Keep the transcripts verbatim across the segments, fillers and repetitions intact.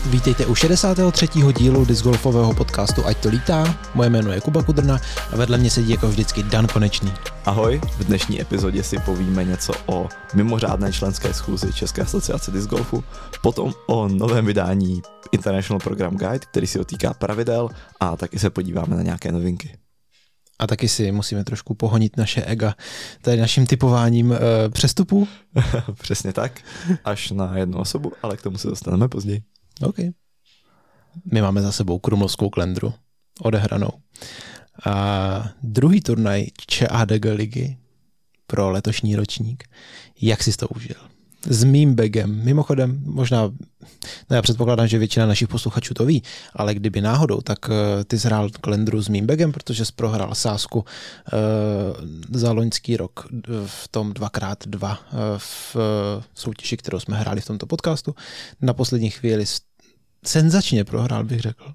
Vítejte u šedesátého třetího dílu discgolfového podcastu Ať to lítá. Moje jméno je Kuba Kudrna a vedle mě sedí jako vždycky Dan Konečný. Ahoj, v dnešní epizodě si povíme něco o mimořádné členské schůzi České asociace discgolfu, potom o novém vydání International Program Guide, který si dotýká pravidel, a taky se podíváme na nějaké novinky. A taky si musíme trošku pohonit naše ega tady naším typováním e, přestupů. Přesně tak, až na jednu osobu, ale k tomu se dostaneme později. OK. My máme za sebou krumlovskou klendru odehranou. A druhý turnaj ČADG ligy pro letošní ročník. Jak jsi to užil? S mým bagem. Mimochodem, možná, no já předpokládám, že většina našich posluchačů to ví, ale kdyby náhodou, tak uh, ty jsi hrál klendru s mým bagem, protože jsi prohrál sázku uh, za loňský rok v tom dva krát dva uh, v uh, soutěži, kterou jsme hráli v tomto podcastu. Na poslední chvíli senzačně prohrál, bych řekl.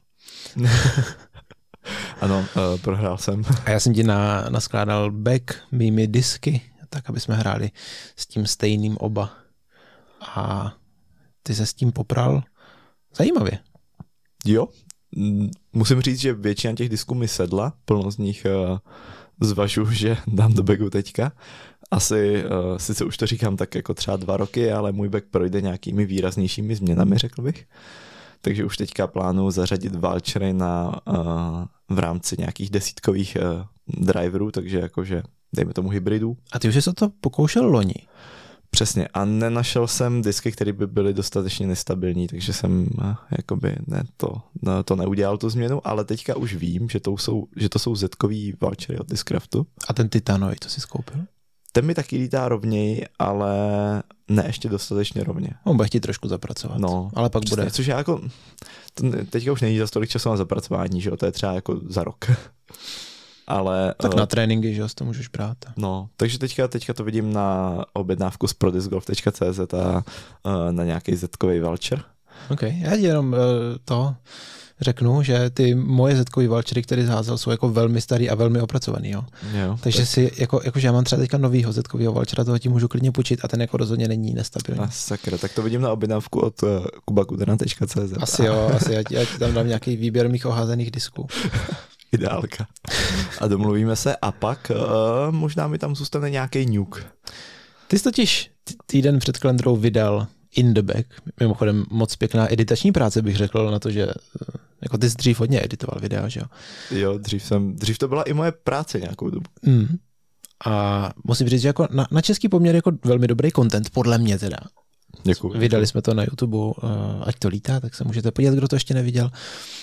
Ano, uh, prohrál jsem. A já jsem ti na, naskládal bag mými disky, tak aby jsme hráli s tím stejným oba. A ty se s tím popral zajímavě. Jo, musím říct, že většina těch disků mi sedla, plno z nich uh, zvažuji, že dám do bagu teďka. Asi, uh, sice už to říkám tak jako třeba dva roky, ale můj bag projde nějakými výraznějšími změnami, řekl bych. Takže už teďka plánuju zařadit vouchery na, uh, v rámci nějakých desítkových uh, driverů, takže jakože dejme tomu hybridů. A ty už jsi to pokoušel loni? Přesně, a nenašel jsem disky, které by byly dostatečně nestabilní, takže jsem uh, jakoby ne, to, no, to neudělal tu změnu, ale teďka už vím, že to jsou, že to jsou zetkový vouchery od Discraftu. A ten titanový, to jsi skoupil? Ten mi taky lítá rovněji, ale ne ještě dostatečně rovně. On bude chtít trošku zapracovat, no, ale pak přesně, bude. Což já jako, teďka už není za tolik času na zapracování, že jo, to je třeba jako za rok. Ale, tak na tréninky, že jo, to můžeš brát. No, takže teďka, teďka to vidím na objednávku z prodiscgolf tečka cé zet a uh, na nějaký zetkový voucher. OK, já ti jenom uh, to řeknu, že ty moje zetkový vouchery, které zházel, jsou jako velmi starý a velmi opracovaný, jo. jo takže tak. si, jako, jakože já mám třeba teďka novýho zetkového vouchera, toho ti můžu klidně půjčit a ten jako rozhodně není nestabilní. A sakra, tak to vidím na objednávku od uh, kuba kudrna tečka cé zet. Asi jo, asi já ti, já ti tam dám nějaký výběr mých oházených disků. Ideálka. A domluvíme se a pak uh, možná mi tam zůstane nějaký nuke. Ty jsi totiž týden před kalendrou vydal In the Bag. Mimochodem moc pěkná editační práce, bych řekl, na to, že jako ty jsi dřív hodně editoval videa, že jo? Jo, dřív jsem, dřív to byla i moje práce nějakou dobu. Mm. A musím říct, že jako na, na český poměr jako velmi dobrý content, podle mě teda. Děkuji. Vydali jsme to na YouTube, uh, Ať to lítá, tak se můžete podívat, kdo to ještě neviděl.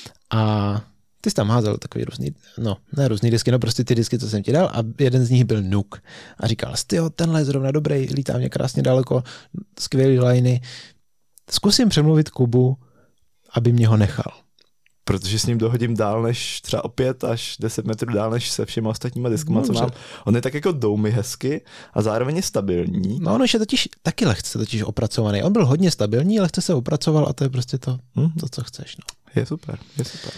A ty jsi tam házel takový různý, no ne různý disky, no prostě ty disky, co jsem ti dal, a jeden z nich byl Nuke. A říkal jsi, tyjo, tenhle je zrovna dobrý, lítá mě krásně daleko, skvělý liney. Zkusím přemluvit Kubu, aby mě ho nechal. Protože s ním dohodím dál než třeba o pět až deset metrů dál než se všema ostatníma diskama, no, co mám. On je tak jako doumy hezky a zároveň je stabilní. No on je totiž taky lehce totiž opracovaný. On byl hodně stabilní, lehce se opracoval a to je prostě to, hm, to co chceš. No. Je super, je super.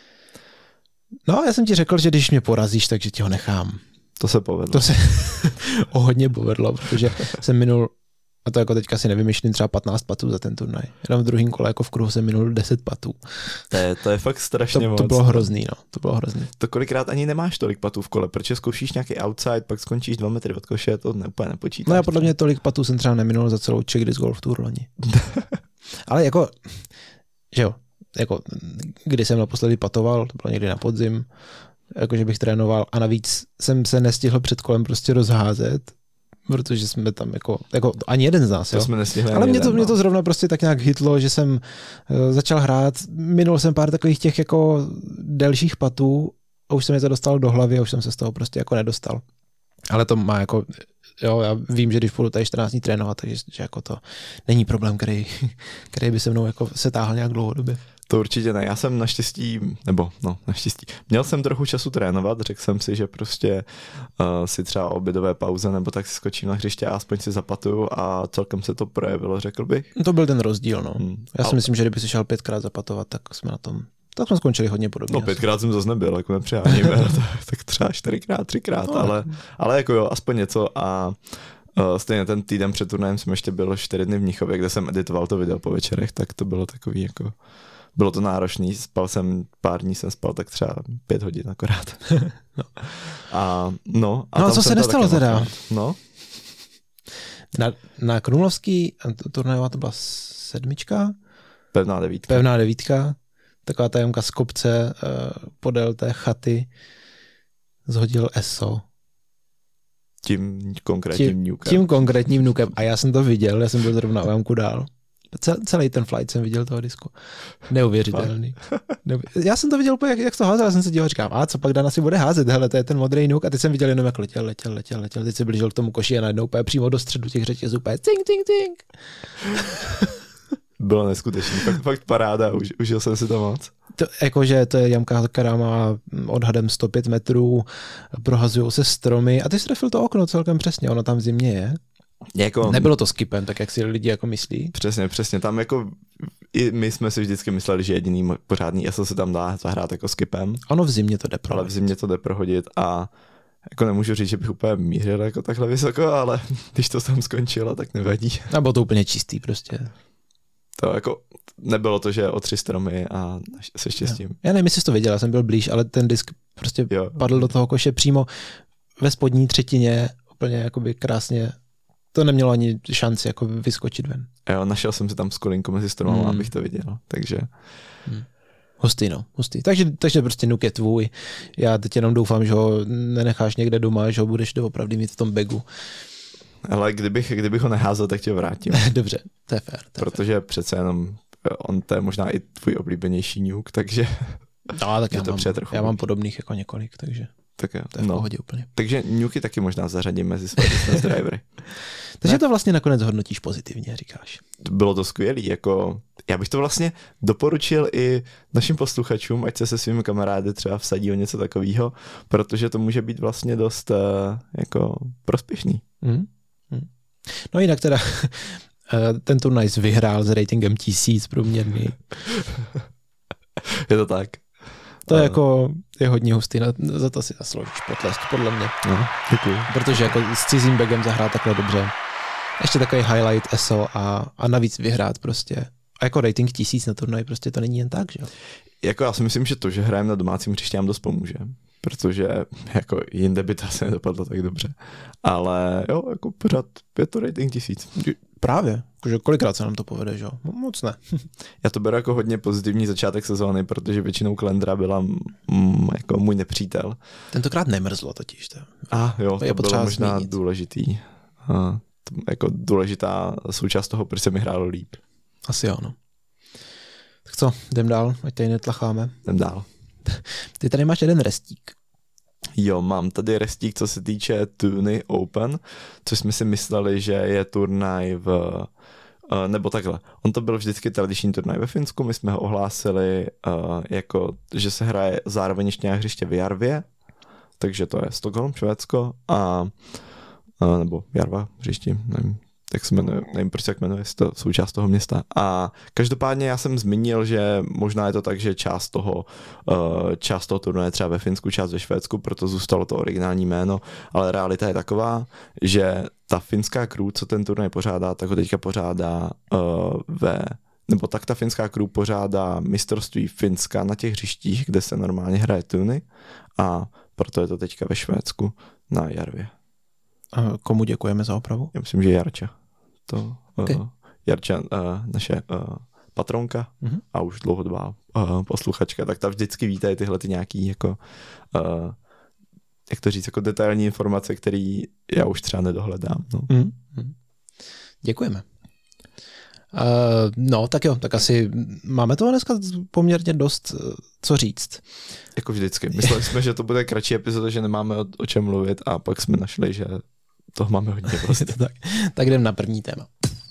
No, já jsem ti řekl, že když mě porazíš, takže ti ho nechám. To se povedlo. To se o hodně povedlo, protože jsem minul, a to jako teďka si nevymýšlím, třeba patnáct patů za ten turnaj. Jenom v druhém kole jako v kruhu jsem minul deset patů. To je, to je fakt strašně to, moc. To bylo hrozný, no. To bylo hrozný. To kolikrát ani nemáš tolik patů v kole, protože zkoušíš nějaký outside, pak skončíš dva metry od koše, to ne, úplně nepočítáš. No já podle mě tolik patů jsem třeba neminul za celou Czech Disc Golf Tour loni. Ale jako, že jo, jako, kdy jsem naposledy patoval, to bylo někdy na podzim, jakože bych trénoval a navíc jsem se nestihl před kolem prostě rozházet, protože jsme tam jako, jako ani jeden z nás, to jo. Jsme nestihli ale mě to, jeden, mě to no. zrovna prostě tak nějak hitlo, že jsem uh, začal hrát, minul jsem pár takových těch jako delších patů a už se mi to dostalo do hlavy a už jsem se z toho prostě jako nedostal. Ale to má jako, jo, já vím, že když půjdu tady čtrnáct dní trénovat, takže že jako to není problém, který, který by se mnou jako se táhl nějak dlouhodobě. To určitě ne, já jsem naštěstí, nebo no naštěstí, měl jsem trochu času trénovat, řekl jsem si, že prostě uh, si třeba o obědové pauze nebo tak si skočím na hřiště a aspoň si zapatuju a celkem se to projevilo, řekl bych. To byl ten rozdíl, no. Hmm. Já si Ale... myslím, že kdyby si šel pětkrát zapatovat, tak jsme na tom, tak jsme skončili hodně podobně. No pětkrát jsem zase nebyl, jako nepřeháníme, tak třeba čtyřikrát, třikrát, no, ale, ale jako jo, aspoň něco a Uh, stejně ten týden před turnajem jsem ještě byl čtyři dny v Mnichově, kde jsem editoval to video po večerech, tak to bylo takový jako, bylo to náročný, spal jsem, pár dní jsem spal tak třeba pět hodin akorát. no. A no, a no a co se nestalo teda? Moc, no. Na, na Krumlovský turnajová to byla sedmička? Pevná devítka. Pevná devítka, taková tajemka z kopce uh, podél té chaty zhodil Eso. Tím konkrétním nukem. Tím konkrétním nukem. A já jsem to viděl, já jsem byl zrovna o jamku dál. Celý ten flight jsem viděl toho disku. Neuvěřitelný. Já jsem to viděl, jak, jak to házel, já jsem se díval a říkám, a co pak Dan asi bude házet, hele, to je ten modrý nuk. A teď jsem viděl jenom, jak letěl, letěl, letěl, letěl. Teď se blížil k tomu koši a najednou úplně přímo do středu těch řetězů, úplně cink, cink, cink. Bylo neskutečný, fakt, fakt paráda, už, užil jsem si to moc. To, jakože to je jamka, která má odhadem sto pět metrů, prohazují se stromy a ty jsi trefil to okno celkem přesně, ono tam v zimě je. Jako, nebylo to skipem, tak jak si lidi jako myslí. Přesně, přesně, tam jako i my jsme si vždycky mysleli, že jediný pořádný E S O se tam dá zahrát jako skipem. Ono v zimě to jde prohodit. Ale v zimě to jde prohodit a jako nemůžu říct, že bych úplně mířil jako takhle vysoko, ale když to tam skončilo, tak nevadí. A bylo to úplně čistý prostě. To jako nebylo to, že o tři stromy a se štěstím. Já, já nevím, jestli jsi to viděl, já jsem byl blíž, ale ten disk prostě jo. padl do toho koše přímo ve spodní třetině, úplně jakoby krásně. To nemělo ani šanci jako vyskočit ven. Jo, našel jsem si tam skolinku mezi stromama, hmm. abych to viděl, takže... Hmm. Hustý, no, hustý. Takže, takže prostě nuk je tvůj. Já teď jenom doufám, že ho nenecháš někde doma, že ho budeš doopravdy mít v tom bagu. Ale kdybych, kdybych ho neházel, tak tě ho vrátím. Dobře, to je fér. Protože fér. Přece jenom on to je možná i tvůj oblíbenější nuk, takže... No, tak já, to mám, já mám podobných jako několik, takže tak jo, to je v no. pohodě úplně. Takže nuky taky možná zařadím mezi své distance drivery. Takže ne? To vlastně nakonec hodnotíš pozitivně, říkáš. Bylo to skvělý, jako já bych to vlastně doporučil i našim posluchačům, ať se se svými kamarády třeba vsadí o něco takového, protože to může být vlastně dost uh, jako prospěšný. Mm. Mm. No jinak teda ten turnaj vyhrál s ratingem tisíc průměrný. Je to tak. To je jako, je hodně hustý, za to si zasloužíš potlesk, podle mě. No, děkuji. Protože jako s cizím bagem zahrát takhle dobře. Ještě takový highlight E S O a, a navíc vyhrát prostě. A jako rating tisíc na turnaj prostě to není jen tak, že jo? Jako já si myslím, že to, že hrajeme na domácím hřišti nám dost pomůže. Protože jako jinde by to asi nedopadlo tak dobře. Ale jo, jako pořád je to rating tisíc. Právě, že kolikrát se nám to povede, že jo? Moc ne. Já to beru jako hodně pozitivní začátek sezóny, protože většinou Klendra byla mm, jako můj nepřítel. Tentokrát nemrzlo totiž. To. A jo, to, to bylo možná zmínit. důležitý. A, to, jako důležitá součást toho, proč se mi hrálo líp. Asi jo, no. Tak co, jdem dál, ať tady netlacháme. Jdem dál. Ty tady máš jeden restík. Jo, mám tady restík, co se týče Tuny Open, což jsme si mysleli, že je turnaj v, nebo takhle, on to byl vždycky tradiční turnaj ve Finsku, my jsme ho ohlásili jako, že se hraje zároveň ještě nějak hřiště v Jarvě, takže to je Stockholm, Švédsko, a, nebo Jarva hřišti, nevím, tak se jmenuje, nevím proč jak jmenuje, je to součást toho města. A každopádně já jsem zmínil, že možná je to tak, že část toho, část toho turnaje třeba ve Finsku, část ve Švédsku, proto zůstalo to originální jméno, ale realita je taková, že ta finská crew, co ten turnaj pořádá, tak ho teďka pořádá ve, nebo tak ta finská crew pořádá mistrovství Finska na těch hřištích, kde se normálně hraje tuny, a proto je to teďka ve Švédsku na Jarvě. A komu děkujeme za opravu? Já myslím, že Jarča. To, okay. uh, Jarča, uh, naše uh, patronka mm-hmm. a už dlouhodobá uh, posluchačka, tak ta vždycky vítají tyhle ty nějaký jako, uh, jak to říct, jako detailní informace, které já už třeba nedohledám. No. Mm-hmm. Děkujeme. Uh, no, tak jo, tak asi máme toho dneska poměrně dost uh, co říct. Jako vždycky. Mysleli jsme, že to bude kratší epizoda, že nemáme o, o čem mluvit, a pak jsme našli, že toho máme hodně vlastně. tak. tak jdem na první téma.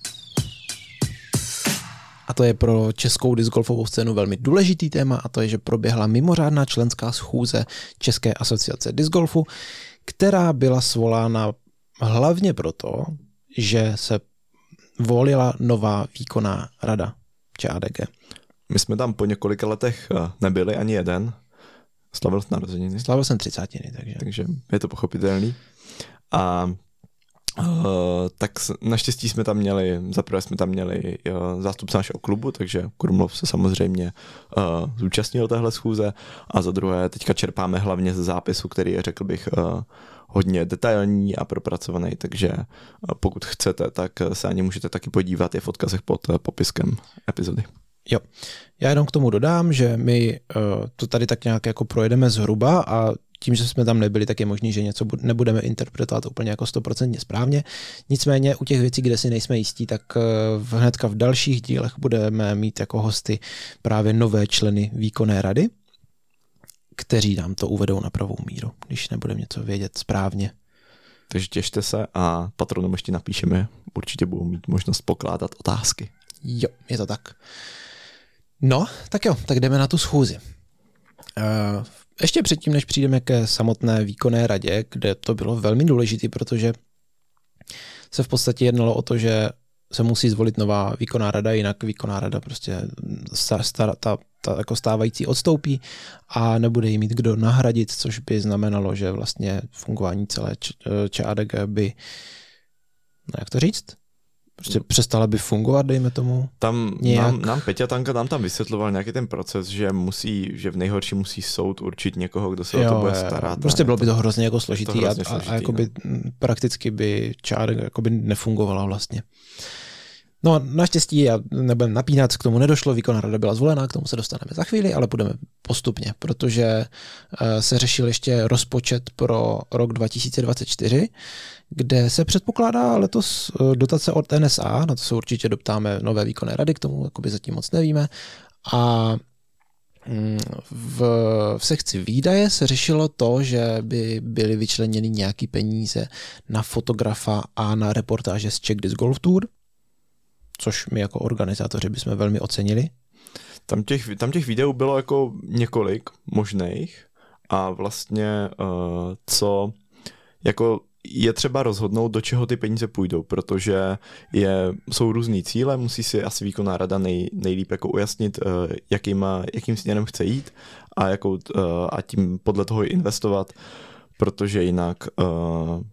A to je pro českou discgolfovou scénu velmi důležitý téma, a to je, že proběhla mimořádná členská schůze České asociace discgolfu, která byla svolána hlavně proto, že se volila nová výkonná rada ČADG. My jsme tam po několika letech nebyli ani jeden. Slavil jsi narozeniny. Slavil jsem třicátiny, takže. Takže je to pochopitelný. A Uh, tak naštěstí jsme tam měli, zaprvé jsme tam měli uh, zástupce našeho klubu, takže Krumlov se samozřejmě uh, zúčastnil téhle schůze a za druhé teďka čerpáme hlavně ze zápisu, který je, řekl bych, uh, hodně detailní a propracovaný, takže uh, pokud chcete, tak se ani můžete taky podívat, je v odkazech pod uh, popiskem epizody. Jo, já jenom k tomu dodám, že my uh, to tady tak nějak jako projedeme zhruba a tím, že jsme tam nebyli, tak je možný, že něco nebudeme interpretovat úplně jako stoprocentně správně. Nicméně u těch věcí, kde si nejsme jistí, tak hnedka v dalších dílech budeme mít jako hosty právě nové členy výkonné rady, kteří nám to uvedou na pravou míru, když nebudeme něco vědět správně. Takže těšte se a patronům ještě napíšeme, určitě budou mít možnost pokládat otázky. Jo, je to tak. No, tak jo, tak jdeme na tu schůzi. Uh, ještě předtím, než přijdeme ke samotné výkonné radě, kde to bylo velmi důležité, protože se v podstatě jednalo o to, že se musí zvolit nová výkonná rada, jinak výkonná rada prostě star, star, ta, ta jako stávající odstoupí a nebude jí mít kdo nahradit, což by znamenalo, že vlastně fungování celé ČADG by, no jak to říct? Prostě přestala by fungovat, dejme tomu. Tam nám, nám Peťa Tanka nám tam vysvětloval nějaký ten proces, že musí, že v nejhorší musí soud určit někoho, kdo se jo, o to bude starat. Prostě bylo by to hrozně jako složitý, hrozně a, složitý a, a jakoby no. prakticky by ČADG jakoby nefungovala vlastně. No naštěstí, já nebudem napínat, k tomu nedošlo, výkonná rada byla zvolená, k tomu se dostaneme za chvíli, ale půjdeme postupně, protože se řešil ještě rozpočet pro rok dva tisíce dvacet čtyři, kde se předpokládá letos dotace od N S A, na to se určitě doptáme nové výkonné rady, k tomu jakoby zatím moc nevíme. A v, v sekci výdaje se řešilo to, že by byly vyčleněny nějaký peníze na fotografa a na reportáže z Czech Disc Golf Tour, což my jako organizátoři bychom velmi ocenili. Tam těch, tam těch videů bylo jako několik možných a vlastně uh, co jako je třeba rozhodnout, do čeho ty peníze půjdou, protože je, jsou různý cíle, musí si asi výkonná rada nej, nejlíp jako ujasnit, uh, jakýma, jakým směrem chce jít a, jakou, uh, a tím podle toho investovat, protože jinak uh,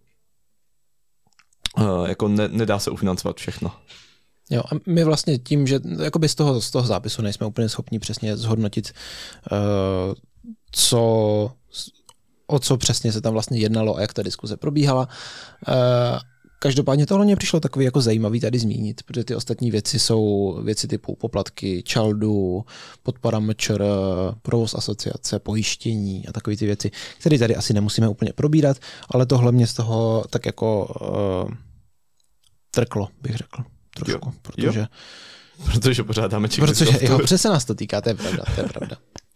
uh, jako ne, nedá se ufinancovat všechno. Jo, a my vlastně tím, že jakoby z toho, z toho zápisu nejsme úplně schopni přesně zhodnotit, uh, co, o co přesně se tam vlastně jednalo a jak ta diskuze probíhala. Uh, každopádně tohle mě přišlo takový jako zajímavý tady zmínit, protože ty ostatní věci jsou věci typu poplatky, čaldu, podpora M Č R, provoz asociace, pojištění a takové ty věci, které tady asi nemusíme úplně probírat, ale tohle mě z toho tak jako uh, trklo, bych řekl. Trošku, jo, protože... Jo. Protože pořádáme Czech Protože, Disc Golf Tour. jo, přesně nás to týká, to je pravda, to je pravda.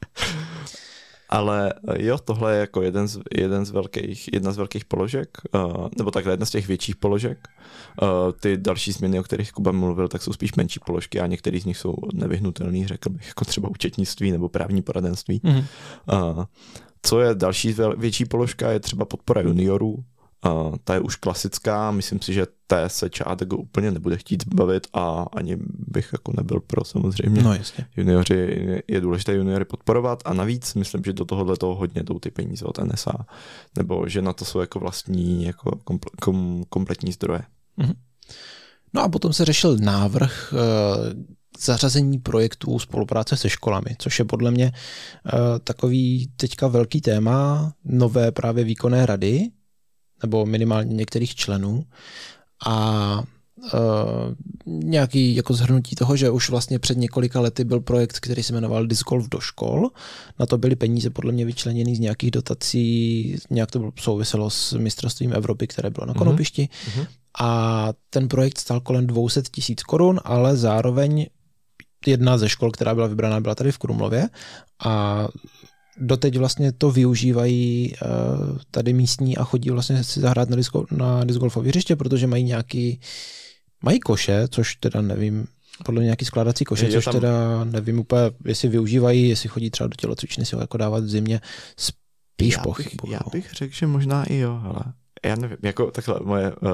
Ale jo, tohle je jako jeden z, jeden z velkých, jedna z velkých položek, uh, nebo takhle jedna z těch větších položek. Uh, ty další změny, o kterých Kuba mluvil, tak jsou spíš menší položky a některý z nich jsou nevyhnutelný, řekl bych, jako třeba účetnictví nebo právní poradenství. Mm-hmm. Uh, co je další větší položka, je třeba podpora juniorů. Uh, ta je už klasická, myslím si, že té se ČADG úplně nebude chtít bavit a ani bych jako nebyl pro samozřejmě. No jasně. Junioři, je důležité juniory podporovat a navíc myslím, že do tohohle toho hodně jdou ty peníze od N S A, nebo že na to jsou jako vlastní jako komple, kom, kompletní zdroje. Mm-hmm. No a potom se řešil návrh uh, zařazení projektů spolupráce se školami, což je podle mě uh, takový teďka velký téma nové právě výkonné rady, nebo minimálně některých členů a uh, nějaký jako shrnutí toho, že už vlastně před několika lety byl projekt, který se jmenoval Disc Golf do škol. Na to byly peníze podle mě vyčleněny z nějakých dotací, nějak to souviselo s mistrovstvím Evropy, které bylo na Konopišti. Mm-hmm. A ten projekt stál kolem dvě stě tisíc korun, ale zároveň jedna ze škol, která byla vybraná, byla tady v Krumlově a doteď vlastně to využívají uh, tady místní a chodí vlastně si zahrát na, disco, na discgolfové hřiště, protože mají nějaký, mají koše, což teda nevím, podle mě nějaký skládací koše, což tam... teda nevím úplně, jestli využívají, jestli chodí třeba do tělocvičny si ho jako dávat v zimě, spíš pochybuju. Já bych řekl, že možná i jo, hele. Já nevím, jako takhle moje uh,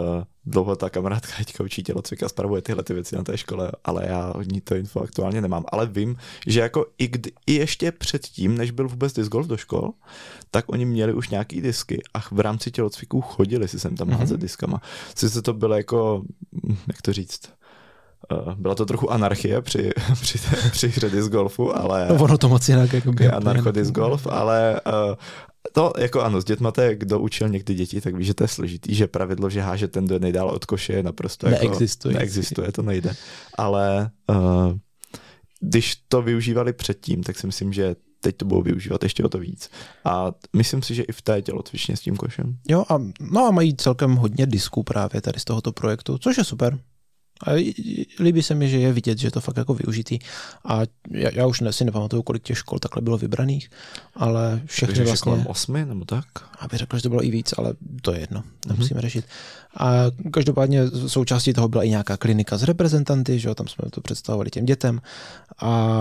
dlouholetá kamarádka teďka učí tělocvik a spravuje tyhle ty věci na té škole, ale já ní to info aktuálně nemám. Ale vím, že jako i, kdy, i ještě předtím, než byl vůbec disc golf do škol, tak oni měli už nějaký disky a v rámci tělocviků chodili si sem tam mm-hmm. házet diskama. Sice to bylo jako, jak to říct, byla to trochu anarchie při, při, té, při hře disc golfu, ale... No ono to moc jinak. Jako anarcho disc golf, ale uh, to jako ano, s dětma to je, kdo učil někdy děti, tak ví, že to je složitý, že pravidlo, že háže ten, kdo je nejdál od koše, je naprosto neexistuje. Jako, neexistuje, to nejde. Ale uh, když to využívali předtím, tak si myslím, že teď to budou využívat ještě o to víc. A myslím si, že i v té tělocvičně s tím košem. Jo, a, no a mají celkem hodně disků právě tady z tohoto projektu, což je super. A líbí se mi, že je vidět, že je to fakt jako využitý. A já, já už si nepamatuju, kolik těch škol takhle bylo vybraných, ale všechny Bych vlastně... kolem osmi nebo tak? Abych řekl, že to bylo i víc, ale to je jedno, nemusíme mm-hmm. řešit. A každopádně součástí toho byla i nějaká klinika s reprezentanty, že jo, tam jsme to představovali těm dětem. A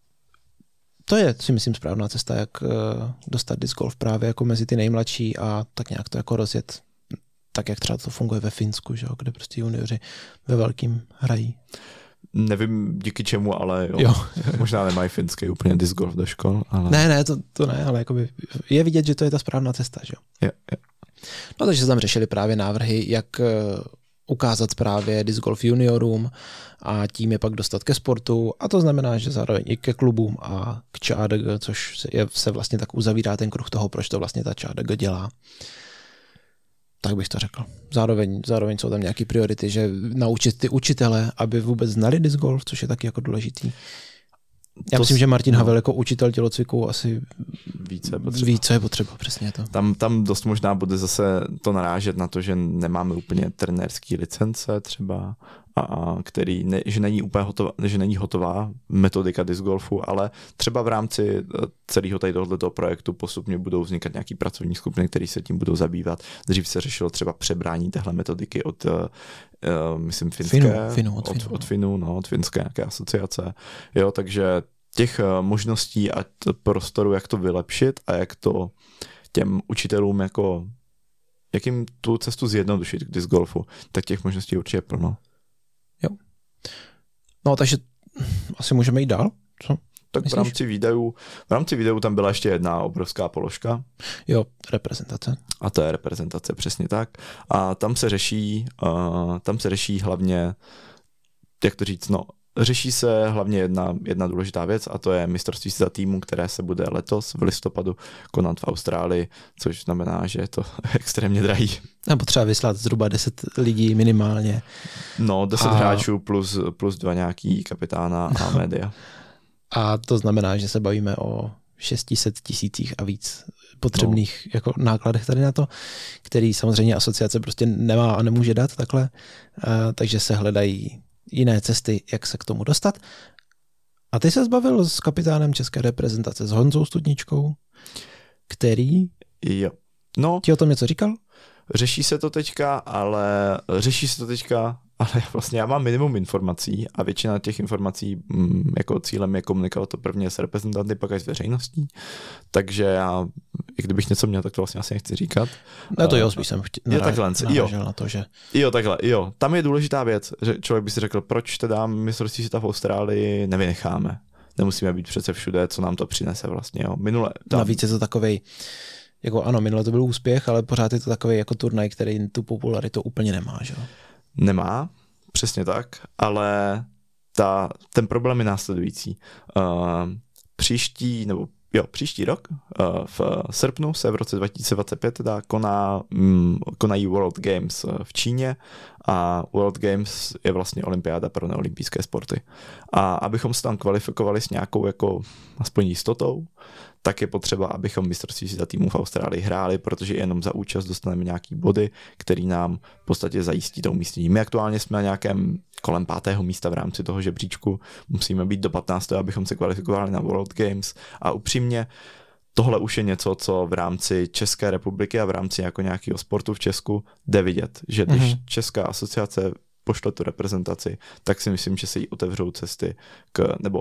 to je, si myslím, správná cesta, jak dostat disc golf právě jako mezi ty nejmladší a tak nějak to jako rozjet. Tak jak třeba to funguje ve Finsku, že jo, kde prostě junioři ve velkým hrají. Nevím díky čemu, ale jo. jo. Možná nemají finský úplně disc golf do škol. Ale... Ne, ne, to, to ne, ale jakoby je vidět, že to je ta správná cesta, že jo. Jo, jo. No takže se tam řešili právě návrhy, jak ukázat právě disc golf juniorům a tím je pak dostat ke sportu a to znamená, že zároveň i ke klubům a k ČADG, což je, se vlastně tak uzavírá ten kruh toho, proč to vlastně ta ČADG dělá. Tak bych to řekl. Zároveň, zároveň jsou tam nějaké priority, že naučit ty učitele, aby vůbec znali disc golf, což je taky jako důležitý. Já to myslím, s... že Martin no. Havel jako učitel tělocviku asi více je potřeba. Více je potřeba, přesně to. Tam, tam dost možná bude zase to narážet na to, že nemáme úplně trenérský licence třeba, a, a který ne, že, není úplně hotová, že není hotová metodika disc golfu, ale třeba v rámci celého tady tohoto projektu postupně budou vznikat nějaký pracovní skupiny, které se tím budou zabývat. Dřív se řešilo třeba přebrání téhle metodiky od uh, myslím finské, Finu, Finu, od, od, Finu, od Finu, no, od finské nějaké asociace. Jo, takže těch možností a prostoru, jak to vylepšit a jak to těm učitelům jako, jak jim tu cestu zjednodušit k disc golfu, tak těch možností určitě plno. Jo. No, takže asi můžeme jít dál, co? Tak myslíš? v rámci výdajů, v rámci výdajů tam byla ještě jedna obrovská položka. Jo, reprezentace. A to je reprezentace, přesně tak. A tam se řeší, uh, tam se řeší hlavně, jak to říct, no, řeší se hlavně jedna, jedna důležitá věc a to je mistrovství světa týmu, které se bude letos v listopadu konat v Austrálii, což znamená, že je to extrémně drahý. A potřeba vyslat zhruba deset lidí minimálně. No, deset a... hráčů plus, plus dva nějaký kapitána a média. A to znamená, že se bavíme o šest set tisících a víc potřebných no. jako nákladech tady na to, který samozřejmě asociace prostě nemá a nemůže dát takhle, uh, takže se hledají jiné cesty, jak se k tomu dostat. A ty se zbavil s kapitánem české reprezentace, s Honzou Studničkou, který jo. No, ti o tom něco říkal? Řeší se to teďka, ale řeší se to teďka, ale vlastně já mám minimum informací a většina těch informací mm, jako cílem je komunikovat to prvně s reprezentanty, pak až s veřejností. Takže já, i kdybych něco měl, tak to vlastně asi nechci říkat. No to jo, spíš jsem chtěl jo, takhle, jo. na to, že... Jo, takhle, jo. Tam je důležitá věc, že člověk by si řekl, proč teda mistrovství světa v Austrálii nevynecháme. Nemusíme být přece všude, co nám to přinese vlastně, jo. Minule... Tam... Navíc je to takovej, jako ano, minule to byl úspěch, ale pořád je to takový jako turnaj, který tu popularitu úplně nemá, že jo? Nemá, přesně tak, ale ta, ten problém je následující. Uh, příští, nebo jo, příští rok, uh, v srpnu se v roce dva tisíce dvacet pět teda koná, um, konají World Games v Číně a World Games je vlastně olympiáda pro neolympijské sporty. A abychom se tam kvalifikovali s nějakou jako aspoň jistotou, tak je potřeba, abychom mistrovství světa týmů v Austrálii hráli, protože jenom za účast dostaneme nějaký body, který nám v podstatě zajistí to umístění. My aktuálně jsme na nějakém kolem pátého místa v rámci toho žebříčku, musíme být do patnáctého abychom se kvalifikovali na World Games a upřímně tohle už je něco, co v rámci České republiky a v rámci jako nějakého sportu v Česku jde vidět, že když mm-hmm. Česká asociace pošle tu reprezentaci, tak si myslím, že se jí otevřou cesty k, nebo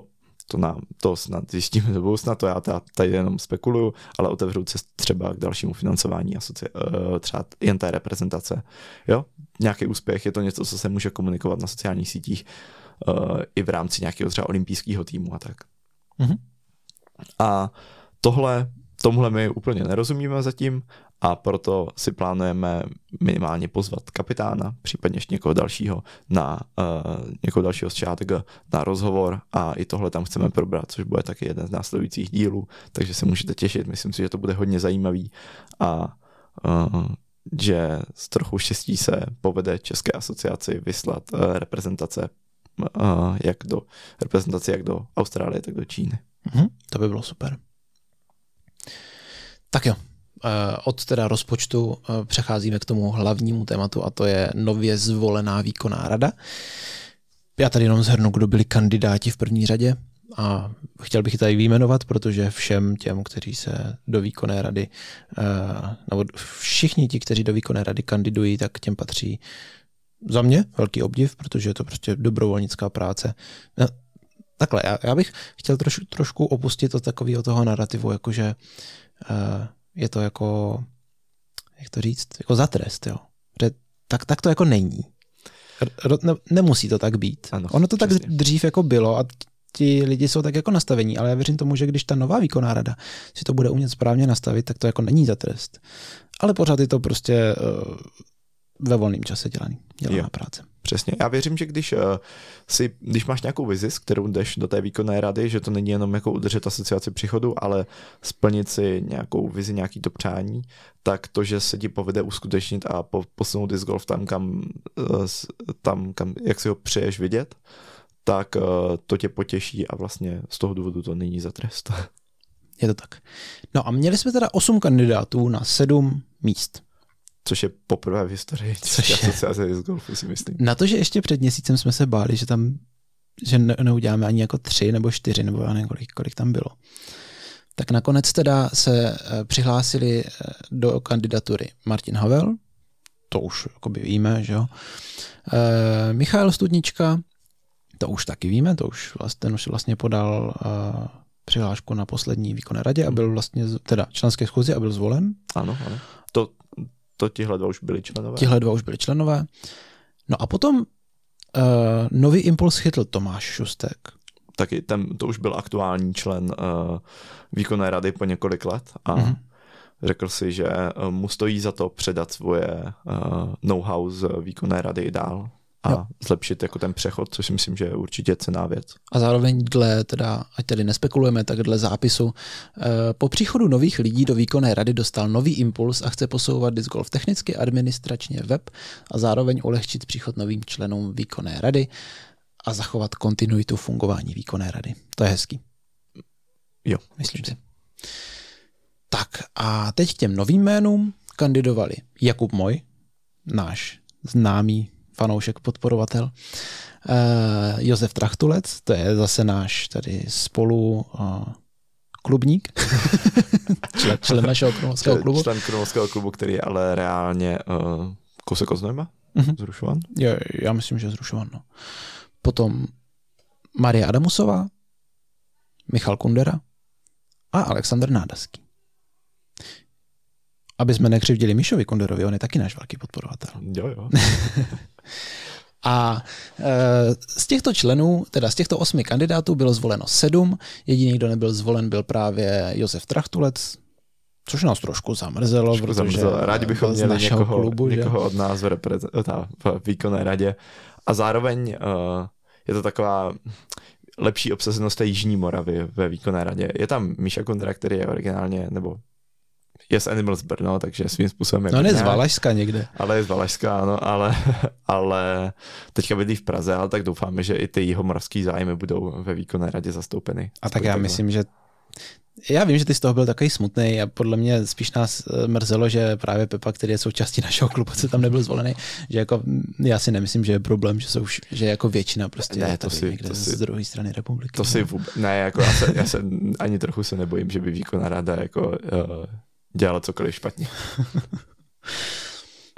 to, nám, to snad zjistíme do budoucna, to já tady jenom spekuluju, ale otevřu cest třeba k dalšímu financování asocia- třeba jen té reprezentace. Jo? Nějaký úspěch, je to něco, co se může komunikovat na sociálních sítích uh, i v rámci nějakého třeba olympijského týmu a tak. Mm-hmm. A tohle, tomuhle my úplně nerozumíme zatím a proto si plánujeme minimálně pozvat kapitána, případně ještě někoho dalšího na uh, někoho dalšího z ČADG na rozhovor a i tohle tam chceme probrat, což bude taky jeden z následujících dílů, takže se můžete těšit, myslím si, že to bude hodně zajímavý a uh, že s trochu štěstí se povede České asociaci vyslat uh, reprezentace uh, jak do reprezentace jak do Austrálie, tak do Číny. Mm-hmm, to by bylo super. Tak jo. Od teda rozpočtu přecházíme k tomu hlavnímu tématu a to je nově zvolená výkonná rada. Já tady jenom shrnu, kdo byli kandidáti v první řadě a chtěl bych je tady vyjmenovat, protože všem těm, kteří se do výkonné rady, nebo všichni ti, kteří do výkonné rady kandidují, tak těm patří za mě velký obdiv, protože je to prostě dobrovolnická práce. Takhle, já, já bych chtěl troš, trošku opustit od takového toho narrativu, jakože je to jako, jak to říct, jako za trest, jo. Že tak, tak to jako není. R- ne, nemusí to tak být. Ano, ono to přesně. tak dřív jako bylo a ti lidi jsou tak jako nastavení, ale já věřím tomu, že když ta nová výkonná rada si to bude umět správně nastavit, tak to jako není za trest. Ale pořád je to prostě uh, ve volném čase dělaný, dělaná jo. práce. Přesně. Já věřím, že když, uh, si, když máš nějakou vizi, s kterou jdeš do té výkonné rady, že to není jenom jako udržet asociaci přichodu, ale splnit si nějakou vizi, nějaký to přání, tak to, že se ti povede uskutečnit a po, posunout disc golf tam, kam, uh, tam, kam, jak si ho přeješ vidět, tak uh, to tě potěší a vlastně z toho důvodu to není za trest. Je to tak. No a měli jsme teda osm kandidátů na sedm míst. Což je poprvé v historii České asociace disc golfu, si myslím. Na to, že ještě před měsícem jsme se báli, že tam že ne, neuděláme ani jako tři nebo čtyři, nebo já nevím, kolik, kolik tam bylo. Tak nakonec teda se přihlásili do kandidatury Martin Havel, to už jakoby víme, že jo. E, Michal Studnička, to už taky víme, to už vlastně, ten už vlastně podal a, přihlášku na poslední výkonné radě a byl vlastně, teda členské schůzi a byl zvolen. Ano, ano. To To tihle dva už byli členové. Tihle dva už byli členové. No a potom uh, nový impuls chytl Tomáš Šustek. Taky ten, to už byl aktuální člen uh, výkonné rady po několik let a mm-hmm. řekl si, že uh, mu stojí za to předat svoje uh, know-how z výkonné rady dál a jo. zlepšit jako ten přechod, což si myslím, že je určitě cenná věc. A zároveň dle, teda, ať tedy nespekulujeme, tak dle zápisu, e, po příchodu nových lidí do výkonné rady dostal nový impuls a chce posouvat disc golf technicky, administračně, web a zároveň ulehčit příchod novým členům výkonné rady a zachovat kontinuitu fungování výkonné rady. To je hezký. Jo, myslím si. Tak a teď k těm novým jménům kandidovali Jakub Moj, náš známý fanoušek, podporovatel. Uh, Josef Trachtulec, to je zase náš tady spolu uh, klubník, člen, člen našeho krumlovského klubu. Člen krumlovského klubu, který je ale reálně uh, kousek od Znojma, uh-huh. zrušovan. Jo, já myslím, že zrušovan. No. Potom Marie Adamusová, Michal Kundera a Alexander Nádaský. Aby jsme nekřivdili Mišovi Kunderovi, on je taky náš velký podporovatel. Jo, jo. A e, z těchto členů, teda z těchto osmi kandidátů bylo zvoleno sedm. Jediný, kdo nebyl zvolen, byl právě Josef Trachtulec, což nás trošku zamrzelo, trošku protože zamrzelo. Rádi bychom měli někoho, klubu, někoho od nás v, reprezent- v výkonné radě. A zároveň uh, je to taková lepší obsazenost té Jižní Moravy ve výkonné radě. Je tam Míša Kundera, který je originálně, nebo je z Animals Brno, takže svým způsobem je... No, on je z Valašska někde. Ale je z Valašska, ano, ale, ale teďka bydlí v Praze, ale tak doufáme, že i ty jihomoravský zájmy budou ve výkonné radě zastoupeny. A tak já takhle. myslím, že já vím, že ty z toho byl takový smutný a podle mě spíš nás mrzelo, že právě Pepa, který je součástí našeho klubu, se tam nebyl zvolený, že jako já si nemyslím, že je problém, že jsou že jako většina prostě ne, je to tady si, někde to si, z druhé strany republiky. To si vůbec, ne, jako já se, já se ani trochu se nebojím, že by výkonná rada jako uh, dělala cokoliv špatně.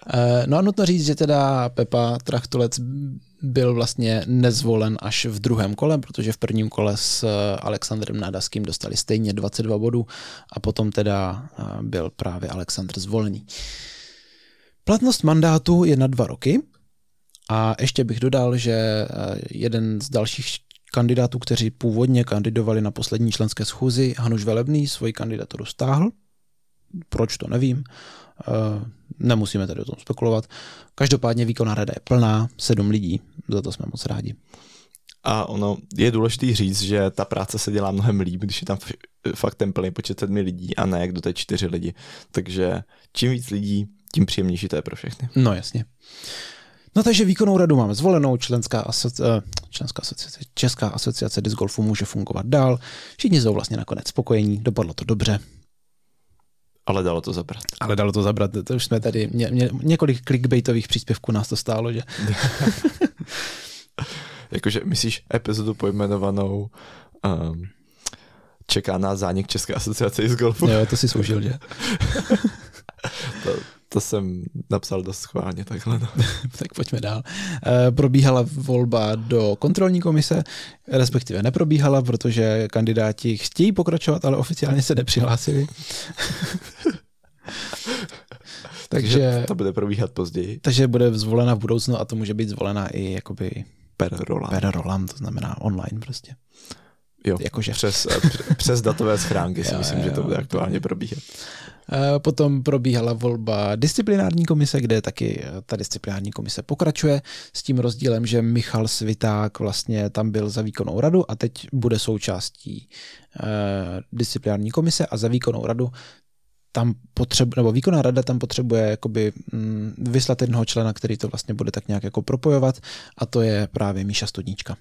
No a nutno říct, že teda Pepa Trachtulec byl vlastně nezvolen až v druhém kole, protože v prvním kole s Alexandrem Nádaským dostali stejně dvacet dva bodů a potom teda byl právě Alexandr zvolený. Platnost mandátu je na dva roky a ještě bych dodal, že jeden z dalších kandidátů, kteří původně kandidovali na poslední členské schůzi, Hanuš Velebný, svoji kandidaturu stáhl. Proč, to nevím. Nemusíme tady o tom spekulovat. Každopádně výkonná rada je plná, sedm lidí, za to jsme moc rádi. A ono je důležité říct, že ta práce se dělá mnohem líp, když je tam fakt ten plný počet sedmi lidí a ne jak do té čtyři lidi. Takže čím víc lidí, tím příjemnější to je pro všechny. No jasně. No takže výkonnou radu máme zvolenou, členská, asoci- členská asociace, Česká asociace disc golfu může fungovat dál. Všichni jsou vlastně nakonec spokojení, dopadlo to dobře. Ale dalo to zabrat. Ale dalo to zabrat, to už jsme tady, mě, mě, několik clickbaitových příspěvků nás to stálo, že? Jakože myslíš epizodu pojmenovanou um, čeká na zánik České asociace disc golfu? Jo, to si soužil, že? to, to jsem napsal dost schválně takhle. No. Tak pojďme dál. E, probíhala volba do kontrolní komise, respektive neprobíhala, protože kandidáti chtějí pokračovat, ale oficiálně se nepřihlásili. Takže to bude probíhat později. Takže bude zvolena v budoucnu a to může být zvolena i jakoby per rolám. Per rolám, to znamená online prostě. Jo, Jakože. Přes, přes datové schránky si jo, myslím, jo, že to bude aktuálně probíhat. Potom probíhala volba disciplinární komise, kde taky ta disciplinární komise pokračuje s tím rozdílem, že Michal Sviták vlastně tam byl za výkonnou radu a teď bude součástí uh, disciplinární komise a za výkonnou radu tam potřebuje, nebo výkonná rada tam potřebuje jakoby mm, vyslat jednoho člena, který to vlastně bude tak nějak jako propojovat a to je právě Míša Studnička.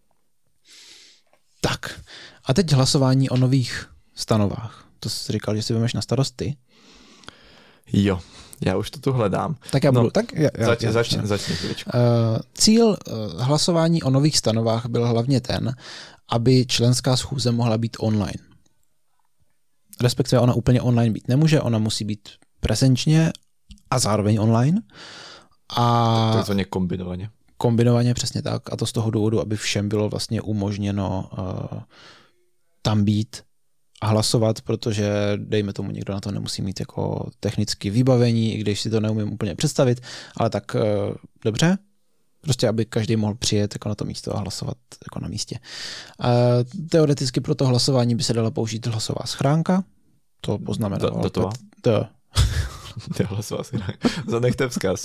Tak a teď hlasování o nových stanovách. To jsi říkal, že si vemeš na starost ty? Jo, já už to tu hledám. Tak já budu. No, tak já, já, začni, já, začni, já. začni chvíličku. Uh, cíl uh, hlasování o nových stanovách byl hlavně ten, aby členská schůze mohla být online. Respektive ona úplně online být nemůže, ona musí být prezenčně a zároveň online. A takzvaně kombinovaně. Kombinovaně, přesně tak. A to z toho důvodu, aby všem bylo vlastně umožněno uh, tam být a hlasovat, protože dejme tomu, někdo na to nemusí mít jako technické vybavení, i když si to neumím úplně představit, ale tak uh, dobře, prostě aby každý mohl přijet jako na to místo a hlasovat jako na místě. Uh, teoreticky pro to hlasování by se dala použít hlasová schránka, to poznamenalo. To to. To je hlasová schránka. Zanechte vzkaz.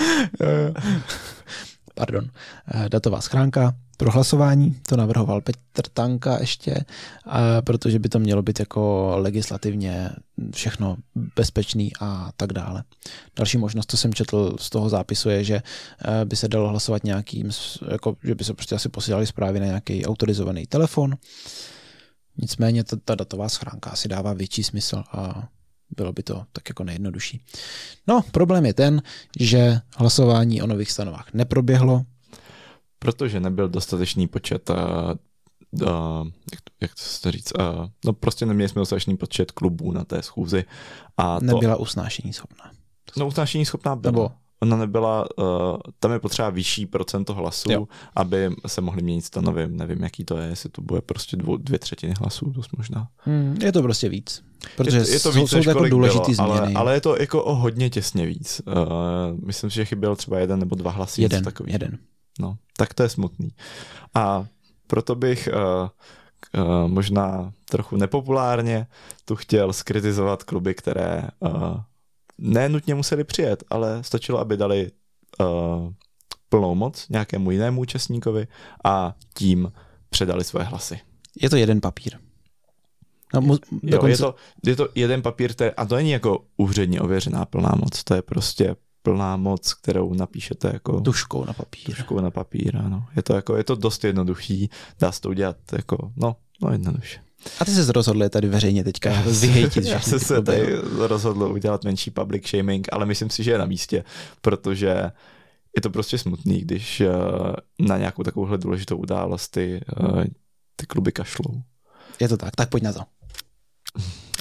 Pardon. Datová schránka pro hlasování, to navrhoval Petr Tanka ještě, protože by to mělo být jako legislativně všechno bezpečný a tak dále. Další možnost, co jsem četl z toho zápisu, je, že by se dalo hlasovat nějakým, jako, že by se prostě asi posílali zprávy na nějaký autorizovaný telefon. Nicméně ta, ta datová schránka asi dává větší smysl a bylo by to tak jako nejjednodušší. No, problém je ten, že hlasování o nových stanovách neproběhlo. Protože nebyl dostatečný počet, uh, uh, jak, to, jak to se říct, uh, no prostě neměli jsme dostatečný počet klubů na té schůzi. A to, nebyla usnášení schopná. No usnášení schopná byla. Nebo ona nebyla, uh, tam je potřeba vyšší procento hlasů, jo. Aby se mohly měnit stanovy. Nevím, jaký to je, jestli to bude prostě dvou, dvě třetiny hlasů, dost možná. Hmm, je to prostě víc. Protože je to, je to víc, jsou, jsou jako důležitý bylo, změny. Ale, ale je to jako o hodně těsně víc. Uh, myslím si, že chyběl třeba jeden nebo dva hlasy. Jeden, takový. jeden. No, tak to je smutný. A proto bych uh, uh, možná trochu nepopulárně tu chtěl skritizovat kluby, které uh, nenutně museli přijet, ale stačilo, aby dali uh, plnou moc nějakému jinému účastníkovi a tím předali své hlasy. Je to jeden papír. No, mu, jo, konce... je, to, je to jeden papír, který, a to není jako úředně ověřená plná moc, to je prostě plná moc, kterou napíšete jako tuškou na papír. Tuškou na papír, ano. Je to jako, je to dost jednoduchý, dá se to udělat jako, no, no jednoduše. A ty se rozhodl tady veřejně teďka vyhejtit. Já jsem se tady rozhodl udělat menší public shaming, ale myslím si, že je na místě, protože je to prostě smutný, když na nějakou takovouhle důležitou událost ty, ty kluby kašlou. Je to tak, tak pojď na to.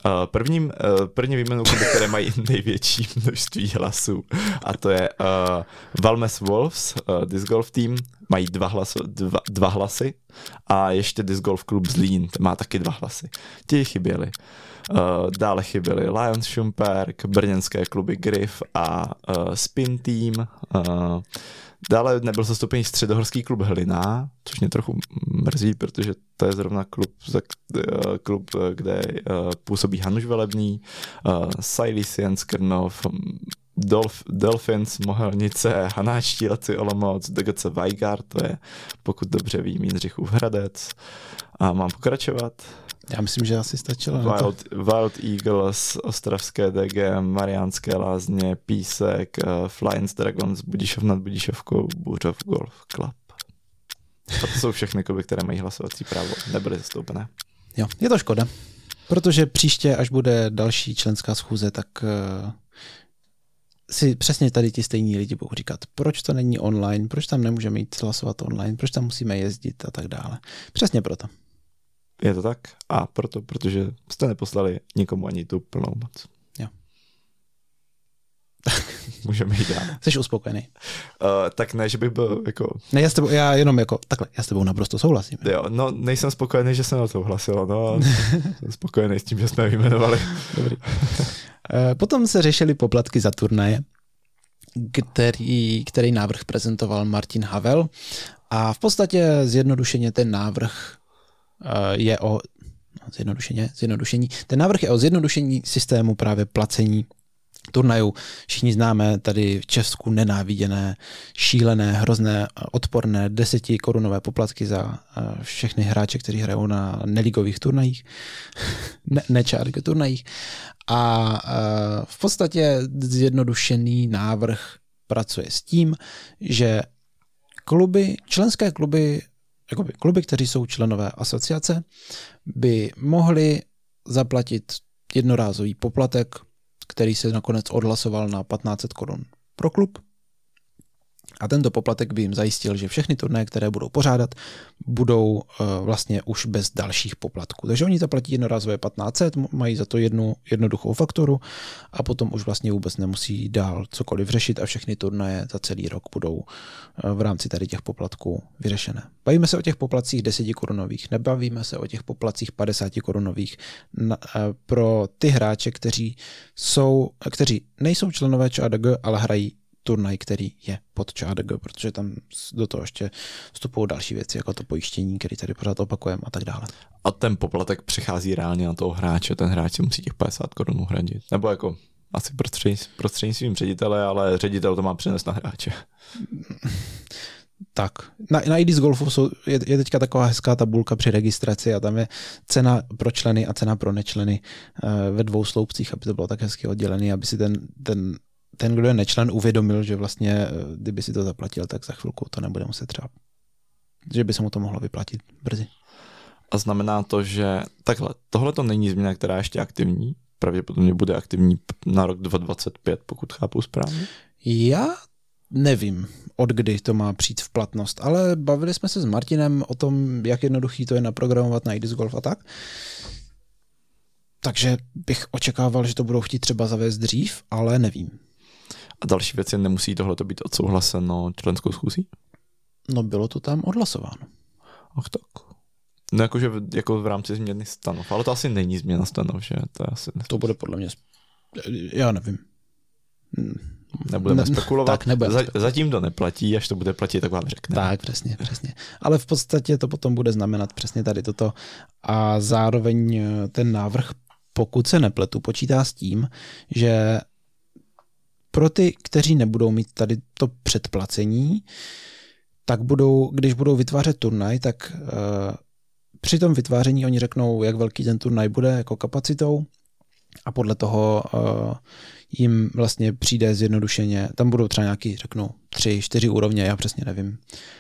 Uh, prvním, uh, první vyjmenuji kluby, které mají největší množství hlasů, a to je uh, Valmes Wolves, uh, Disc Golf Team, mají dva, hlaso, dva, dva hlasy, a ještě Disc Golf Klub Zlín, ten má taky dva hlasy. Ti chyběli. Uh, dále chyběli Lions Šumperk, brněnské kluby Griff a uh, Spin Team. Uh, dále nebyl zastoupený středohorský klub Hlina, což mě trochu mrzí, protože to je zrovna klub, uh, klub kde uh, působí Hanuš Velebný, uh, Silesians Krnov, Dolf, Dolphins Mohelnice, Hanáčtí Laci Olomouc, D G C Vajgar, to je, pokud dobře vím, Jindřichův Hradec. A mám pokračovat? Já myslím, že asi stačilo. Wild, Wild Eagles, Ostravské D G, Mariánské Lázně, Písek, uh, Flying Dragons, Budišov nad Budišovkou, Bůřov Golf Club. A to jsou všechny kluby, které mají hlasovací právo. Nebyly zastoupené. Jo, je to škoda. Protože příště, až bude další členská schůze, tak uh, si přesně tady ti stejní lidi budou říkat, proč to není online, proč tam nemůžeme jít hlasovat online, proč tam musíme jezdit a tak dále. Přesně proto. Je to tak? A proto, protože jste neposlali nikomu ani tu plnou moc. Jo. Můžeme jít dál. Jsi uspokojený? Uh, tak ne, že bych byl jako... Ne, já s tebou, já jenom jako, takhle, já s tebou naprosto souhlasím. Jo, no nejsem spokojený, že jsem na to hlasil, no jsem spokojený s tím, že jsme vyjmenovali. Dobrý. Potom se řešily poplatky za turnaje, který, který návrh prezentoval Martin Havel, a v podstatě zjednodušeně ten návrh je o zjednodušeně, zjednodušení. Ten návrh je o zjednodušení systému právě placení turnajů. Všichni známe tady v Česku nenáviděné, šílené, hrozné, odporné desetikorunové poplatky za všechny hráče, kteří hrajou na neligových turnajích, ne, nečárky turnajích. A v podstatě zjednodušený návrh pracuje s tím, že kluby, členské kluby, jakoby kluby, kteří jsou členové asociace, by mohli zaplatit jednorázový poplatek, který se nakonec odhlasoval na patnáct set korun pro klub. A tento poplatek by jim zajistil, že všechny turnaje, které budou pořádat, budou uh, vlastně už bez dalších poplatků. Takže oni zaplatí jednorázové patnáct set, mají za to jednu jednoduchou fakturu a potom už vlastně vůbec nemusí dál cokoliv řešit a všechny turnaje za celý rok budou uh, v rámci tady těch poplatků vyřešené. Bavíme se o těch poplatcích deseti-korunových, nebavíme se o těch poplatcích padesáti-korunových na, uh, pro ty hráče, kteří, jsou, kteří nejsou členové ČADG, ale hrají turnaj, který je pod ČADG, protože tam do toho ještě vstupují další věci, jako to pojištění, který tady pořád opakujeme a tak dále. A ten poplatek přichází reálně na toho hráče, ten hráč si musí těch padesát korun uhradit. Nebo jako asi prostřednictvím ředitele, ale ředitel to má přenést na hráče. Tak, na, na iDisc Golfu jsou, je, je teďka taková hezká tabulka při registraci a tam je cena pro členy a cena pro nečleny uh, ve dvou sloupcích, aby to bylo tak hezky oddělený, aby si ten, ten ten, kdo je nečlen, uvědomil, že vlastně, kdyby si to zaplatil, tak za chvilku to nebude muset třeba, že by se mu to mohlo vyplatit brzy. A znamená to, že takhle, tohle to není změna, která je ještě aktivní, pravděpodobně bude aktivní na rok dva tisíce dvacet pět, pokud chápu správně? Já nevím, od kdy to má přijít v platnost, ale bavili jsme se s Martinem o tom, jak jednoduchý to je naprogramovat na iDisc Golf a tak. Takže bych očekával, že to budou chtít třeba zavést dřív, ale nevím. A další věc je, nemusí tohleto být odsouhlaseno členskou schůzí? No bylo to tam odhlasováno. Ach tak. No jakože jako v rámci změny stanov, ale to asi není změna stanov, že? To, asi to bude podle mě, já nevím. Nebudeme ne, spekulovat. Tak nebudeme Za, spekulovat. Zatím to neplatí, až to bude platit, tak vám řekne. Tak, přesně, přesně. Ale v podstatě to potom bude znamenat přesně tady toto a zároveň ten návrh, pokud se nepletu, počítá s tím, že pro ty, kteří nebudou mít tady to předplacení, tak budou, když budou vytvářet turnaj, tak uh, při tom vytváření oni řeknou, jak velký ten turnaj bude jako kapacitou a podle toho uh, jim vlastně přijde zjednodušeně, tam budou třeba nějaký, řeknu, tři, čtyři úrovně, já přesně nevím.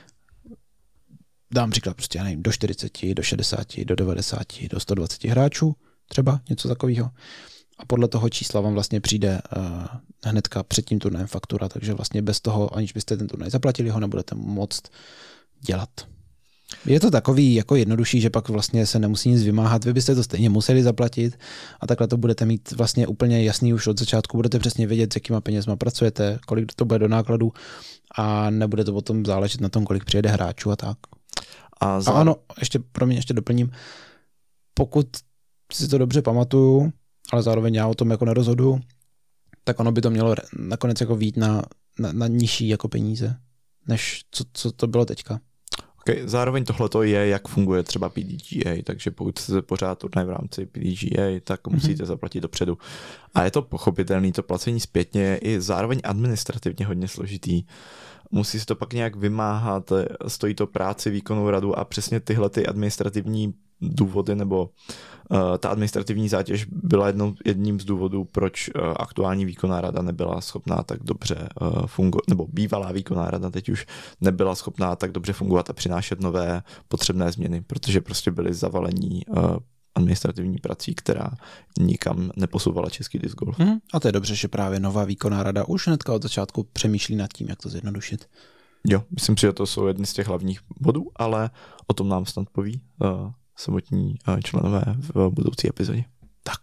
Dám příklad prostě, já nevím, do čtyřiceti, do šedesáti, do devadesáti, do sto dvaceti hráčů, třeba něco takového. A podle toho čísla vám vlastně přijde uh, hnedka před tím turnajem faktura, takže vlastně bez toho, aniž byste ten turnaj zaplatili, ho nebudete moct dělat. Je to takový jako jednodušší, že pak vlastně se nemusí nic vymáhat, vy byste to stejně museli zaplatit a takhle to budete mít vlastně úplně jasný už od začátku, budete přesně vědět, s jakýma penězma pracujete, kolik to bude do nákladu a nebude to potom záležet na tom, kolik přijede hráčů a tak. A, za... a ano, ještě, promiň, ještě doplním, pokud si to dobře pamatuju, ale zároveň já o tom jako nerozhodu, tak ono by to mělo nakonec jako vít na, na, na nižší jako peníze, než co, co to bylo teďka. Okay, zároveň tohleto je, jak funguje třeba P D G A, takže pokud chcete pořád turnaj v rámci P D G A, tak mm-hmm. musíte zaplatit dopředu. A je to pochopitelné, to placení zpětně je i zároveň administrativně hodně složitý. Musí se to pak nějak vymáhat, stojí to práci výkonnou radu a přesně tyhle ty administrativní důvody nebo uh, ta administrativní zátěž byla jednou, jedním z důvodů, proč uh, aktuální výkonná rada nebyla schopná tak dobře uh, fungovat, nebo bývalá výkonná rada teď už nebyla schopná tak dobře fungovat a přinášet nové potřebné změny, protože prostě byly zavalení uh, administrativní prací, která nikam neposouvala český disc golf. Hmm, a to je dobře, že právě nová výkonná rada už hnedka od začátku přemýšlí nad tím, jak to zjednodušit. Jo, myslím si, že to jsou jedny z těch hlavních bodů, ale o tom nám snad poví uh, samotní uh, členové v budoucí epizodě. Tak.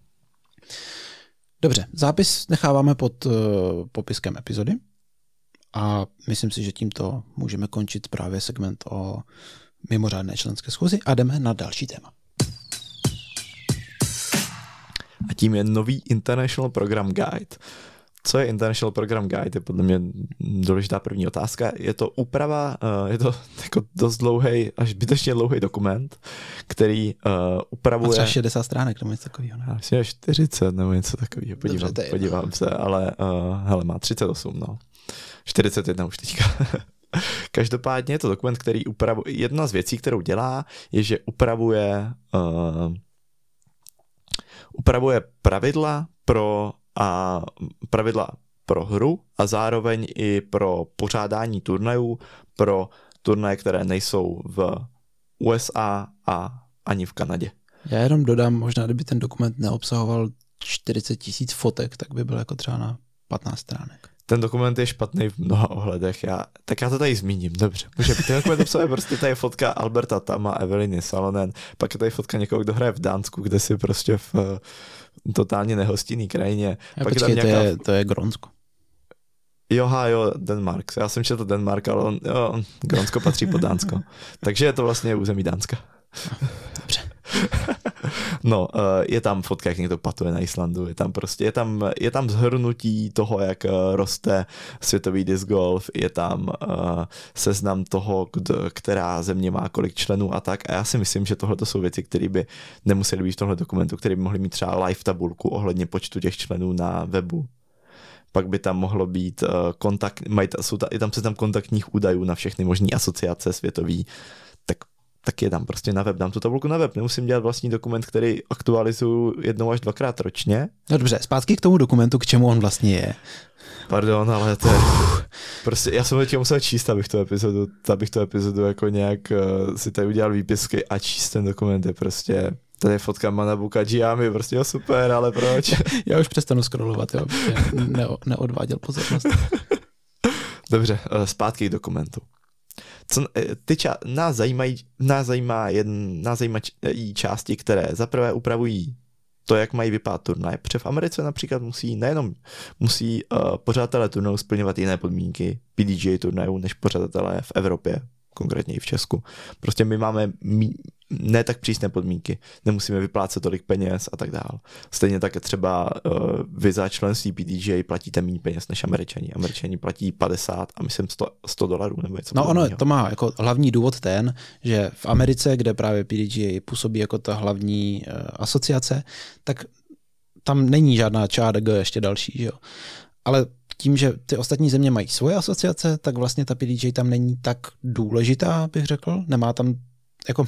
Dobře, zápis necháváme pod uh, popiskem epizody a myslím si, že tímto můžeme končit právě segment o mimořádné členské schůzi a jdeme na další téma. A tím je nový International Program Guide. Co je International Program Guide, je podle mě důležitá první otázka. Je to úprava, je to jako dost dlouhý, až zbytečně dlouhý dokument, který uh, upravuje... A třeba šedesát stránek nebo něco takového. Ne? Myslím, že čtyřicet nebo něco takového, podívám, Dobře, podívám se, ale uh, hele, má třicet osm, no. čtyřicet jedna už teďka. Každopádně je to dokument, který upravuje... Jedna z věcí, kterou dělá, je, že upravuje... Uh, upravuje pravidla pro a pravidla pro hru a zároveň i pro pořádání turnajů pro turnaje, které nejsou v U S A a ani v Kanadě. Já jenom dodám, možná kdyby ten dokument neobsahoval čtyřicet tisíc fotek, tak by byl jako třeba na patnáct stránek. Ten dokument je špatný v mnoha ohledech. Já, tak já to tady zmíním, dobře. Může být. Ten dokument obsahuje prostě tady fotka Alberta Tama, Eveliny Salonen, pak je tady fotka někoho, kdo hraje v Dánsku, kde si prostě v totálně nehostinný krajině. Ja, pak počkej, je tam nějaká... to, je, to je Grónsko. Jo, ha, jo, Denmark. Já jsem četl Denmark, ale on, jo, Grónsko patří pod Dánsko. Takže je to vlastně území Dánska. Dobře. No, je tam fotka, jak někdo patuje na Islandu, je tam prostě, je tam, je tam zhrnutí toho, jak roste světový disc golf, je tam uh, seznam toho, kdo, která země má kolik členů a tak. A já si myslím, že tohle to jsou věci, které by nemusely být v tomhle dokumentu, které by mohly mít třeba live tabulku ohledně počtu těch členů na webu. Pak by tam mohlo být uh, kontakt, mají, jsou ta, je tam seznam kontaktních údajů na všechny možné asociace světový, tak tak je tam prostě na web, dám tu tabulku na web, nemusím dělat vlastní dokument, který aktualizuju jednou až dvakrát ročně. No dobře, zpátky k tomu dokumentu, k čemu on vlastně je. Pardon, ale to je, prostě já jsem teď musel číst, abych tu epizodu, abych tu epizodu jako nějak uh, si tady udělal výpisky a číst ten dokument je prostě, tady je fotka Manabu Kajiyami, prostě jo, super, ale proč? Já už přestanu scrollovat, jo, ne, neodváděl pozornost. Dobře, uh, zpátky k dokumentu. Co, ty ča- nás zajímají, nás zajímá jen, nás zajímají části, které zaprvé upravují to, jak mají vypadat turnaje. Protože v Americe například musí nejenom musí uh, pořadatelé turnajů splňovat jiné podmínky P D G A turnajů než pořadatelé v Evropě, konkrétně i v Česku. Prostě my máme mí- ne tak přísné podmínky, nemusíme vyplácet tolik peněz a tak dál. Stejně tak třeba uh, vy za členství P D G A platíte méně peněz než Američani. Američani platí padesát a myslím sto dolarů nebo něco. No ono to má jako hlavní důvod ten, že v Americe, kde právě P D G A působí jako ta hlavní uh, asociace, tak tam není žádná Č A D G ještě další, že jo. Ale tím, že ty ostatní země mají svoje asociace, tak vlastně ta P D G A tam není tak důležitá, bych řekl. Nemá tam jako...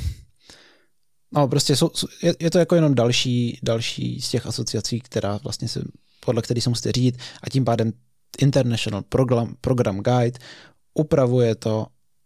No prostě jsou, je, je to jako jenom další, další z těch asociací, která vlastně se, podle který se musíte řídit a tím pádem International Program, Program Guide upravuje to,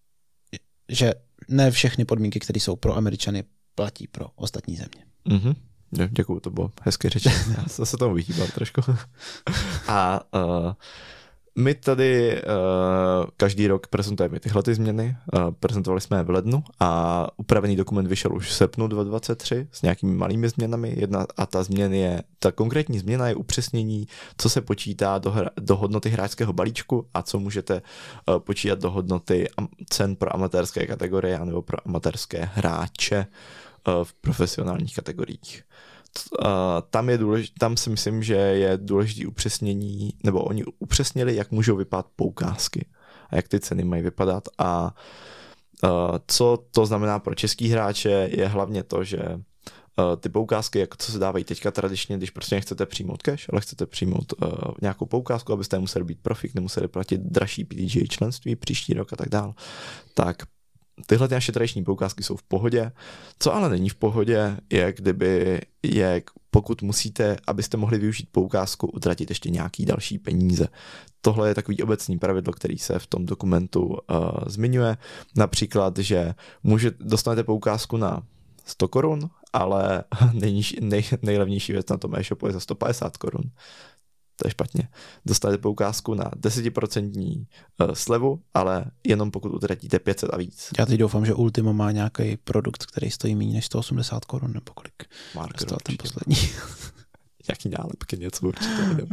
že ne všechny podmínky, které jsou pro Američany, platí pro ostatní země. Mm-hmm. Děkuju, to bylo hezky řečeno. Já se tomu vyhýbal trošku. A uh, My tady uh, každý rok prezentujeme tyhle ty změny, uh, prezentovali jsme je v lednu a upravený dokument vyšel už v srpnu dva tisíce dvacet tři s nějakými malými změnami. Jedna a ta změna je, ta konkrétní změna je upřesnění, co se počítá do, hra, do hodnoty hráčského balíčku a co můžete uh, počítat do hodnoty cen pro amatérské kategorie anebo pro amatérské hráče uh, v profesionálních kategoriích. Uh, tam, je důlež, tam si myslím, že je důležité upřesnění, nebo oni upřesnili, jak můžou vypadat poukázky a jak ty ceny mají vypadat a uh, co to znamená pro český hráče je hlavně to, že uh, ty poukázky, jako co se dávají teďka tradičně, když prostě nechcete přijmout cash, ale chcete přijmout uh, nějakou poukázku, abyste museli být profik, nemuseli platit dražší P D G A členství příští rok a tak dál, tak tyhle ty naše tradiční poukázky jsou v pohodě. Co ale není v pohodě, je kdyby je, pokud musíte, abyste mohli využít poukázku, utratit ještě nějaký další peníze. Tohle je takový obecný pravidlo, který se v tom dokumentu uh, zmiňuje. Například, že může, dostanete poukázku na sto korun, ale nejniž, nej, nejlevnější věc na tom e-shopu je za sto padesát korun. To je špatně. Dostanete poukázku na deset procent uh, slevu, ale jenom pokud utratíte pět set a víc. Já teď doufám, že Ultima má nějaký produkt, který stojí méně než sto osmdesát korun, nebo kolik. Marker ten poslední. Jaký nálepky, něco určitě.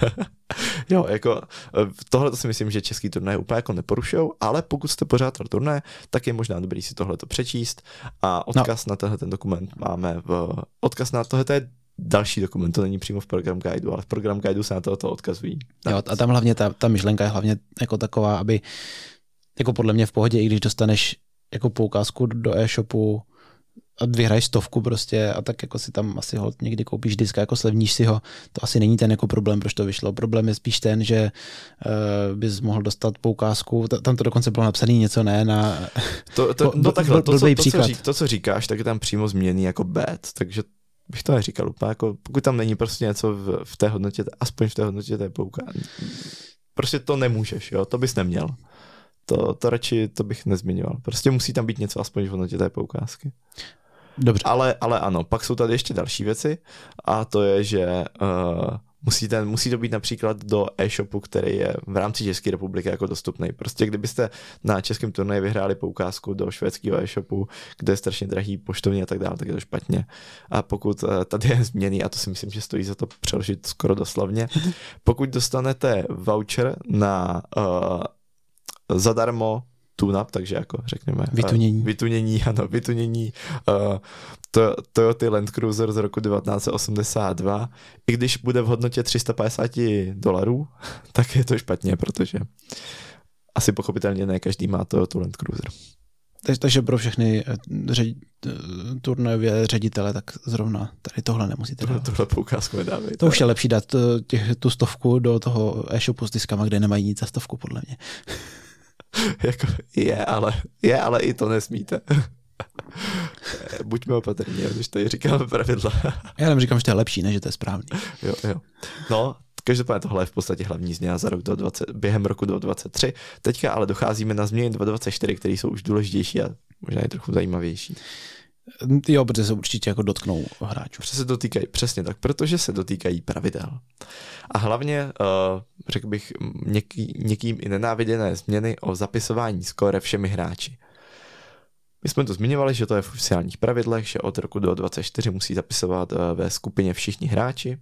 Jo, jako tohle to si myslím, že český turnaj úplně jako neporušujou, ale pokud jste pořádal turnaj, tak je možná dobrý si tohle to přečíst a odkaz no. na tenhle ten dokument máme v... Odkaz na tohle je další dokument, to není přímo v program guideu, ale v program guideu se na to odkazují. Jo, a tam hlavně ta, ta myšlenka je hlavně jako taková, aby jako podle mě v pohodě, i když dostaneš jako poukázku do e-shopu a vyhraješ stovku prostě a tak jako si tam asi ho někdy koupíš disk a jako slevníš si ho, to asi není ten jako problém, proč to vyšlo. Problém je spíš ten, že uh, bys mohl dostat poukázku, tam to dokonce bylo napsané něco ne na... To, to, no takhle, to, co, to, co řík, to, co říkáš, tak je tam přímo změněný jako bad, takže bych to neříkal úplně, jako pokud tam není prostě něco v, v té hodnotě, aspoň v té hodnotě té poukázky. Prostě to nemůžeš, jo, to bys neměl. To, to radši, to bych nezmiňoval. Prostě musí tam být něco aspoň v hodnotě té poukázky. Dobře. Ale, ale ano, pak jsou tady ještě další věci a to je, že uh, musíte, musí to být například do e-shopu, který je v rámci České republiky jako dostupný. Prostě kdybyste na českém turnaji vyhráli poukázku do švédského e-shopu, kde je strašně drahý poštovní a tak dále, tak je to špatně. A pokud uh, tady je změný, a to si myslím, že stojí za to přeložit skoro doslovně, pokud dostanete voucher na uh, zadarmo tune-up, takže jako řekněme vytunění, uh, vytunění, ano, vytunění uh, to, Toyota Land Cruiser z roku devatenáct set osmdesát dva, i když bude v hodnotě tři sta padesát dolarů, tak je to špatně, protože asi pochopitelně ne každý má Toyota Land Cruiser. Takže, takže pro všechny ředi, turnajové ředitele, tak zrovna tady tohle nemusíte dávat. Tohle poukázku nedávejte. To už je lepší dát těch, tu stovku do toho e-shopu s diskama, kde nemají nic za stovku, podle mě. Jako je, ale, je, ale i to nesmíte. Buďme opatrní, když tady říkáme pravidla. Já jenom říkám, že to je lepší, ne, že to je správný. Jo, jo. No, každopádně tohle je v podstatě hlavní změna za rok dvacet, během roku dvacet dvacet tři. Teďka ale docházíme na změny dvacet dvacet čtyři, které jsou už důležitější a možná i trochu zajímavější. Jo, protože se určitě jako dotknou hráčů. Protože se dotýkají, přesně tak, protože se dotýkají pravidel. A hlavně, uh, řekl bych, něký, někým i nenáviděné změny o zapisování skóre všemi hráči. My jsme to zmiňovali, že to je v oficiálních pravidlech, že od roku do dvacet čtyři musí zapisovat uh, ve skupině všichni hráči.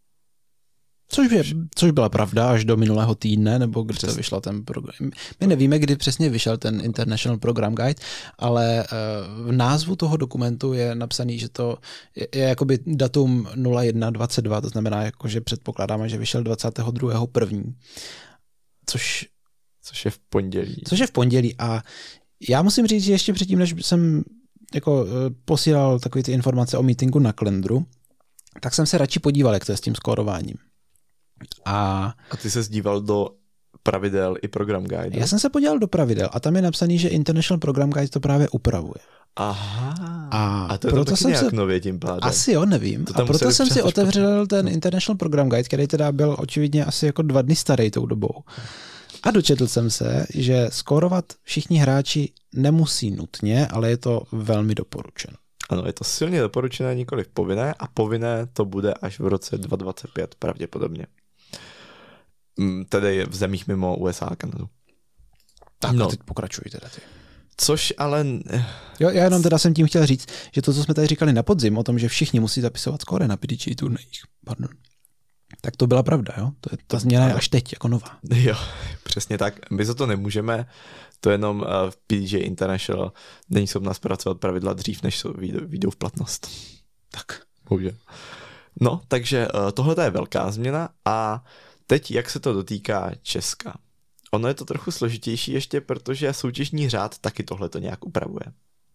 Což, je, což byla pravda až do minulého týdne, nebo kdy to vyšel ten program. My nevíme, kdy přesně vyšel ten International Program Guide, ale v názvu toho dokumentu je napsaný, že to je, je jakoby datum nula jedna dvacet dva, to znamená, jako, že předpokládáme, že vyšel dvacátého druhého prvního Což, což je v pondělí. Což je v pondělí a já musím říct, že ještě předtím, než jsem jako posílal takové ty informace o meetingu na Klendru, tak jsem se radši podíval, jak to je s tím skórováním. A, a ty se díval do pravidel i program guide? Já jsem se podíval do pravidel a tam je napsaný, že International Program Guide to právě upravuje. Aha. A, a to je to taky nějak se... nově tím pádem. Asi jo, nevím. A proto jsem si otevřel ten International Program Guide, který teda byl očividně asi jako dva dny starý tou dobou. A dočetl jsem se, že skórovat všichni hráči nemusí nutně, ale je to velmi doporučeno. Ano, je to silně doporučené, nikoliv povinné a povinné to bude až v roce dvacet dvacet pět pravděpodobně. tedy v zemích mimo U S A a Kanadu. Tak no. A teď pokračuj teda ty. Což ale... Jo, já jenom teda jsem tím chtěl říct, že to, co jsme tady říkali na podzim, o tom, že všichni musí zapisovat skóre na P D G A turnajích, pardon, tak to byla pravda, jo? To je, ta změna je až teď, jako nová. Jo, přesně tak. My za to nemůžeme, to jenom uh, v P D G A International není schopná zpracovat pravidla dřív, než jsou vyjdou v platnost. Tak. Bohužel. No, takže uh, tohle je velká změna a teď, jak se to dotýká Česka. Ono je to trochu složitější ještě, protože soutěžní řád taky tohle to nějak upravuje.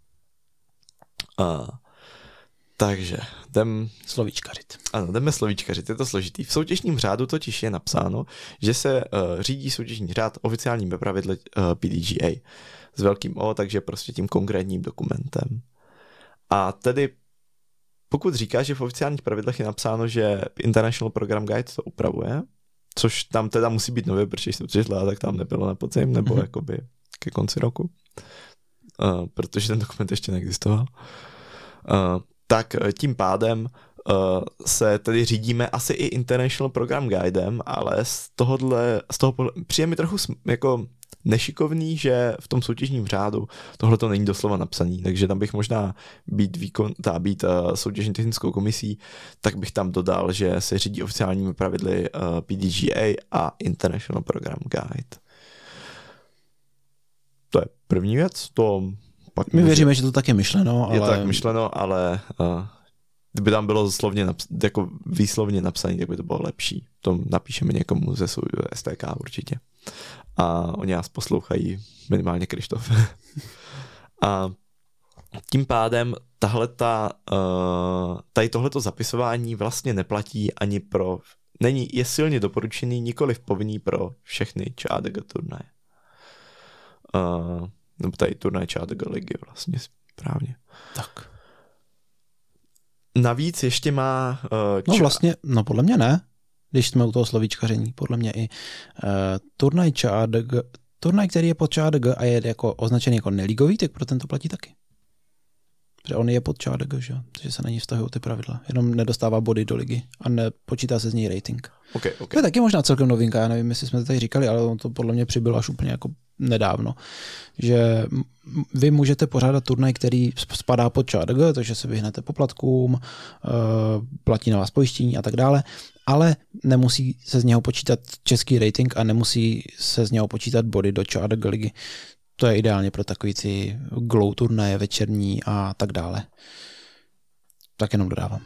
Uh, takže jdem... Slovíčkařit. Ano, jdeme slovíčkařit, je to složitý. V soutěžním řádu totiž je napsáno, že se uh, řídí soutěžní řád oficiálními pravidly uh, P D G A. S velkým O, takže prostě tím konkrétním dokumentem. A tedy pokud říká, že v oficiálních pravidlech je napsáno, že International Program Guide to upravuje, což tam teda musí být nově, protože jsem přišla, tak tam nebylo na podzim, nebo mm-hmm. jakoby ke konci roku, uh, protože ten dokument ještě neexistoval. Uh, tak tím pádem uh, se tedy řídíme asi i International Program Guidem, ale z tohohle, z toho přijde mi trochu jako nešikovný, že v tom soutěžním řádu tohle to není doslova napsaný, takže tam bych možná být výkon, tá, být uh, soutěžní technickou komisí, tak bych tam dodal, že se řídí oficiálními pravidly uh, P D G A a International Program Guide. To je první věc, to pak My může... věříme, že to tak je myšleno, ale... Je to tak myšleno, ale uh, kdyby tam bylo slovně naps- jako výslovně napsané, tak by to bylo lepší. To napíšeme někomu ze svého S T K určitě. A oni nás poslouchají, minimálně Krištof. A tím pádem tahleta, uh, tady tohleto zapisování vlastně neplatí ani pro, není, je silně doporučený, nikoliv povinný pro všechny Č A D G turnaje. Uh, nebo tady turnaj Č A D G ligy vlastně správně. Tak. Navíc ještě má... Uh, no vlastně, no podle mě ne. Když jsme u toho slovíčkaření, podle mě i uh, turnaj Č A D G, turnaj, který je pod Č A D G a je jako označený jako neligový, tak pro ten to platí taky. Protože on je pod Č A D G, že? Takže se na ní vztahují ty pravidla. Jenom nedostává body do ligy a nepočítá se z ní rating. Okay, okay. To je taky možná celkem novinka, já nevím, jestli jsme to tady říkali, ale on to podle mě přibylo až úplně jako nedávno. Že vy můžete pořádat turnaj, který spadá pod Č A D G, takže se vyhnete poplatkům, platí na vás pojištění a tak dále, ale nemusí se z něho počítat český rating a nemusí se z něho počítat body do Č A D G ligy. To je ideálně pro takový ty glow turnaje večerní a tak dále. Tak jenom dodávám.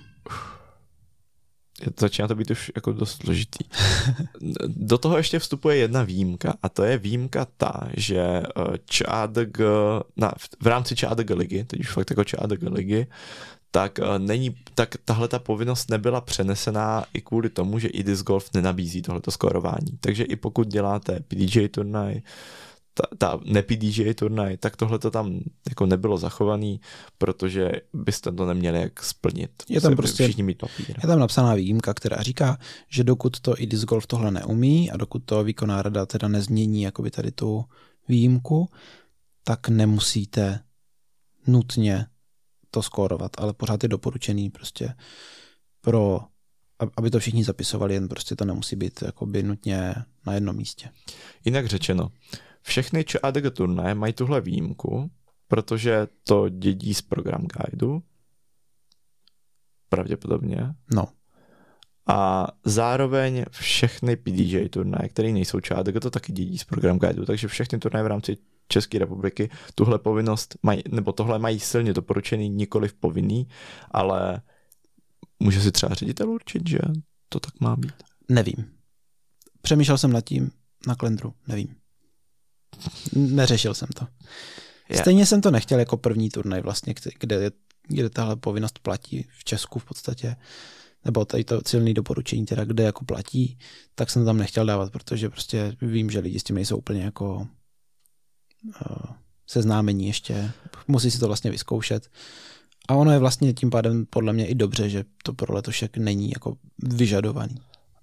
Začíná to být už jako dost složitý. Do toho ještě vstupuje jedna výjimka a to je výjimka ta, že Č A D G, na, v rámci Č A D G ligy, teď už fakt jako Č A D G ligy, tak není, tak tahle ta povinnost nebyla přenesená i kvůli tomu, že i Disc Golf nenabízí tohleto skórování. Takže i pokud děláte P D G A turnaj, ta, ta ne-P D G A turnaj, tak tohle to tam jako nebylo zachovaný, protože byste to neměli jak splnit. Je tam prostě všichni mít papír. Je tam napsaná výjimka, která říká, že dokud to i Disc Golf tohle neumí a dokud to výkonná rada teda nezmění jakoby tady tu výjimku, tak nemusíte nutně to skórovat, ale pořád je doporučený prostě pro, aby to všichni zapisovali, jen prostě to nemusí být jakoby nutně na jednom místě. Jinak řečeno, všechny Č A D G turnaje mají tuhle výjimku, protože to dědí z program guideu. Pravděpodobně. No. A zároveň všechny P D G A turnaje, které nejsou Č A D G, to taky dědí z program guideu. Takže všechny turnaje v rámci České republiky tuhle povinnost mají, nebo tohle mají silně doporučený, nikoliv povinný, ale může si třeba ředitel určit, že to tak má být? Nevím. Přemýšlel jsem nad tím na Klendru, nevím. Neřešil jsem to. Yeah. Stejně jsem to nechtěl jako první turnaj vlastně, kde, kde tahle povinnost platí v Česku v podstatě, nebo tady to silné doporučení teda, kde jako platí, tak jsem to tam nechtěl dávat, protože prostě vím, že lidi s tím nejsou úplně jako uh, seznámení ještě, musí si to vlastně vyzkoušet. A ono je vlastně tím pádem podle mě i dobře, že to pro letošek není jako vyžadovaný.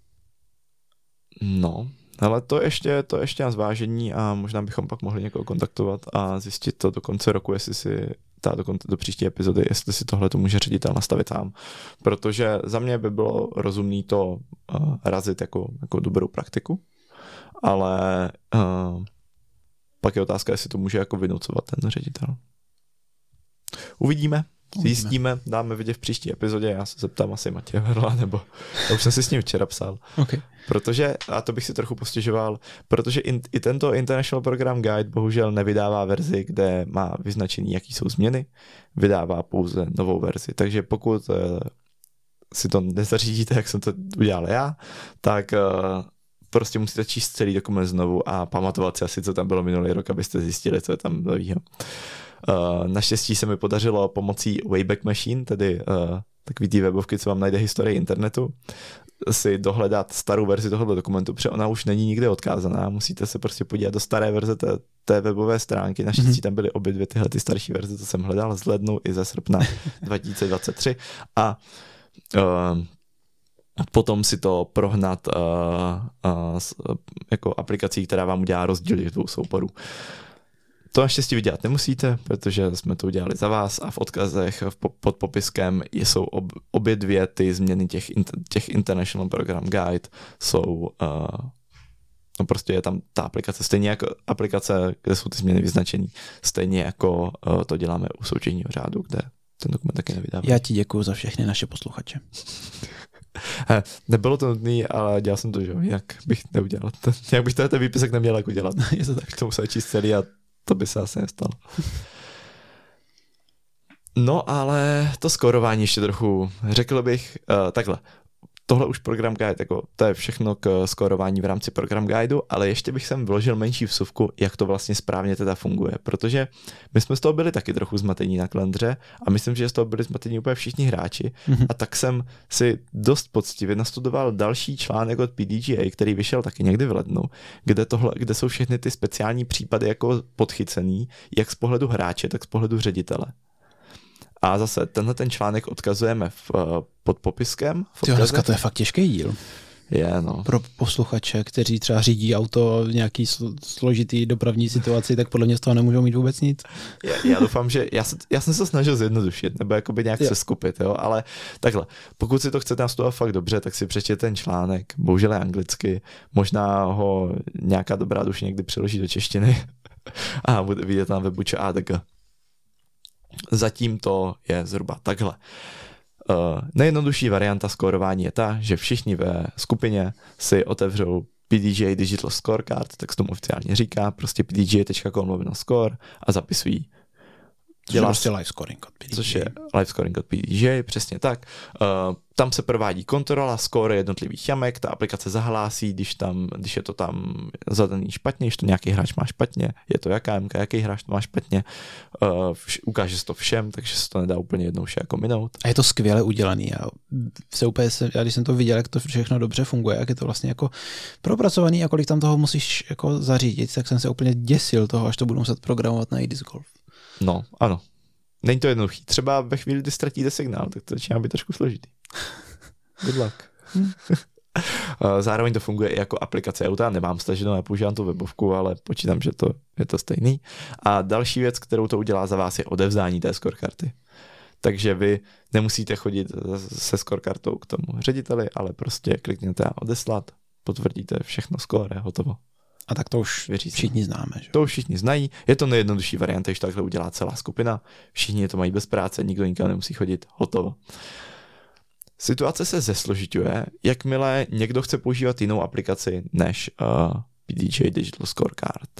No, ale to ještě, to ještě na zvážení a možná bychom pak mohli někoho kontaktovat a zjistit to do konce roku, jestli si ta, do, konce, do příští epizody, jestli si tohle to může ředitel nastavit sám. Protože za mě by bylo rozumné to uh, razit jako, jako dobrou praktiku. ale uh, pak je otázka, jestli to může jako vynucovat ten ředitel. Uvidíme. Zjistíme, dáme vidět v příští epizodě, já se zeptám asi Matěje Verla, nebo já už jsem si s ním včera psal. Okay. Protože, a to bych si trochu postěžoval, protože in, i tento International Program Guide bohužel nevydává verzi, kde má vyznačený, jaký jsou změny, vydává pouze novou verzi. Takže pokud uh, si to nezařídíte, jak jsem to udělal já, tak uh, prostě musíte číst celý dokument znovu a pamatovat si asi, co tam bylo minulý rok, abyste zjistili, co je tam novýho. Uh, naštěstí se mi podařilo pomocí Wayback Machine, tedy uh, takový té webovky, co vám najde historii internetu, si dohledat starou verzi tohoto dokumentu, protože ona už není nikde odkázaná, musíte se prostě podívat do staré verze té, té webové stránky, naštěstí mm-hmm. tam byly obě dvě tyhle ty starší verze, co jsem hledal z lednu i ze srpna dva tisíce dvacet tři a uh, potom si to prohnat uh, uh, s, uh, jako aplikací, která vám udělá rozdíly dvou souborů. To naštěstí vydělat nemusíte, protože jsme to udělali za vás a v odkazech v po, pod popiskem jsou ob, obě dvě ty změny těch, těch International Program Guide jsou, uh, no prostě je tam ta aplikace, stejně jako aplikace, kde jsou ty změny vyznačený, stejně jako uh, to děláme u soutěžního řádu, kde ten dokument taky nevydává. Já ti děkuju za všechny naše posluchače. Nebylo to nutné, ale dělal jsem to, že jak bych neudělal. Jak bych to ten výpisek neměl jako dělat. Je to tak, to musel číst celý a to by se asi nestalo. No ale to skórování ještě trochu, řekl bych uh, takhle. Tohle už program guide, jako to je všechno k skórování v rámci program guideu, ale ještě bych sem vložil menší vsuvku, jak to vlastně správně teda funguje, protože my jsme z toho byli taky trochu zmatení na kalendře a myslím, že z toho byli zmatení úplně všichni hráči mm-hmm. a tak jsem si dost poctivě nastudoval další článek od P D G A, který vyšel taky někdy v lednu, kde, tohle, kde jsou všechny ty speciální případy jako podchycený, jak z pohledu hráče, tak z pohledu ředitele. A zase tenhle ten článek odkazujeme v, pod popiskem. Tyjo, dneska to je fakt těžký díl. Je, no. Pro posluchače, kteří třeba řídí auto v nějaký složitý dopravní situaci, tak podle mě z toho nemůžou mít vůbec nic. Já, já doufám, že já, se, já jsem se snažil zjednodušit, nebo jakoby nějak jo. se skupit, jo, ale takhle, pokud si to chcete nastudovat fakt dobře, tak si přečtěte ten článek, bohužel je anglicky, možná ho nějaká dobrá duše někdy přeloží do češtiny a bude vidět na webu A D G. Zatím to je zhruba takhle. Uh, nejjednodušší varianta skórování je ta, že všichni ve skupině si otevřou P D G A Digital Scorecard, tak se tomu oficiálně říká, prostě p d g a tečka com lomeno score a zapisují. Dělá prostě live scoring od P D G A. Což je live scoring od P D G A, přesně tak. Uh, tam se provádí kontrola skóre jednotlivých jamek, ta aplikace zahlásí, když, tam, když je to tam zadaný špatně, když to nějaký hráč má špatně, je to jaká jamka, jaký hráč to má špatně, uh, vš- ukáže se to všem, takže se to nedá úplně jednou vše jako minout. A je to skvěle udělaný. Já, se úplně se, já když jsem to viděl, jak to všechno dobře funguje, jak je to vlastně jako propracovaný a kolik tam toho musíš jako zařídit, tak jsem se úplně děsil toho, až to budu muset programovat na iDisc Golf. No, ano. Není to jednoduchý. Třeba ve chvíli, kdy ztratíte signál, tak to začíná být trošku složitý. Good luck. Zároveň to funguje i jako aplikace auta. Nemám staženou, nepoužívám tu webovku, ale počítám, že to je to stejný. A další věc, kterou to udělá za vás, je odevzdání té scorekarty. Takže vy nemusíte chodit se scorekartou k tomu řediteli, ale prostě klikněte a odeslat, potvrdíte všechno, skóre, hotovo. A tak to už Věří všichni známe. Že? To už všichni znají. Je to nejjednodušší varianta, když takhle udělá celá skupina. Všichni to mají bez práce, nikdo nikam nemusí chodit. Hotovo. Situace se zesložiťuje, jakmile někdo chce používat jinou aplikaci než uh, P D G A Digital Scorecard.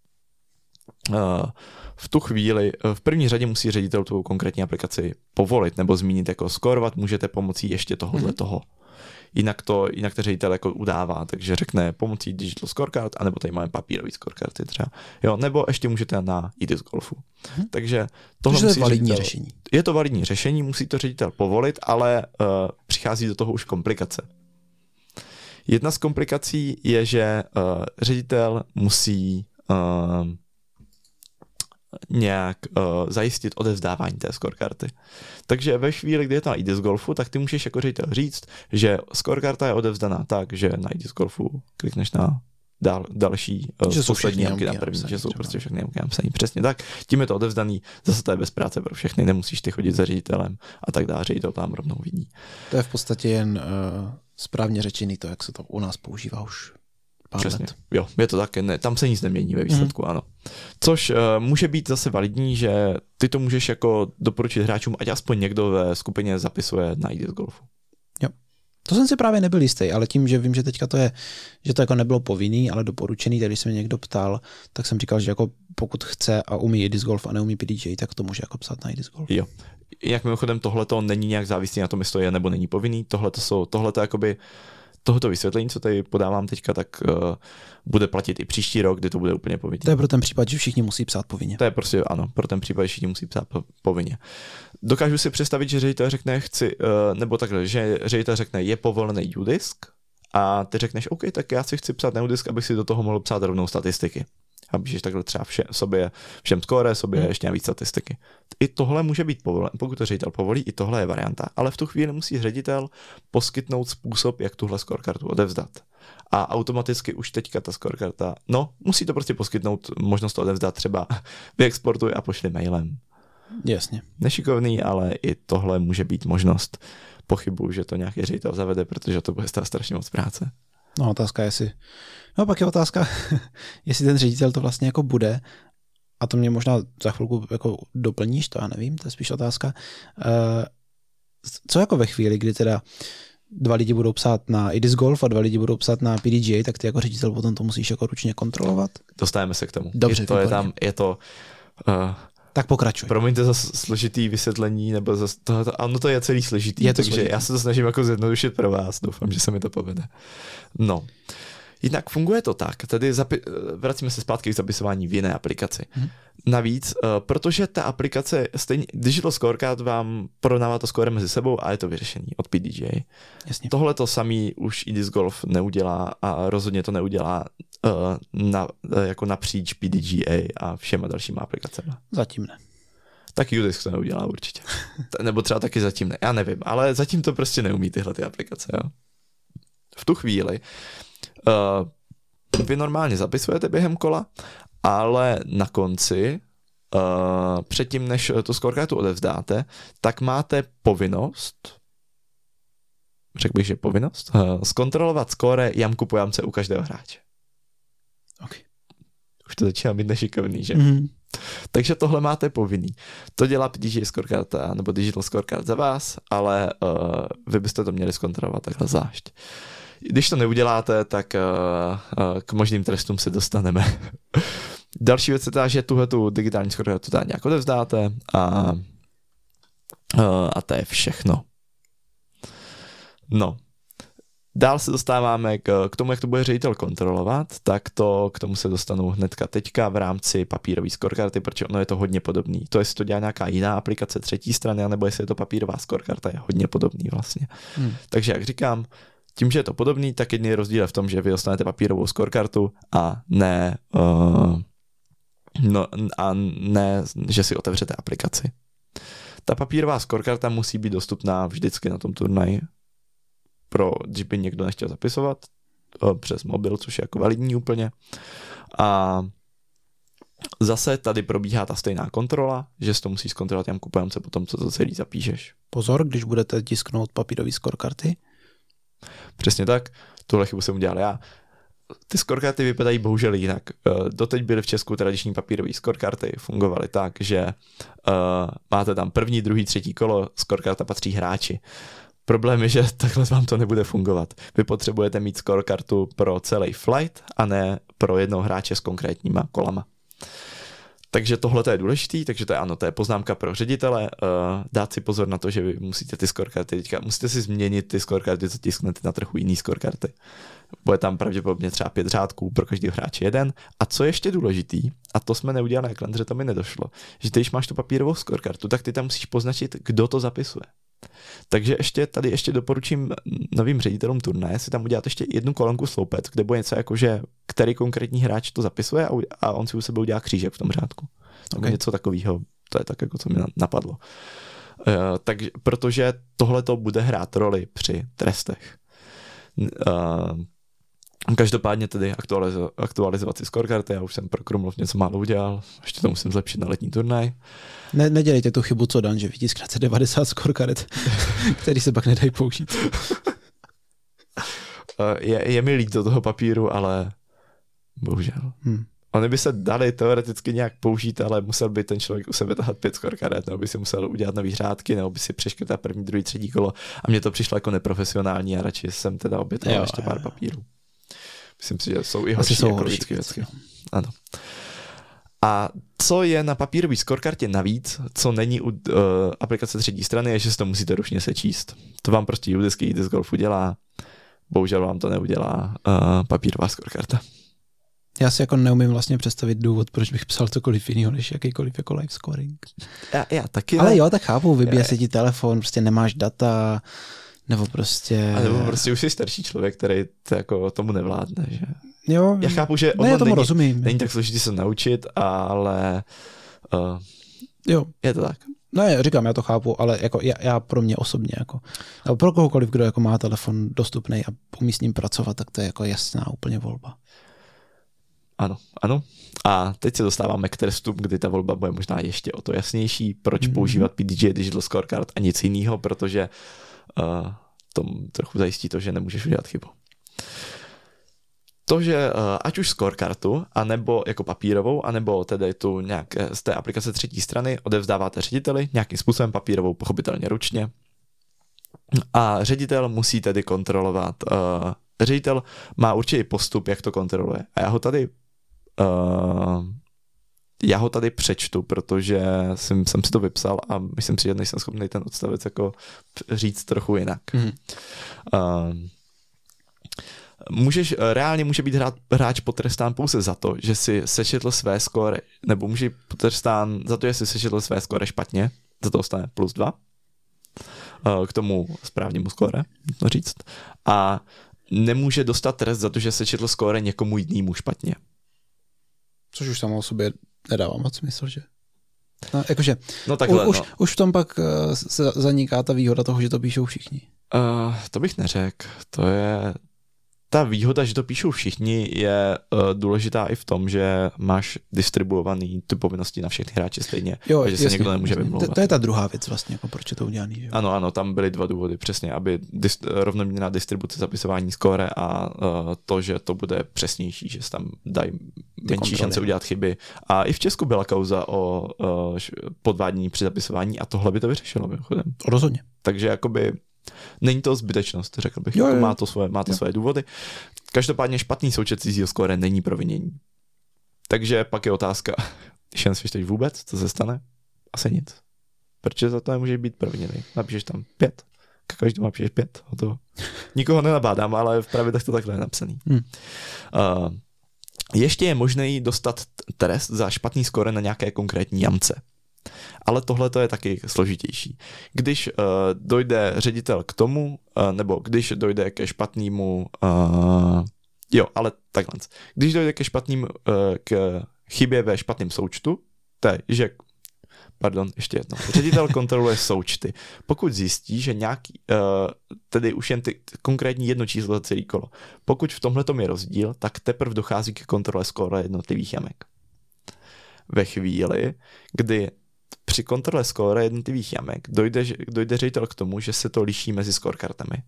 Uh, v tu chvíli, v první řadě musí ředitel tu konkrétní aplikaci povolit nebo zmínit jako skorovat, můžete pomocí ještě tohohle mm-hmm. toho. Jinak to, jinak to ředitel jako udává, takže řekne pomocí Digital Scorecard, anebo tady máme papírový scorekarty třeba. Jo, nebo ještě můžete na iDisc Golfu. Hmm. Takže tohle to musí je validní ředitel, řešení. Je to validní řešení, musí to ředitel povolit, ale uh, přichází do toho už komplikace. Jedna z komplikací je, že uh, ředitel musí uh, nějak uh, zajistit odevzdávání té scorekarty. Takže ve chvíli, kdy je to na iDisc Golfu, tak ty můžeš jako ředitel říct, že scorekarta je odevzdaná tak, že na iDisc Golfu klikneš na dal, další uh, poslední jamky na první, že jsou třeba. Prostě všechny jamky napsaný. Přesně tak. Tím je to odevzdaný, zase to je bez práce pro všechny, nemusíš ty chodit za ředitelem a tak dále, ředitel tam rovnou vidí. To je v podstatě jen uh, správně řečený to, jak se to u nás používá už pár Přesně. let. Jo, je to tak, ne, tam se nic nemění ve výsledku, mm. ano. Což uh, může být zase validní, že ty to můžeš jako doporučit hráčům, ať aspoň někdo ve skupině zapisuje na iDisc Golfu. Jo. To jsem si právě nebyl jistý, ale tím, že vím, že teďka to je, že to jako nebylo povinný, ale doporučený, tak když se mě někdo ptal, tak jsem říkal, že jako pokud chce a umí iDisc Golf a neumí P D J, tak to může jako psat na iDisc Golf. Jo. Jak mimochodem tohleto není nějak závislý na tom, jestli to je nebo není povinný, tohleto jsou, tohleto jakoby tohoto vysvětlení, co tady podávám teďka, tak uh, bude platit i příští rok, kdy to bude úplně povinné. To je pro ten případ, že všichni musí psát povinně. To je prostě ano, pro ten případ, že všichni musí psát povinně. Dokážu si představit, že ředitel řekne, chci, uh, nebo takhle, že ředitel řekne, je povolený U-disk a ty řekneš, OK, tak já si chci psát na U-disk, abych si do toho mohl psát rovnou statistiky. A píšeš takhle třeba vše, sobě, všem skóre, sobě hmm. ještě navíc statistiky. I tohle může být povolen, pokud to ředitel povolí, i tohle je varianta, ale v tu chvíli musí ředitel poskytnout způsob, jak tuhle scorekartu odevzdat. A automaticky už teďka ta scorekarta, no, musí to prostě poskytnout možnost to odevzdat, třeba vyexportuj a pošli mailem. Jasně. Nešikovný, ale i tohle může být možnost. Pochybuju, že to nějaký ředitel zavede, protože to bude stát strašně moc práce. No, otázka je, jestli... No, pak je otázka, jestli ten ředitel to vlastně jako bude, a to mě možná za chvilku jako doplníš, to já nevím, to je spíš otázka. Uh, co jako ve chvíli, kdy teda dva lidi budou psát na iDisc Golf a dva lidi budou psát na P D J, tak ty jako ředitel potom to musíš jako ručně kontrolovat? Dostáváme se k tomu. Dobře, je to, je tam, je to... Uh... Tak pokračuj. Promiňte za složitý vysvětlení, nebo za tohleto, ano, to je celý složitý, je to takže složitý. Já se to snažím jako zjednodušit pro vás, doufám, že se mi to povede. No, jinak funguje to tak, tedy zapi- vracíme se zpátky k zapisování v jiné aplikaci. Hmm. Navíc, uh, protože ta aplikace, stejně, Digital Scorecard vám porovnává to skóre mezi sebou a je to vyřešený od P D J. Jasně. Tohle to samý už iDisc Golf neudělá a rozhodně to neudělá uh, na, uh, jako napříč P D G A a všema dalšíma aplikacemi. Zatím ne. Tak U-disk to neudělá určitě. Nebo třeba taky zatím ne. Já nevím, ale zatím to prostě neumí tyhle ty aplikace. Jo. V tu chvíli uh, vy normálně zapisujete během kola, ale na konci, uh, předtím než tu scorekartu odevzdáte, tak máte povinnost, řekl bych, že povinnost, uh, zkontrolovat skóre jamku po jamce u každého hráče. Okay. Už to začíná být nešikovný, že? Mm-hmm. Takže tohle máte povinný. To dělá P D J Scorecard nebo Digital Scorecard za vás, ale uh, vy byste to měli zkontrolovat takhle zvlášť. Když to neuděláte, tak uh, uh, k možným trestům se dostaneme. Další věc je ta, že tuhletu digitální scorecard tady nějak odevzdáte a, uh, a to je všechno. No. Dál se dostáváme k, k tomu, jak to bude ředitel kontrolovat, tak to k tomu se dostanu hnedka teďka v rámci papírové scorekarty, protože ono je to hodně podobný. To, jestli to dělá nějaká jiná aplikace třetí strany, nebo jestli je to papírová scorekarta, je hodně podobný vlastně. Hmm. Takže jak říkám, tím, že je to podobný, tak jediný rozdíl je v tom, že vy dostanete papírovou scorekartu a ne, uh, no, a ne, že si otevřete aplikaci. Ta papírová scorekarta musí být dostupná vždycky na tom turnaji, pro, když by někdo nechtěl zapisovat přes mobil, což je jako validní úplně. A zase tady probíhá ta stejná kontrola, že si to musíš zkontrolovat jamku po jamce po tom, co to celý zapíšeš. Pozor, když budete tisknout papírový scorekarty. Přesně tak, tuhle chybu jsem udělal já. Ty scorekarty vypadají bohužel jinak. Doteď byly v Česku tradiční papírové scorekarty, fungovaly tak, že uh, máte tam první, druhý, třetí kolo, scorekarta patří hráči. Problém je, že takhle vám to nebude fungovat. Vy potřebujete mít scorekartu pro celý flight a ne pro jednoho hráče s konkrétníma kolama. Takže tohle je důležitý, takže to je ano, to je poznámka pro ředitele, uh, dát si pozor na to, že vy musíte ty scorekarty teďka, musíte si změnit ty scorekarty, co tisknete na trhu jiný scorekarty. Bude tam pravděpodobně třeba pět řádků, pro každý hráč jeden. A co je ještě důležitý, a to jsme neudělali na Klendře, to mi nedošlo, že když máš tu papírovou scorekartu, tak ty tam musíš poznačit, kdo to zapisuje. Takže ještě tady ještě doporučím novým ředitelům turnaje si tam udělat ještě jednu kolonku sloupec, kde bude něco jako, že který konkrétní hráč to zapisuje a, a on si u sebe udělá křížek v tom řádku. Okay. Něco takového, to je tak jako co mi napadlo. Uh, takže, protože tohle to bude hrát roli při trestech. Uh, Každopádně tedy aktualizo- aktualizovat si scorekarty, já už jsem pro Krumlov něco málo udělal, ještě to musím zlepšit na letní turnaj. Ne, nedělejte tu chybu, co Dan, že vytisknete devadesát scorekaret, který se pak nedají použít. je, je mi líto toho papíru, ale Bohužel. Hmm. Oni by se dali teoreticky nějak použít, ale musel by ten člověk u sebe tahat pět skorkaret, nebo by si musel udělat nový řádky, nebo by si přeškrtat první, druhý, třetí kolo. A mně to přišlo jako neprofesionální a radši jsem teda obětoval jo, ještě pár jo. papírů. Myslím si, že jsou i horší jsou ekologické věci. věci. Ano. A co je na papírové scorekartě navíc, co není u uh, aplikace třetí strany, je, že si to musíte ručně sečíst. To vám prostě UDisky i Disc Golf udělá. Bohužel vám to neudělá uh, papírová scorekarta. Já si jako neumím vlastně představit důvod, proč bych psal cokoliv jiného, než jakýkoliv jako live scoring. Já, já taky. Ale jo, tak chápu, vybije se ti telefon, prostě nemáš data, nebo prostě... A nebo prostě už jsi starší člověk, který to jako tomu nevládne, že? Jo. Já chápu, že ne, já tomu není, rozumím. není tak složitý se naučit, ale uh, jo. Je to tak. Ne, říkám, já to chápu, ale jako já, já pro mě osobně, jako, nebo pro kohokoliv, kdo jako má telefon dostupný a umí s ním pracovat, tak to je jako jasná úplně volba. Ano, ano. A teď se dostáváme k testu, kdy ta volba bude možná ještě o to jasnější. Proč mm-hmm. používat P D G Digital Scorecard a nic jiného, protože uh, to trochu zajistí to, že nemůžeš udělat chybu. To, že uh, ať už scorekartu, anebo jako papírovou, anebo tedy tu nějak z té aplikace třetí strany odevzdáváte řediteli nějakým způsobem papírovou, pochopitelně ručně. A ředitel musí tedy kontrolovat. Uh, ředitel má určitý postup, jak to kontroluje. A já ho tady Uh, já ho tady přečtu, protože jsem, jsem si to vypsal a myslím si, že nejsem schopný ten odstavec jako říct trochu jinak. Mm. Uh, můžeš, reálně může být hráč potrestán pouze za to, že si sečetl své skóre, nebo může být potrestán za to, že si sečetl své skóre špatně, za to dostane plus dva uh, k tomu správnému skóre, to říct. A nemůže dostat trest za to, že sečetl skóre někomu jinému špatně. Což už samo o sobě nedává moc smysl, že? No, jakože, no takhle, u, už, no. už v tom pak uh, se zaniká ta výhoda toho, že to píšou všichni. Uh, to bych neřekl. To je... Ta výhoda, že to píšou všichni, je uh, důležitá i v tom, že máš distribuovaný ty povinnosti na všechny hráče stejně. Jo, a že se jasně, někdo nemůže vymlouvat. To, to je ta druhá věc vlastně, jako proč je to udělaný. Že? Ano, ano, tam byly dva důvody, přesně, aby dist, rovnoměrná distribuce zapisování skóre a uh, to, že to bude přesnější, že se tam dají menší šance udělat chyby. A i v Česku byla kauza o uh, podvádění při zapisování a tohle by to vyřešilo mimochodem. Rozhodně. Takže jakoby není to zbytečnost, řekl bych. Jo, jo. Má to svoje, má to svoje důvody. Každopádně špatný součet cizího skóre není provinění. Takže pak je otázka, když jen teď vůbec, co se stane? Asi nic. Protože za to nemůže být proviněný. Napíšeš tam pět. Každý napíšeš pět. Hotovo. Nikoho nenabádám, ale v pravidlech to takhle je napsaný. Hmm. Uh, ještě je možné dostat trest za špatný skóre na nějaké konkrétní jamce. Ale tohle to je taky složitější. Když uh, dojde ředitel k tomu, uh, nebo když dojde ke špatnému, uh, jo, ale takhle. Když dojde ke špatným, uh, k chybě ve špatném součtu, to je, že, pardon, ještě jedno, ředitel kontroluje součty. Pokud zjistí, že nějaký, uh, tedy už jen ty, konkrétní jedno číslo za celý kolo, pokud v tomhletom je rozdíl, tak teprve dochází ke kontrole skóre jednotlivých jamek. Ve chvíli, kdy při kontrole skóre jednotlivých jamek dojde, dojde ředitel k tomu, že se to liší mezi scorekartami.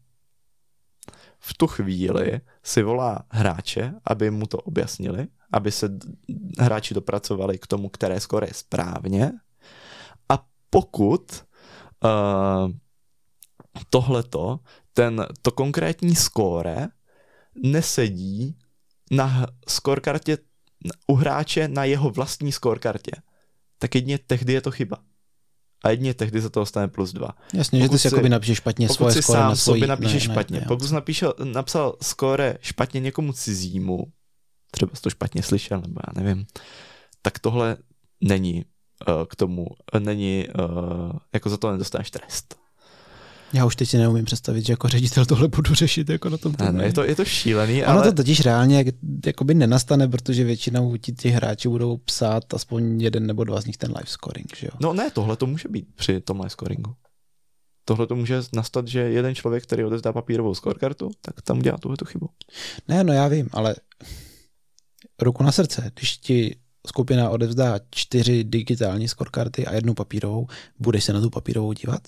V tu chvíli si volá hráče, aby mu to objasnili, aby se hráči dopracovali k tomu, které skóre je správně. A pokud uh, tohleto, ten, to konkrétní skóre nesedí na scorekartě u hráče na jeho vlastní scorekartě, tak jedině tehdy je to chyba. A jedině tehdy za to dostane plus dva. Jasně, pokud že ty si jakoby napíšeš špatně svoje skóre na svojí... Pokud si sám sobě napíšeš ne, špatně. Ne, pokud jsi napíšel, napsal skóre špatně někomu cizímu, třeba jsi to špatně slyšel, nebo já nevím, tak tohle není uh, k tomu, není, uh, jako za to nedostaneš trest. Já už teď si neumím představit, že jako ředitel tohle budu řešit jako na tom turnaji. Ne, je, to, je to šílený, ono ale... Ono to totiž reálně jakoby nenastane, protože většinou ti ti hráči budou psát aspoň jeden nebo dva z nich ten live scoring, že jo? No ne, tohle to může být při tom live scoringu. Tohle to může nastat, že jeden člověk, který odevzdá papírovou scorekartu, tak tam dělá tuhletu chybu. Ne, no já vím, ale ruku na srdce, když ti skupina odevzdá čtyři digitální scorekarty a jednu papírovou, budeš se na tu papírovou dívat?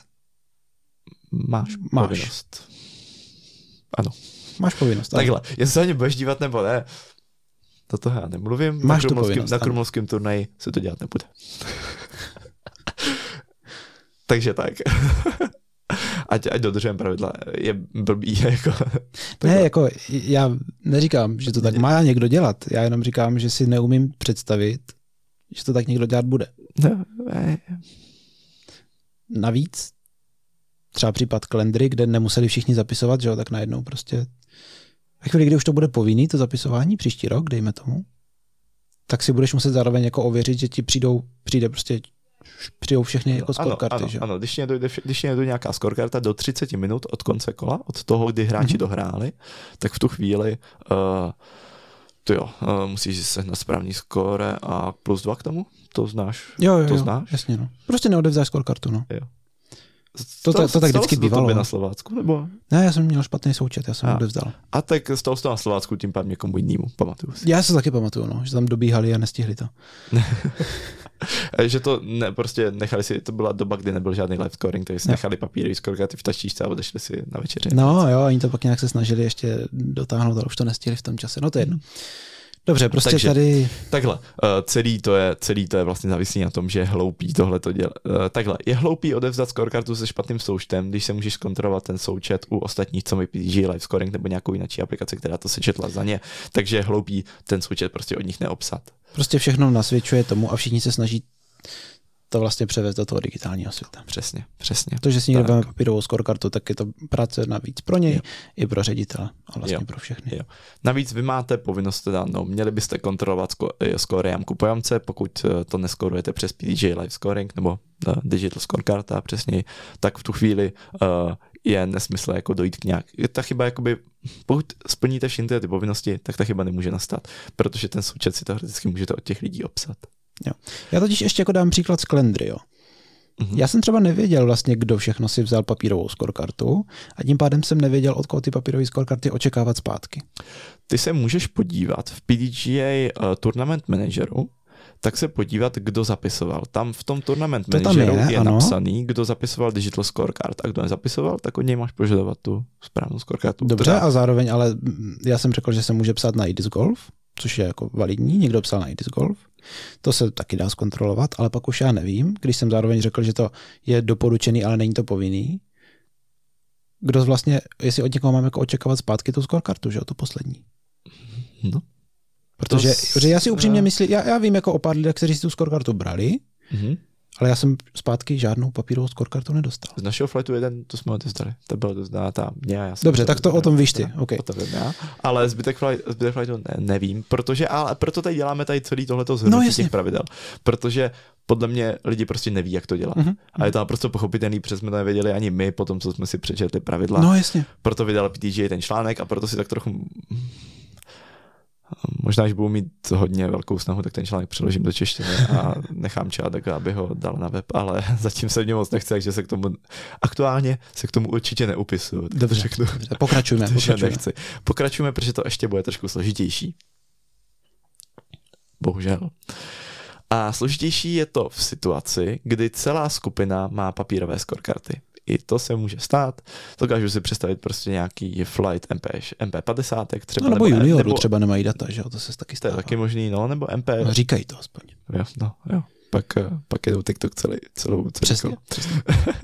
Máš, Máš povinnost. Ano. Máš povinnost. Takhle, jestli se na ně budeš dívat nebo ne, do toho já nemluvím. Máš na tu povinnost. Na krumlovském turnaji se to dělat nebude. Takže tak. ať, ať dodržujeme pravidla. Je blbý. Jako, ne, jako já neříkám, že to tak má někdo dělat. Já jenom říkám, že si neumím představit, že to tak někdo dělat bude. No, ne. Navíc třeba případ Klendry, kde nemuseli všichni zapisovat, že jo, tak najednou prostě ve chvíli, kdy už to bude povinný, to zapisování, příští rok, dejme tomu, tak si budeš muset zároveň jako ověřit, že ti přijdou, přijde prostě přijdou všechny jako scorekarty, ano, že? Ano, když mě dojde, když mě dojde nějaká scorekarta do třicet minut od konce kola, od toho, kdy hráči mm-hmm. dohráli, tak v tu chvíli uh, to jo, uh, musíš sehnat správný skóre a plus dva k tomu, to znáš? Jo, jo, to jo, znáš? Jasně, no. Prostě neodevzdáš scorekartu, no. Jo. To, to, to tak vždycky bývalo. Na Slovácku, nebo? Ne, já jsem měl špatný součet, já jsem a. odevzdal. A tak stalo se to na Slovácku tím pádem někomu jinému, pamatuju si. Já se taky pamatuju, no, že tam dobíhali a nestihli to. Že to ne, prostě nechali si, to byla doba, kdy nebyl žádný live scoring, takže si nechali papírový scorekarty v taštíčce a odešli si na večeři. No jo, oni to pak nějak se snažili ještě dotáhnout, ale už to nestihli v tom čase, no to je jedno. Dobře, prostě Takže, tady... Takhle, uh, celý, to je, celý to je vlastně závislý na tom, že je hloupý tohle to dělat. Uh, takhle, je hloupý odevzdat scorekartu se špatným součtem, když se můžeš zkontrolovat ten součet u ostatních, co mi P D G Live Scoring nebo nějakou jinou aplikaci, která to sečetla za ně, takže je hloupý ten součet prostě od nich neobsat. Prostě všechno nasvědčuje tomu a všichni se snaží to vlastně převést do toho digitálního světa. Přesně, přesně. To, že si někdo vezme papírovou scorekartu, tak je to práce navíc pro něj, jo. i pro ředitele a vlastně jo. pro všechny. Jo. Navíc vy máte povinnost teda, no, měli byste kontrolovat skóre jamku pojamce, pokud to neskorujete přes P D G Live Scoring nebo uh, Digital Scorecard a přesně, tak v tu chvíli uh, je nesmysl jako dojít k nějak. Ta chyba, jakoby, pokud splníte všechny ty povinnosti, tak ta chyba nemůže nastat, protože ten součet si teoreticky můžete od těch lidí obsat. Jo. Já totiž ještě jako dám příklad z Klendry, jo. Mm-hmm. Já jsem třeba nevěděl vlastně, kdo všechno si vzal papírovou scorekartu a tím pádem jsem nevěděl, od koho ty papírové scorekarty očekávat zpátky. Ty se můžeš podívat v P D G A uh, Tournament Manageru, tak se podívat, kdo zapisoval. Tam v tom Tournament to Manageru je, je napsaný, kdo zapisoval Digital Scorecard a kdo nezapisoval, tak od něj máš požadovat tu správnou scorekartu. Dobře, která... a zároveň, ale já jsem řekl, že se může psát na iDisc Golf, což je jako validní, někdo psal na iDisc Golf. To se taky dá zkontrolovat, ale pak už já nevím, když jsem zároveň řekl, že to je doporučený, ale není to povinný. Kdo vlastně, jestli od někoho mám jako očekávat zpátky tu scorekartu, že jo, tu poslední. No. Protože, s... protože já si upřímně myslím, já, já vím jako o pár lidí, kteří si tu scorekartu brali, mm-hmm. ale já jsem zpátky žádnou papírovou scorekartu nedostal. Z našeho flightu jeden, to jsme odevzdali. To bylo dozdá tam. Já, já Dobře, tak to o tom víš ty. Okay. Já, ale zbytek, flight, zbytek flightu ne, nevím, protože, ale proto tady děláme tady celý tohleto zhrnutí no, těch pravidel. Protože podle mě lidi prostě neví, jak to dělat. Mm-hmm. A je to naprosto pochopitelný, protože jsme to nevěděli ani my, potom co jsme si přečetli pravidla. No jasně. Proto vydal P T G ten článek a proto si tak trochu... Možná, že budu mít hodně velkou snahu, tak ten článek přeložím do češtiny a nechám Čádeka, aby ho dal na web, ale zatím se v něm moc nechce, takže se k tomu aktuálně se k tomu určitě neupisuju. Dobře, řeknu, dobře. Pokračujeme. Pokračujeme. Nechci. Pokračujeme, protože to ještě bude trošku složitější. Bohužel. A složitější je to v situaci, kdy celá skupina má papírové scorekarty. I to se může stát. Dokážu si představit prostě nějaký flight M P, M P padesát třeba. No, nebo, nebo junioru nebo, třeba nemají data, že jo, to se taky stává. To je taky možný, no, nebo M P. No, říkají to aspoň. Jo, no, jo. Pak, pak jedou TikTok celý, celou celou. Přesně, přesně.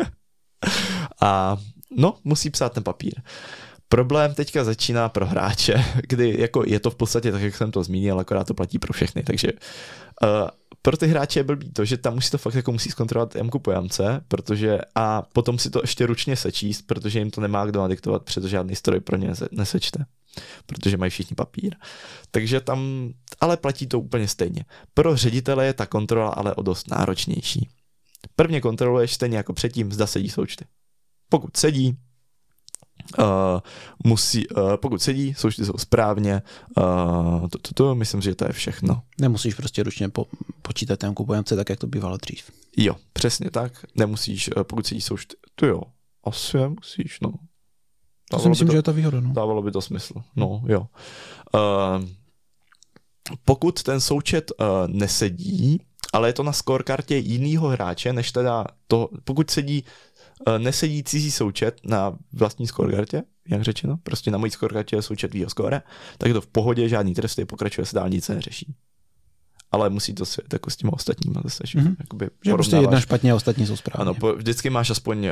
A no, musí psát ten papír. Problém teďka začíná pro hráče, kdy jako je to v podstatě tak, jak jsem to zmínil, akorát to platí pro všechny, takže uh, pro ty hráče je blbý to, že tam musí to fakt jako musí zkontrolovat jamku po jamce, protože a potom si to ještě ručně sečíst, protože jim to nemá kdo nadiktovat, protože žádný stroj pro ně nesečte, protože mají všichni papír. Takže tam, ale platí to úplně stejně. Pro ředitele je ta kontrola ale o dost náročnější. Prvně kontroluješ stejně jako předtím, zda sedí součty. Pokud sedí, Uh, musí, uh, pokud sedí, součty jsou správně, uh, to, to, to, myslím, že to je všechno. Nemusíš prostě ručně po, počítat ten kupujemce tak, jak to bývalo dřív. Jo, přesně tak, nemusíš, uh, pokud sedí součty, to jo, asi musíš, no. To si myslím, to, že je to výhoda, no. Dávalo by to smysl, no, jo. Uh, pokud ten součet uh, nesedí, ale je to na scorekartě jinýho hráče, než teda to, pokud sedí nesedí cizí součet na vlastní scorekartě, jak řečeno, prostě na mojí scorekartě je součet tvýho skóre, tak je to v pohodě, žádný tresty, pokračuje se dál, nic se neřeší. Ale musí to svět jako s těma ostatníma zase. Mm-hmm. Jakoby že prostě jedna špatně a ostatní jsou správně. Ano, po, vždycky máš aspoň uh,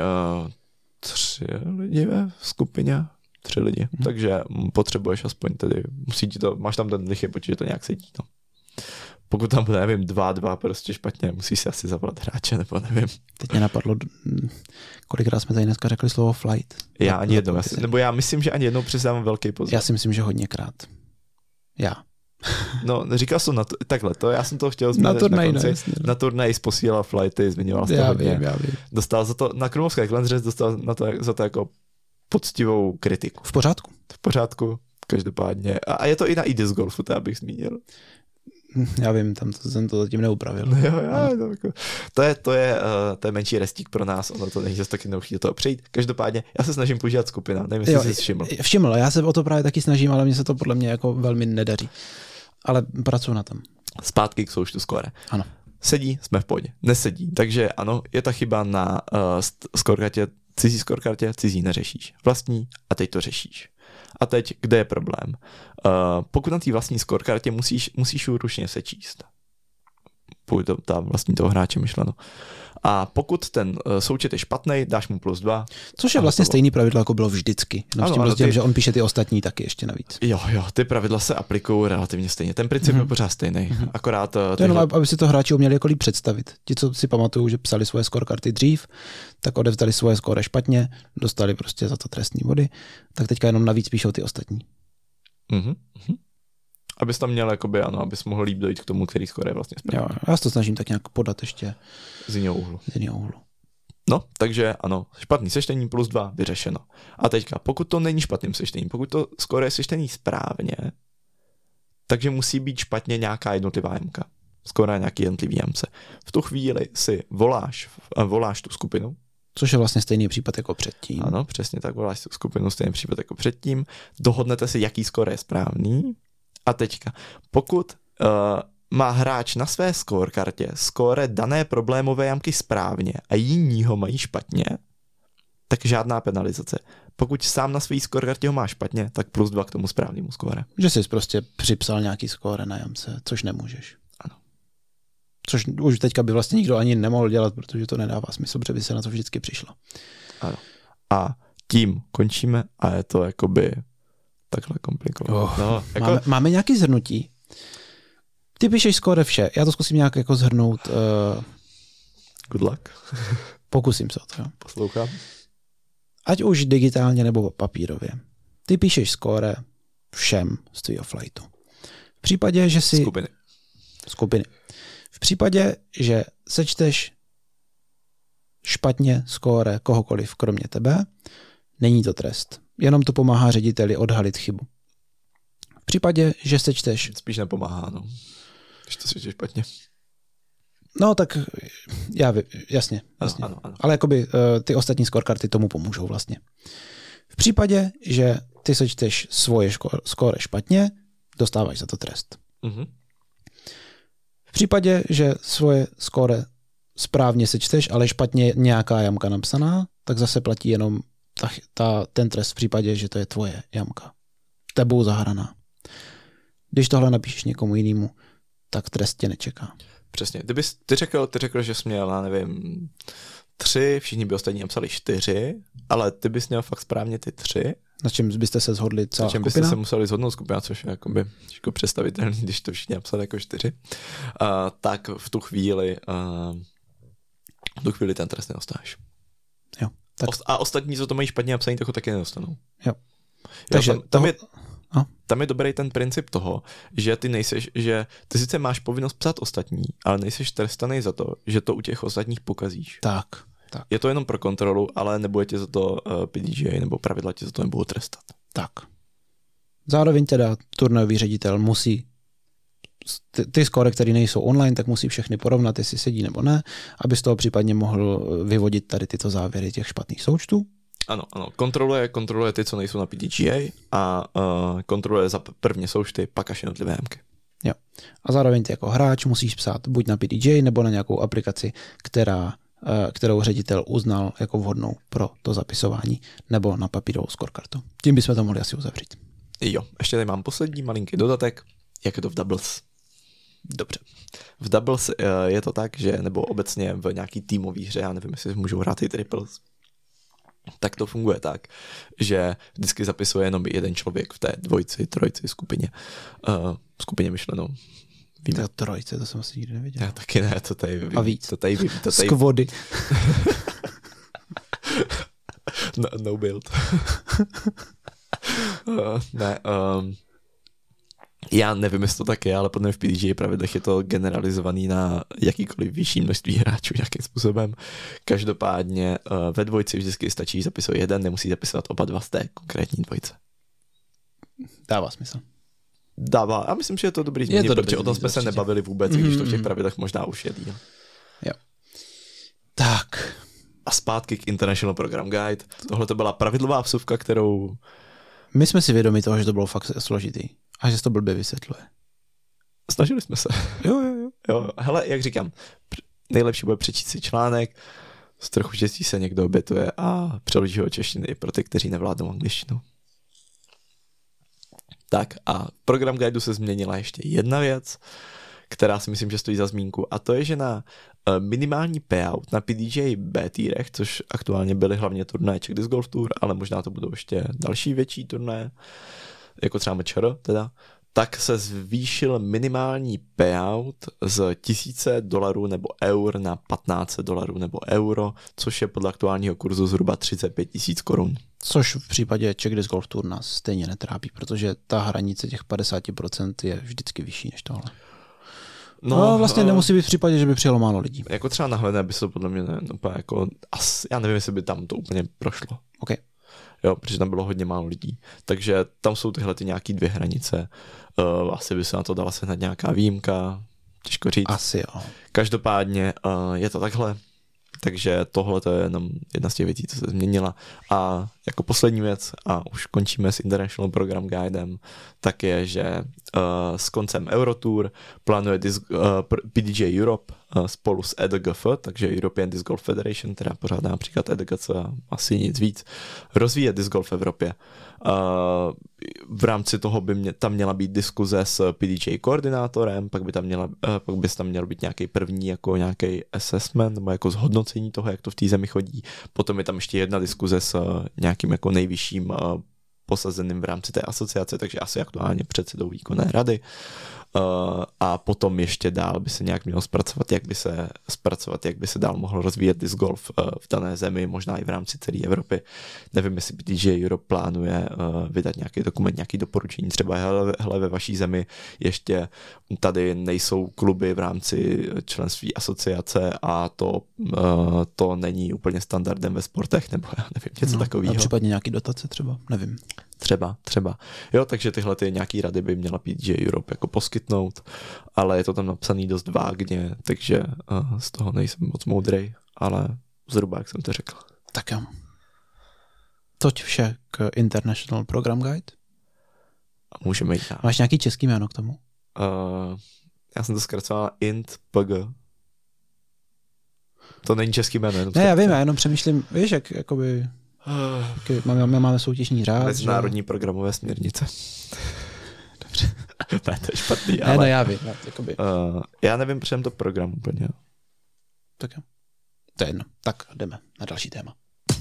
tři lidi ve skupině, tři lidi, mm-hmm. takže potřebuješ aspoň tedy, musí ti to, máš tam ten lichý počít, že to nějak sedí, no. Pokud tam bude, nevím, dva, dva prostě špatně, musíš si asi zavolat hráče, nebo nevím. Teď mě napadlo, kolikrát jsme tady dneska řekli slovo flight. Já ani jednou, já si, nebo já myslím, že ani jednou přesám velký pozor. Já si myslím, že hodněkrát. Já. No, říkal jsem na to, takhle, to já jsem to chtěl zmínit na turnaj, na konci. No, na turnaj posílal flighty, zmiňoval jste já hodně. Vím, já vím. Dostal za to, na Krumlovské Klendře dostal na to, za to jako poctivou kritiku. V pořádku. V pořádku, každopádně. A, a je to i na iDisc Golfu, to abych zmínil. Já vím, tam to, jsem to zatím neupravil. No jo, jo, to, jako, to, je, to, je, uh, to je menší restík pro nás, ono to není zase taky neuchý do toho přejít. Každopádně, já se snažím používat skupina, nevím, jestli jsi si všiml. Všiml, já se o to právě taky snažím, ale mně se to podle mě jako velmi nedaří. Ale pracuji na tom. Zpátky k součtu skóre. Ano. Sedí, jsme v pohodě. Nesedí, takže ano, je ta chyba na uh, scorekartě, cizí scorekartě, cizí neřešíš. Vlastní a teď to řešíš. A teď, kde je problém? Uh, pokud na té vlastní scorekartě musíš, musíš ji ručně sečíst. Pokud to tam vlastní toho hráče myšleno. A pokud ten uh, součet je špatný, dáš mu plus dva. Což je vlastně stejný pravidlo, jako bylo vždycky. No, s tím rozdílem, ty... že on píše ty ostatní taky ještě navíc. Jo, jo, ty pravidla se aplikují relativně stejně. Ten princip mm-hmm. je pořád stejný. Mm-hmm. Akorát... Uh, to je jenom, aby si to hráči uměli jako líp představit. Ti, co si pamatují, že psali svoje scorekarty dřív, tak odevzdali svoje skóre špatně, dostali prostě za to trestní body, tak teďka jenom navíc píšou ty ostatní. Mhm. Mm abys tam měl, jakoby, ano, abys mohl líp dojít k tomu, který skóre je vlastně správný. Jo, já se to snažím tak nějak podat ještě z jiného úhlu. Z jiného úhlu. No, takže ano, špatný sečtení plus dva, vyřešeno. A teďka, pokud to není špatným sečtením, pokud to skóre je sečtený správně, takže musí být špatně nějaká jednotlivá jemka. Skóre nějaký jednotlivý jemce. V tu chvíli si voláš, voláš tu skupinu. Což je vlastně stejný případ jako předtím. Ano, přesně tak, voláš tu skupinu, stejný případ jako předtím. Dohodnete si, jaký skóre je správný. A teďka, pokud uh, má hráč na své scorekartě skóre dané problémové jamky správně a jiní ho mají špatně, tak žádná penalizace. Pokud sám na své scorekartě ho má špatně, tak plus dva k tomu správnému skóre. Že jsi prostě připsal nějaký skóre na jamce, což nemůžeš. Ano. Což už teďka by vlastně nikdo ani nemohl dělat, protože to nedává smysl, protože by se na to vždycky přišlo. Ano. A tím končíme a je to jakoby takhle komplikované. Oh, no, jako... máme, máme nějaký zhrnutí. Ty píšeš skóre vše. Já to zkusím nějak jako zhrnout. Uh... Good luck. Pokusím se o to. Jo. Poslouchám. Ať už digitálně nebo papírově. Ty píšeš skóre všem z tvýho flightu. V případě, že si... Skupiny. Skupiny. V případě, že sečteš špatně skóre kohokoliv kromě tebe, není to trest. Jenom to pomáhá řediteli odhalit chybu. V případě, že sečteš... Spíš nepomáhá, no. Když to sečteš špatně. No tak, já vím, jasně. jasně. Ano, ano, ano. Ale jakoby uh, ty ostatní scorekarty tomu pomůžou vlastně. V případě, že ty sečteš svoje skóre špatně, dostáváš za to trest. Mm-hmm. V případě, že svoje skóre správně sečteš, ale špatně nějaká jamka napsaná, tak zase platí jenom ta, ta, ten trest v případě, že to je tvoje jamka. Tebou zahraná. Když tohle napíšeš někomu jinému, tak trest tě nečeká. Přesně. Kdyby ty řekl, ty řekl, že jsi měl, já nevím, tři, všichni by ostatní napsali čtyři, ale ty bys měl fakt správně ty tři. Na čem byste se shodli celá skupina? Na čem byste se museli shodnout skupina, což je jakoby těžko představitelný, když to všichni napsali jako čtyři. Uh, tak v tu chvíli uh, v tu chvíli ten trest nedostaneš. Jo. Tak. A ostatní, co to mají špatně napsaný, tak ho taky nedostanou. Jo. Takže tam, tam, toho... je, tam je dobrý ten princip toho, že ty nejseš, že ty sice máš povinnost psát ostatní, ale nejseš trestaný za to, že to u těch ostatních pokazíš. Tak. Tak. Je to jenom pro kontrolu, ale nebude tě za to uh, P D G A nebo pravidla tě za to nebudou trestat. Tak. Zároveň teda turnajový ředitel musí ty, ty skóre, které nejsou online, tak musí všechny porovnat, jestli sedí nebo ne, aby z toho případně mohl vyvodit tady tyto závěry těch špatných součtů. Ano, ano. Kontroluje, kontroluje ty, co nejsou na P D G A a uh, kontroluje za prvně součty, pak až jednotlivé émky. Jo. A zároveň ty jako hráč musíš psát buď na P D G A nebo na nějakou aplikaci, která kterou ředitel uznal jako vhodnou pro to zapisování, nebo na papírovou scorekartu. Tím bychom to mohli asi uzavřít. Jo, ještě tady mám poslední malinký dodatek, jak je to v doubles. Dobře. V doubles je to tak, že nebo obecně v nějaký týmový hře, já nevím, jestli můžou hrát i triples, tak to funguje tak, že vždycky zapisuje jenom jeden člověk v té dvojci, trojci skupině. Uh, skupině myšleno. Víme. To trojce, to jsem asi nikdy neviděl. Já taky ne, to tady vím. A víc. To tady vím. To tady... Skvody. no, no build. uh, ne, um, já nevím, jestli to tak je, ale podle mě v P D G A pravidlech je to generalizovaný na jakýkoliv vyšší množství hráčů nějakým způsobem. Každopádně uh, ve dvojci vždycky stačí zapisovat jeden, nemusí zapisovat oba dva z té konkrétní dvojce. Dává smysl. Dává. A myslím, že je to dobrý změní, protože o tom jsme se nebavili vůbec, mm-hmm. když to v těch pravidlech možná už je díl. Jo. Tak. A zpátky k International Program Guide. Tohle to byla pravidlová vsuvka, kterou... My jsme si vědomi toho, že to bylo fakt složitý. A že se to blbě vysvětluje. Snažili jsme se. Jo, jo, jo. jo hele, jak říkám, nejlepší bude přečíst si článek, z trochu štěstí se někdo obětuje a přeloží ho češtiny i pro ty, kteří nevládnou angličtinu. Tak a v program guideu se změnila ještě jedna věc, která si myslím, že stojí za zmínku, a to je, že na minimální payout na P D G A B tírech, což aktuálně byly hlavně turnaje Czech Disc Golf Tour, ale možná to budou ještě další větší turnaje, jako třeba M Č R teda, tak se zvýšil minimální payout z tisíce dolarů nebo eur na patnáct set dolarů nebo euro, což je podle aktuálního kurzu zhruba třicet pět tisíc korun. Což v případě Czech Disc Golf Tour nás stejně netrápí, protože ta hranice těch padesát procent je vždycky vyšší než tohle. No, no vlastně uh, nemusí být v případě, že by přijelo málo lidí. Jako třeba na Hledné by se to podle mě ne, úplně jako, as, já nevím, jestli by tam to úplně prošlo. Okay. Jo, protože tam bylo hodně málo lidí. Takže tam jsou tyhle ty nějaký dvě hranice. Uh, asi by se na to dala sehnat nějaká výjimka. Těžko říct. Asi jo. Každopádně uh, je to takhle. Takže tohle to je jenom jedna z těch věcí, co se změnila. A jako poslední věc, a už končíme s International Program Guidem, tak je, že uh, s koncem Eurotour plánuje Disc, uh, P D G A Europe uh, spolu s E D G F, takže European Disc Golf Federation, která pořádá například E D G C a asi nic víc, rozvíjet disc golf v Evropě. Uh, v rámci toho by mě, tam měla být diskuze s P D G A koordinátorem, pak by tam měla, uh, pak by tam měl být nějaký první jako nějaký assessment, nebo jako zhodnocení toho, jak to v té zemi chodí. Potom je tam ještě jedna diskuze s uh, nějakým jako nejvyšším uh, posazeným v rámci té asociace, takže asi aktuálně předsedou výkonné rady. Uh, a potom ještě dál by se nějak mělo zpracovat, jak by se zpracovat, jak by se dál mohlo rozvíjet disc golf uh, v dané zemi, možná i v rámci celé Evropy. Nevím, jestli P D G A Europe plánuje uh, vydat nějaký dokument, nějaký doporučení, třeba hele, hele ve vaší zemi ještě tady nejsou kluby v rámci členství asociace a to, uh, to není úplně standardem ve sportech, nebo já nevím, něco no, takového. A případně nějaký dotace třeba, nevím. Třeba, třeba. Jo, takže tyhle ty nějaký rady by měla P D G A Europe jako poskytnout, ale je to tam napsaný dost vágně, takže uh, z toho nejsem moc moudrej, ale zhruba, jak jsem to řekl. Tak jo. Toť vše k International Program Guide. A můžeme jít dál. Máš nějaký český jméno k tomu? Uh, já jsem to zkracoval I N T P G. To není český jméno. Jenom ne, já vím, já jenom přemýšlím, víš, jak jakoby... Uh, máme, máme soutěžní řád. Mezinárodní že? programové směrnice. Dobře. Ne, to je špatný, ne, ale... no já vím. Já, jakoby... uh, já nevím, proč to program úplně. Tak jo. To je jedno. Tak jdeme na další téma.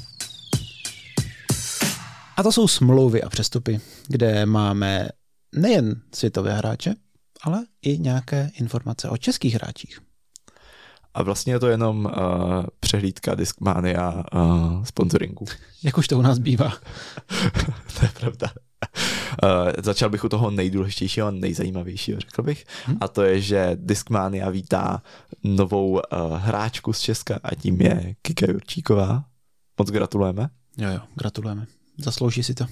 A to jsou smlouvy a přestupy, kde máme nejen světové hráče, ale i nějaké informace o českých hráčích. A vlastně je to jenom uh, přehlídka Discmania uh, sponsoringu. Jak už to u nás bývá. To je pravda. Uh, začal bych u toho nejdůležitějšího a nejzajímavějšího, řekl bych. Hmm. A to je, že Discmania vítá novou uh, hráčku z Česka a tím je Kika Jurčíková. Moc gratulujeme. Jo, jo, gratulujeme. Zaslouží si to.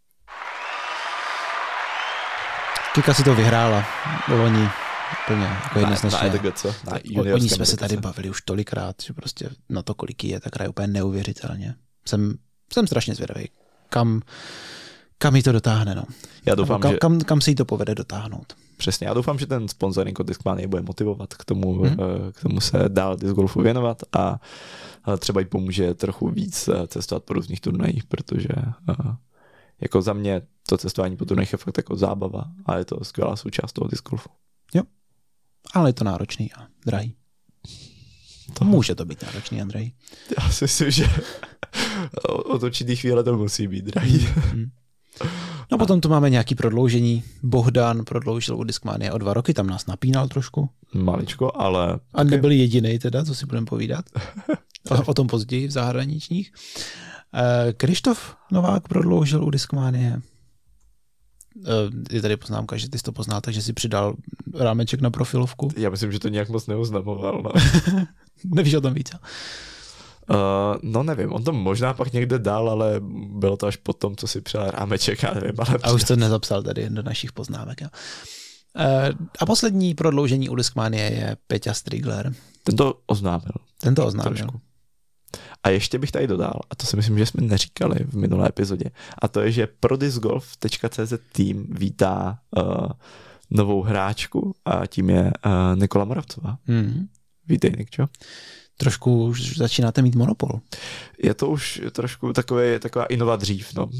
Kika si to vyhrála v loni. Úplně jako jednoznačně. Na E D G C, na juniorském. O ní jsme se tady bavili už tolikrát, že prostě na to, kolik je, tak hraje úplně neuvěřitelně. Jsem, jsem strašně zvědavý, kam, kam jí to dotáhne. No. Já doufám, kam, že... kam, kam se jí to povede dotáhnout. přesně. Já doufám, že ten sponsoring od Discmanie bude motivovat k tomu, hmm. k tomu se dál disc golfu věnovat a třeba jí pomůže trochu víc cestovat po různých turnajích, protože jako za mě to cestování po turnajích je fakt jako zábava a je to skvělá součást toho disc golfu. Jo, ale je to náročný a drahý. To může to být náročný a drahý. Já si myslím, že od určitý chvíle to musí být drahý. Hmm. No potom tu máme nějaký prodloužení. Bohdan prodloužil u Discmanie o dva roky, tam nás napínal trošku. Maličko, ale... A nebyl jedinej teda, co si budeme povídat. O, o tom později v zahraničních. Krištof Novák prodloužil u Discmanie. Je tady poznámka, že ty jsi to poznal, takže si přidal rámeček na profilovku. Já myslím, že to nějak moc neoznamoval. No. Nevíš o tom víc? Uh, no nevím, on to možná pak někde dal, ale bylo to až po tom, co si přidal rámeček, já nevím. Ale a už to nezapsal tady do našich poznámek. Jo. Uh, a poslední prodloužení u Discmanie je Peťa Strigler. Ten to oznámil. Ten to oznámil. Trošku. A ještě bych tady dodal, a to si myslím, že jsme neříkali v minulé epizodě, a to je, že prodiscgolf tečka cé zet tým vítá uh, novou hráčku a tím je uh, Nikola Moravcová. Mm. Vítej, Nikčo. Trošku už začínáte mít monopol. Je to už trošku takové, taková inova dřív, no.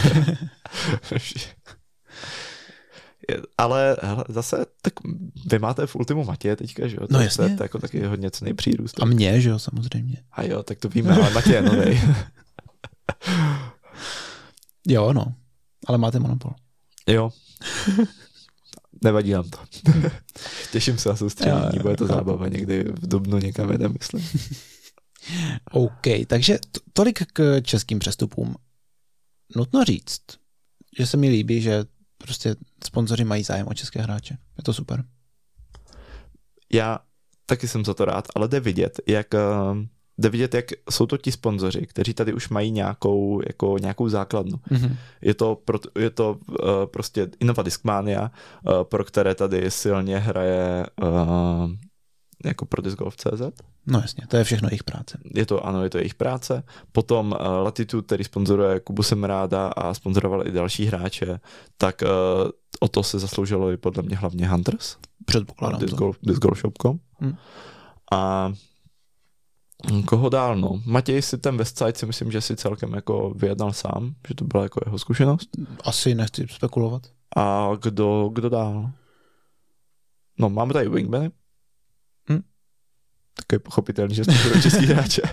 Ale hele, zase, tak vy máte v Ultimu Matěje teďka, že jo? No jasně. To je jako taky hodně cenný přírůst. A mě, že jo, samozřejmě. A jo, tak to víme, ale Matěj je novej. Jo, no, ale máte monopol. Jo. Nevadí nám to. Těším se na soustředění, bude to zábava někdy v dubnu někam jede, myslím. OK, takže t- tolik k českým přestupům. Nutno říct, že se mi líbí, že prostě sponzoři mají zájem o české hráče. Je to super. Já taky jsem za to rád, ale jde vidět, jak, jde vidět, jak jsou to ti sponzoři, kteří tady už mají nějakou, jako nějakou základnu. Mm-hmm. Je to, pro, je to uh, prostě Innova Discmania, uh, pro které tady silně hraje uh, jako pro discgolf tečka cé zet. No jasně, to je všechno jejich práce. Je to, ano, je to jejich práce. Potom uh, Latitude, který sponzoruje Kubu Semráda a sponzoroval i další hráče, tak uh, o to se zasloužilo i podle mě hlavně Hunters. Předpokládám to. discgolf shop tečka com. Hmm. A koho dál, no. Matěj si ten Westside si myslím, že si celkem jako vyjednal sám, že to byla jako jeho zkušenost. Asi nechci spekulovat. A kdo, kdo dál? No, máme tady Wingmany. Hm? Tak je pochopitelný, že jsme český hráče.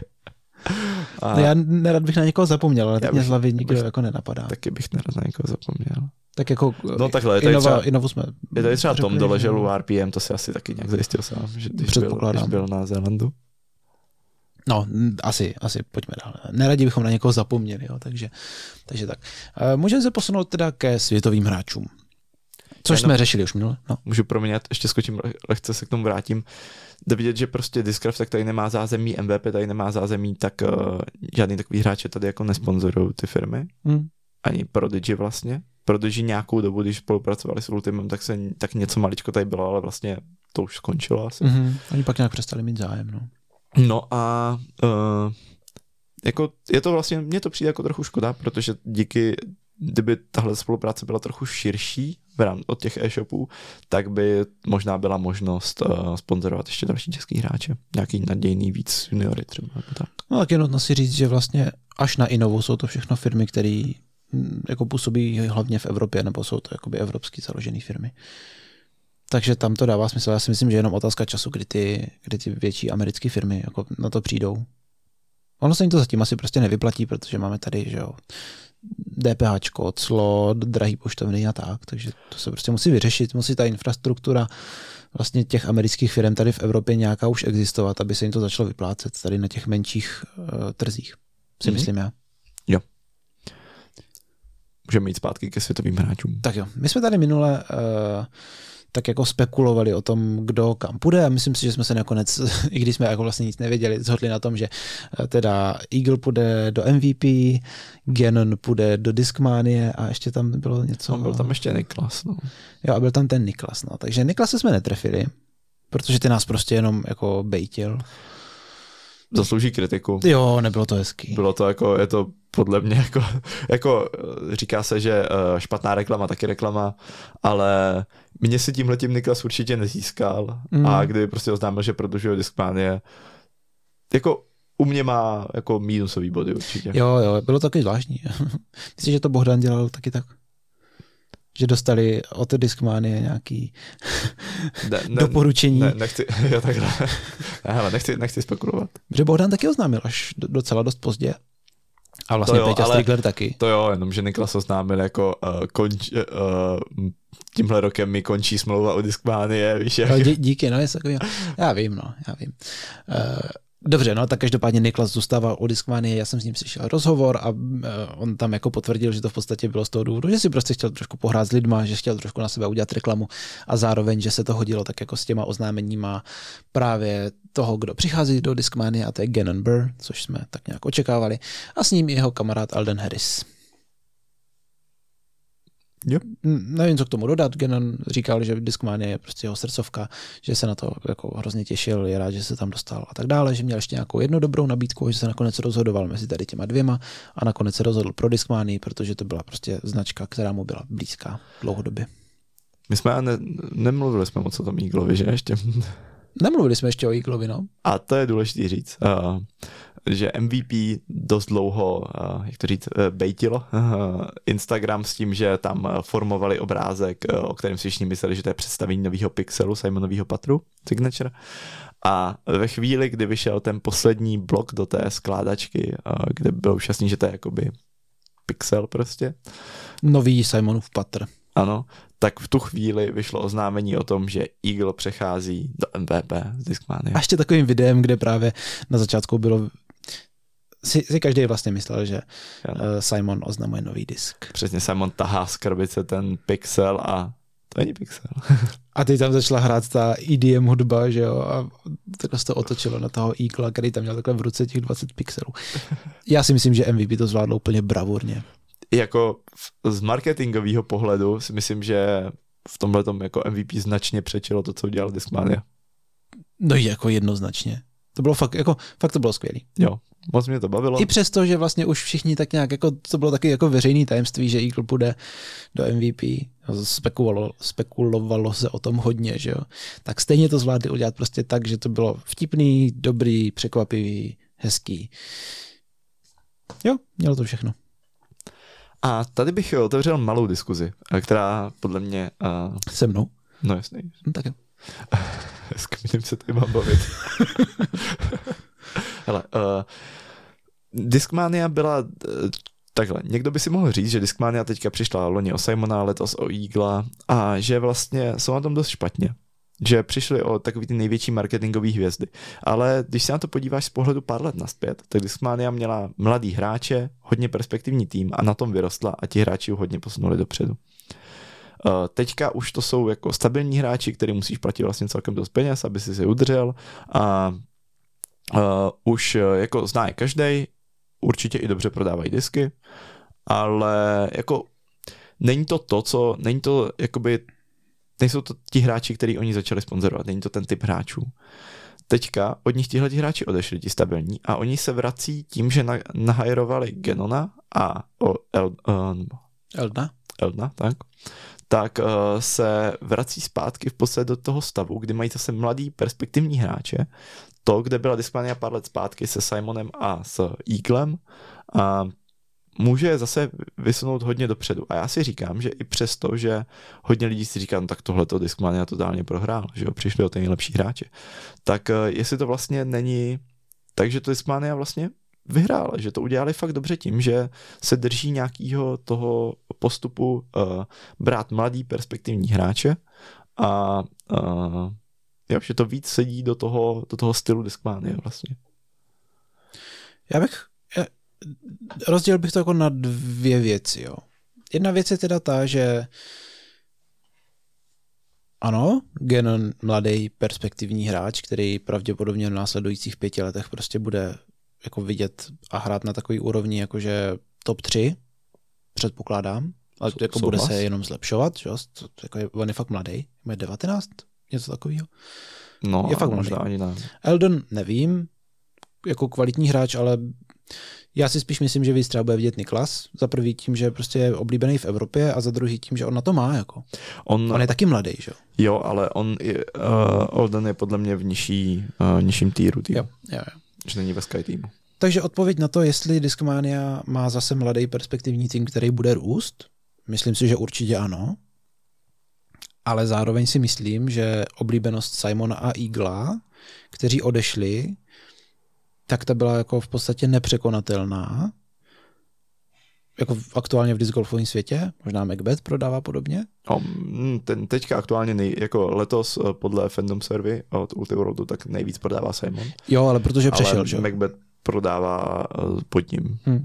A no já nerad bych na někoho zapomněl, ale teď mě z hlavy nikdo bych, jako nenapadá. Taky bych nerad na někoho zapomněl. Tak jako no takhle, Innova, třeba, Innovu jsme je tady třeba Tom Doležel u R P M, to si asi taky nějak zajistil sám, že když byl, když byl na Zélandu. No, asi, asi pojďme dál. Neradi bychom na někoho zapomněli, jo, takže, takže tak. Můžeme se posunout teda ke světovým hráčům. Což jsme řešili už minule. No. Můžu proměnit, ještě skočím, lehce se k tomu vrátím. Jde vidět, že prostě Discraft tak tady nemá zázemí, M V P tady nemá zázemí, tak uh, žádný takový hráče tady jako nesponzorují ty firmy. Hmm. Ani Prodigy vlastně. Prodigy nějakou dobu, když spolupracovali s Ultimem, tak, se, tak něco maličko tady bylo, ale vlastně to už skončilo asi. Mm-hmm. Oni pak nějak přestali mít zájem, no. No a uh, jako je to vlastně, mně to přijde jako trochu škoda, protože díky, kdyby tahle spolupráce byla trochu širší od těch e-shopů, tak by možná byla možnost uh, sponzorovat ještě další český hráče. Nějaký nadějný víc juniory třeba. Jako tak. No tak je nutno si říct, že vlastně až na Innovu jsou to všechno firmy, které jako působí hlavně v Evropě, nebo jsou to jakoby evropsky založené firmy. Takže tam to dává smysl. Já si myslím, že je jenom otázka času, kdy ty, kdy ty větší americké firmy jako na to přijdou. Ono se jim to zatím asi prostě nevyplatí, protože máme tady, že jo, DPHčko, clo, drahý poštovny a tak, takže to se prostě musí vyřešit, musí ta infrastruktura vlastně těch amerických firm tady v Evropě nějaká už existovat, aby se jim to začalo vyplácet tady na těch menších uh, trzích, si mm-hmm. myslím já. Jo. Můžeme jít zpátky ke světovým hráčům. Tak jo, my jsme tady minule uh, tak jako spekulovali o tom, kdo kam půjde a myslím si, že jsme se nakonec, i když jsme jako vlastně nic nevěděli, shodli na tom, že teda Eagle půjde do M V P, Gannon půjde do Discmanie a ještě tam bylo něco. No, byl tam ještě Niklas, no. Jo, a byl tam ten Niklas, no. Takže Niklase jsme netrefili, protože ty nás prostě jenom jako bejtil. zaslouží kritiku. Jo, nebylo to hezký. Bylo to jako, je to podle mě jako, jako říká se, že špatná reklama, taky reklama, ale mě si tímhletím Niklas určitě nezískal mm. a kdyby prostě oznámil, že prodlužuje Discmanie, jako u mě má jako mínusový body určitě. Jo, jo, bylo to taky zvláštní. Myslíš, že to Bohdan dělal taky tak? Že dostali od Discmanie nějaký ne, ne, doporučení. Ne, nechci, jo, takhle. Ne, hele, nechci, nechci spekulovat. Že Bohdan taky oznámil až docela dost pozdě. A vlastně Peťa Strigler taky. To jo, jenom že Niklas oznámil jako uh, konč, uh, tímhle rokem mi končí smlouva o Discmanie, víš jak? No, dí, díky, no, je takový, já vím, no, já vím. Uh, Dobře, no, tak každopádně Niklas zůstával u Discmanie, já jsem s ním slyšel rozhovor a on tam jako potvrdil, že to v podstatě bylo z toho důvodu, že si prostě chtěl trošku pohrát s lidma, že chtěl trošku na sebe udělat reklamu a zároveň, že se to hodilo tak jako s těma oznámeníma právě toho, kdo přichází do Discmanie, a to je Gannon Buhr, což jsme tak nějak očekávali, a s ním jeho kamarád Alden Harris. Yep. Nevím, co k tomu dodat. Gannon říkal, že Discmanie je prostě jeho srdcovka, že se na to jako hrozně těšil, je rád, že se tam dostal a tak dále, že měl ještě nějakou jednu dobrou nabídku, že se nakonec rozhodoval mezi tady těma dvěma a nakonec se rozhodl pro Discmanii, protože to byla prostě značka, která mu byla blízká dlouhodobě. My jsme ne, nemluvili jsme moc o tom Eaglovi, že ještě? Nemluvili jsme ještě o Eaglovi, no. A to je důležité říct, uh, že M V P dost dlouho, uh, jak to říct, uh, bejtilo uh, Instagram s tím, že tam uh, formovali obrázek, uh, o kterém si všichni mysleli, že to je představení nového Pixelu, Simonového patru, Signature. A ve chvíli, kdy vyšel ten poslední blok do té skládačky, uh, kde bylo už jasný, že to je jakoby Pixel prostě. Nový Simonův patr. Ano, tak v tu chvíli vyšlo oznámení o tom, že Eagle přechází do M V P z Discmanie. A ještě takovým videem, kde právě na začátku bylo, si, si každý vlastně myslel, že uh, Simon oznamuje nový disk. Přesně, Simon tahá z krabice ten Pixel a to není Pixel. A teď tam začala hrát ta E D M hudba, že jo, a takhle se to otočilo na toho Eagle, který tam měl takhle v ruce těch dvacet pixelů. Já si myslím, že M V P to zvládlo úplně bravurně. Jako z marketingového pohledu si myslím, že v tomhletom jako M V P značně přečilo to, co udělal Discmania. No jako jednoznačně. To bylo fakt, jako, fakt to bylo skvělý. Jo, moc mě to bavilo. I přesto, že vlastně už všichni tak nějak, jako, to bylo taky jako veřejný tajemství, že Eagle půjde do M V P. Spekulovalo, spekulovalo se o tom hodně, že jo. Tak stejně to zvládli udělat prostě tak, že to bylo vtipný, dobrý, překvapivý, hezký. Jo, mělo to všechno. A tady bych otevřel malou diskuzi, která podle mě... Uh... Se mnou? No jasný. No tak jo. S kým se tady mám bavit? Hele, uh, Discmania byla... Uh, takhle, někdo by si mohl říct, že Discmania teďka přišla loni o Simona, letos o Eagla a že vlastně jsou na tom dost špatně. Že přišli o takový ty největší marketingové hvězdy. Ale když se na to podíváš z pohledu pár let nazpět, tak Discmania měla mladý hráče, hodně perspektivní tým a na tom vyrostla a ti hráči ho hodně posunuli dopředu. Uh, teďka už to jsou jako stabilní hráči, který musíš platit vlastně celkem dost peněz, aby si si udržel a uh, už jako zná je každej, určitě i dobře prodávají disky, ale jako není to to, co, není to jakoby nejsou to ti hráči, který oni začali sponzorovat, není to ten typ hráčů. Teďka od nich tihle hráči odešli, ti stabilní, a oni se vrací tím, že na, nahajrovali Gannona a o, El, uh, Eldna. Eldna, tak, tak uh, se vrací zpátky v podstatě do toho stavu, kdy mají zase mladý perspektivní hráče, to, kde byla Discmania pár let zpátky se Simonem a s Eaglem, a může zase vysunout hodně dopředu. A já si říkám, že i přesto, že hodně lidí si říká, no tak tohleto Discmania totálně prohrál, že jo, přišli o ty nejlepší hráče. Tak jestli to vlastně není, takže to Discmania vlastně vyhrál, že to udělali fakt dobře tím, že se drží nějakého toho postupu uh, brát mladý perspektivní hráče a uh, jo, že to víc sedí do toho, do toho stylu Discmania vlastně. Já bych rozdělil bych to jako na dvě věci, jo. Jedna věc je teda ta, že ano, Gannon, mladý perspektivní hráč, který pravděpodobně v následujících pěti letech prostě bude jako vidět a hrát na takový úrovni, jakože top tři, předpokládám, ale to jako bude se jenom zlepšovat, že? Jako je, on je fakt mladý, má devatenáct, něco takového. No, je fakt možná ani ne. Eldon nevím, jako kvalitní hráč, ale já si spíš myslím, že víc třeba bude vidět Niklas. Za prvý tím, že prostě je oblíbený v Evropě a za druhý tím, že on na to má. Jako. On, on je taky mladý, že jo? Jo, ale on je, uh, Olden je podle mě v nižší, uh, nižším týru týmu. Jo, jo, jo. Že není ve Sky týmu. Takže odpověď na to, jestli Discmania má zase mladý perspektivní tým, který bude růst, myslím si, že určitě ano. Ale zároveň si myslím, že oblíbenost Simona a Eagla, kteří odešli, tak ta byla jako v podstatě nepřekonatelná. Jako aktuálně v discgolfovém světě, možná Macbeth prodává podobně. No, ten teďka aktuálně nej, jako letos podle Fandom Survey od Ultiworldu tak nejvíc prodává Simon. Jo, ale protože přešel, ale že? Macbeth prodává pod ním. Hmm.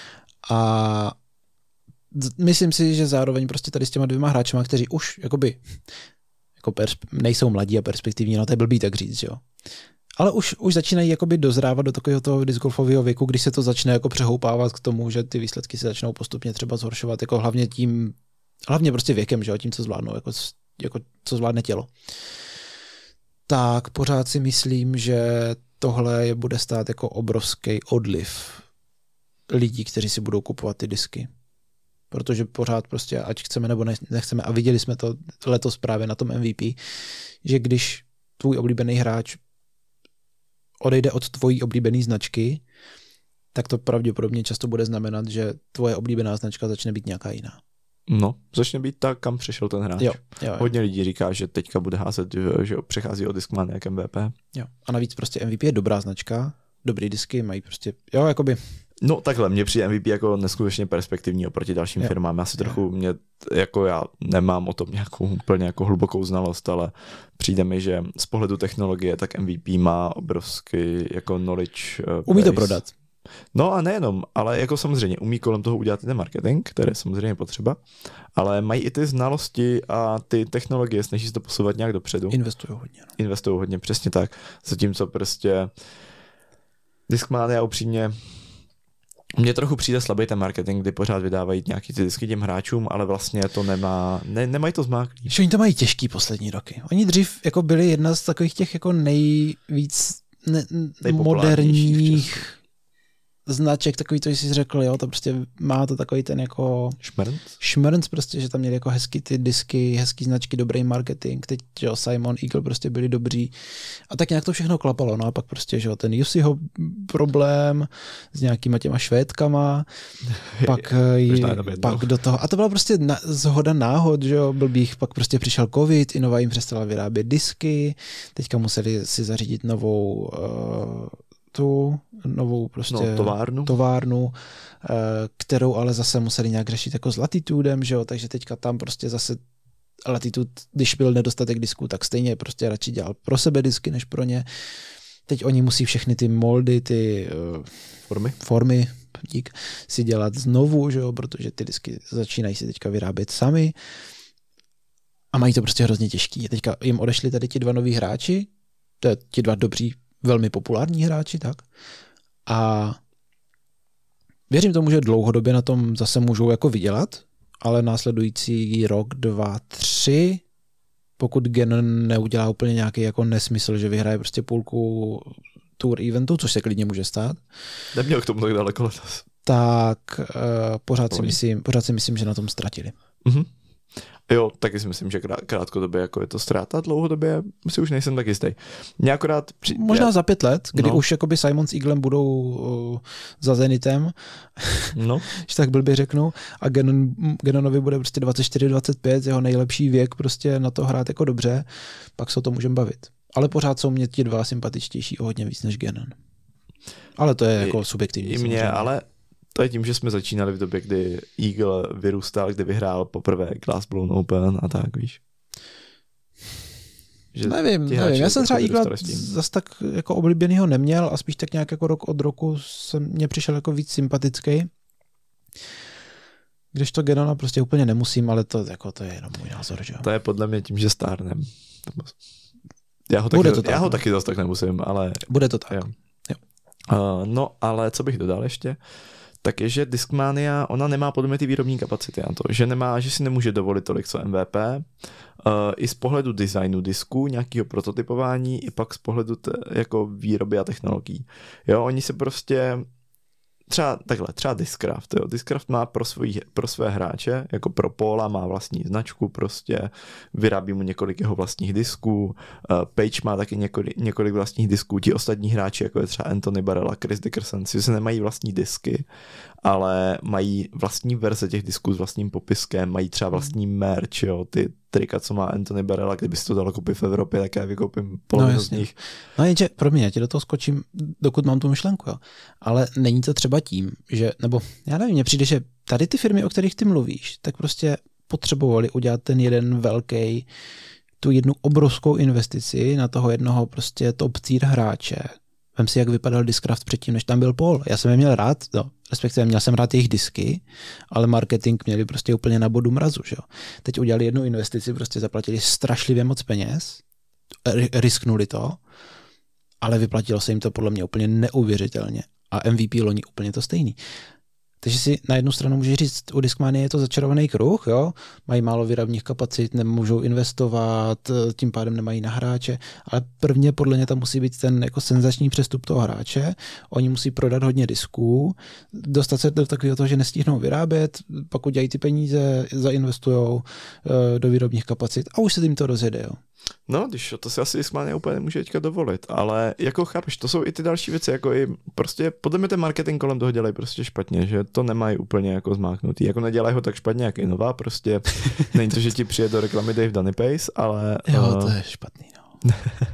A myslím si, že zároveň prostě tady s těma dvěma hráčema, kteří už jakoby jako persp- nejsou mladí a perspektivní, no to je blbý tak říct, jo. Ale už, už začínají jakoby dozrávat do takového toho discgolfového věku, kdy se to začne jako přehoupávat k tomu, že ty výsledky se začnou postupně třeba zhoršovat, jako hlavně tím, hlavně prostě věkem, že jo, tím, co zvládnou, jako, jako co zvládne tělo. Tak pořád si myslím, že tohle je bude stát jako obrovský odliv lidí, kteří si budou kupovat ty disky. Protože pořád prostě, ať chceme nebo nechceme, a viděli jsme to letos právě na tom M V P, že když tvůj oblíbený hráč odejde od tvojí oblíbené značky, tak to pravděpodobně často bude znamenat, že tvoje oblíbená značka začne být nějaká jiná. No, začne být tak, kam přišel ten hráč. Jo, jo, jo. Hodně lidí říká, že teďka bude házet, že přechází od Discmania k M V P. Jo. A navíc prostě M V P je dobrá značka, dobrý disky, mají prostě, jo, jakoby... No takhle, mně přijde M V P jako neskutečně perspektivní oproti dalším jo. firmám. Já si trochu, mě, jako já nemám o tom nějakou úplně jako hlubokou znalost, ale přijde mi, že z pohledu technologie, tak M V P má obrovský jako knowledge. Uh, umí to prodat. No a nejenom, ale jako samozřejmě umí kolem toho udělat i ten marketing, který je samozřejmě potřeba, ale mají i ty znalosti a ty technologie, snaží se to posouvat nějak dopředu. Investují hodně. No. Investují hodně, přesně tak. Zatímco prostě Discmania upřímně mně trochu přijde slabý ten marketing, kdy pořád vydávají nějaký ty disky těm hráčům, ale vlastně to nemá, ne, nemají to zmáklý. Že oni to mají těžký poslední roky. Oni dřív jako byli jedna z takových těch jako nejvíc ne, moderních značek, takový to, jsi řekl, jo, to prostě má to takový ten jako šmrnc, šmrnc prostě, že tam měli jako hezky ty disky, hezký značky, dobrý marketing, teď, jo, Simon, Eagle prostě byli dobří a tak nějak to všechno klapalo, no a pak prostě, že jo, ten Jussiho problém s nějakýma těma Švédkama, pak, pak do toho, a to byla prostě na, zhoda náhod, že jo, blbých, pak prostě přišel covid, Innova jim přestala vyrábět disky, teďka museli si zařídit novou uh, tu novou prostě no, továrnu. továrnu, kterou ale zase museli nějak řešit jako s Latitudem, že jo, takže teďka tam prostě zase Latitude, když byl nedostatek disků, tak stejně prostě radši dělal pro sebe disky, než pro ně. Teď oni musí všechny ty moldy, ty formy, formy dík, si dělat znovu, že jo, protože ty disky začínají si teďka vyrábět sami a mají to prostě hrozně těžký. Teďka jim odešli tady ti dva noví hráči, to je ti dva dobří velmi populární hráči, tak. A věřím tomu, že dlouhodobě na tom zase můžou jako vydělat, ale následující rok, dva, tři, pokud Ganon neudělá úplně nějaký jako nesmysl, že vyhraje prostě půlku tour eventu, což se klidně může stát. Neměl k tomu tak daleko letos. Tak uh, pořád, si myslím, pořád si myslím, že na tom ztratili. Mhm. Jo, taky si myslím, že krátkodobě jako je to ztráta, dlouhodobě si už nejsem tak jistý. Mě akorát při... Možná já... za pět let, kdy no. už jakoby Simon s Eaglem budou uh, za Zenitem, no. že tak blbě řeknu, a Ganon, Ganonovi bude prostě dvacet čtyři dvacet pět, jeho nejlepší věk prostě na to hrát jako dobře, pak se o to můžeme bavit. Ale pořád jsou mě ti dva sympatičtější o hodně víc než Ganon. Ale to je jako I, subjektivní. I mě, ale to je tím, že jsme začínali v době, kdy Eagle vyrůstal, kdy vyhrál poprvé Glass Blown Open a tak, víš. Že nevím, nevím. Já jsem třeba Eagle zase tak jako oblíbenýho neměl a spíš tak nějak jako rok od roku jsem mě přišel jako víc sympatický. Když to Ganona prostě úplně nemusím, ale to, jako, to je jenom můj názor. Že? To je podle mě tím, že stárnem. Já ho taky, Bude to tak, já ho no. taky zase tak nemusím, ale... Bude to tak. Jo. Jo. Uh, no, ale co bych dodal ještě, tak je, že Discmania, ona nemá podle mě ty výrobní kapacity na to, že nemá, že si nemůže dovolit tolik co M V P, uh, i z pohledu designu disku, nějakého prototypování, i pak z pohledu t- jako výroby a technologií. Jo, oni se prostě Třeba takhle, třeba Discraft, jo. Discraft má pro, svůj, pro své hráče, jako pro Paula má vlastní značku, prostě vyrábí mu několik jeho vlastních disků, uh, Page má taky několik, několik vlastních disků, ti ostatní hráči, jako je třeba Anthony Barella, Chris Dickerson, si se nemají vlastní disky, ale mají vlastní verze těch disků s vlastním popiskem, mají třeba vlastní merch, jo, ty trika, co má Anthony Barella, kdyby si to dalo koupit v Evropě, tak já vykoupím polovinu no, z nich. No jenže, promiň, já ti do toho skočím, dokud mám tu myšlenku, jo. Ale není to třeba tím, že, nebo já nevím, mně přijde, že tady ty firmy, o kterých ty mluvíš, tak prostě potřebovali udělat ten jeden velký, tu jednu obrovskou investici na toho jednoho prostě top tier hráče. Vem si, jak vypadal Discraft předtím, než tam byl Paul. Já jsem je měl rád, no, respektive měl jsem rád jejich disky, ale marketing měli prostě úplně na bodu mrazu. Že jo. Teď udělali jednu investici, prostě zaplatili strašlivě moc peněz, risknuli to, ale vyplatilo se jim to podle mě úplně neuvěřitelně. A M V P loni úplně to stejný. Takže si na jednu stranu můžeš říct, u Discmanie je to začarovaný kruh, jo? Mají málo výrobních kapacit, nemůžou investovat, tím pádem nemají na hráče, ale prvně podle mě tam musí být ten jako senzační přestup toho hráče, oni musí prodat hodně disků, dostat se do takového toho, že nestihnou vyrábět, pak udělají ty peníze, zainvestujou do výrobních kapacit a už se jim to rozjede, jo. No, když to si asi Discmania úplně nemůže teďka dovolit, ale jako chápeš, to jsou i ty další věci, jako i prostě podle mě ten marketing kolem toho dělají prostě špatně, že to nemají úplně jako zmáknutý, jako nedělají ho tak špatně jak Innova, prostě není to, že ti přijde do reklamy Dave Dunipace, ale... Jo, to je špatný, no.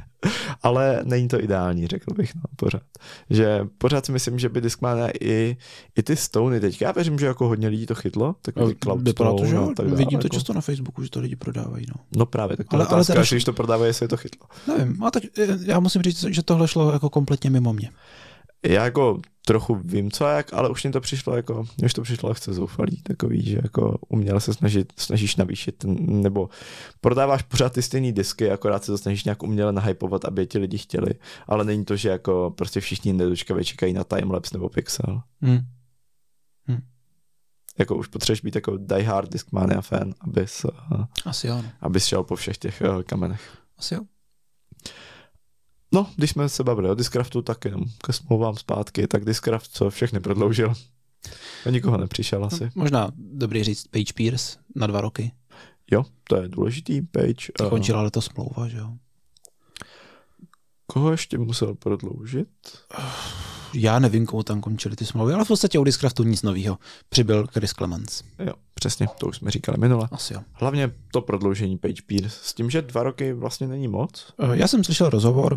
Ale není to ideální, řekl bych, no, pořád. Že pořád si myslím, že by Discmania i, i ty Stony teďka, já věřím, že jako hodně lidí to chytlo, takový Cloud Stone, že no, tak dále, vidím to jako. často na Facebooku, že to lidi prodávají, no. No právě, tak to ale, je otázka, ale teda, když to prodávají, jestli to chytlo. Nevím, a tak já musím říct, že tohle šlo jako kompletně mimo mě. Já jako trochu vím co jak, ale už mi to přišlo jako, už to přišlo lehce zoufalý, takový, že jako uměle se snažit, snažíš navýšit, nebo prodáváš pořád ty stejný disky, akorát se to snažíš nějak uměle nahypovat, aby ti lidi chtěli, ale není to, že jako prostě všichni nedočkavě čekají na timelapse nebo pixel. Hmm. Hmm. Jako už potřebuješ být jako diehard Discmania fan, abys, Asi jo, no. abys šel po všech těch kamenech. Asi jo. No, když jsme se bavili o Discraftu, tak jenom ke smlouvám zpátky, tak Discraft co všechny prodloužil. A nikoho nepřišel asi. No, možná dobrý říct Page Pierce na dva roky. Jo, to je důležitý, Page. Končila uh, letos smlouva, že jo? Koho ještě musel prodloužit? Já nevím, komu tam končily ty smlouvy, ale v podstatě u Discraftu nic novýho. Přibyl Chris Clemens. Jo, přesně, to už jsme říkali minule. Asi jo. Hlavně to prodloužení Page Pierce, s tím, že dva roky vlastně není moc. Uh, já jsem slyšel rozhovor,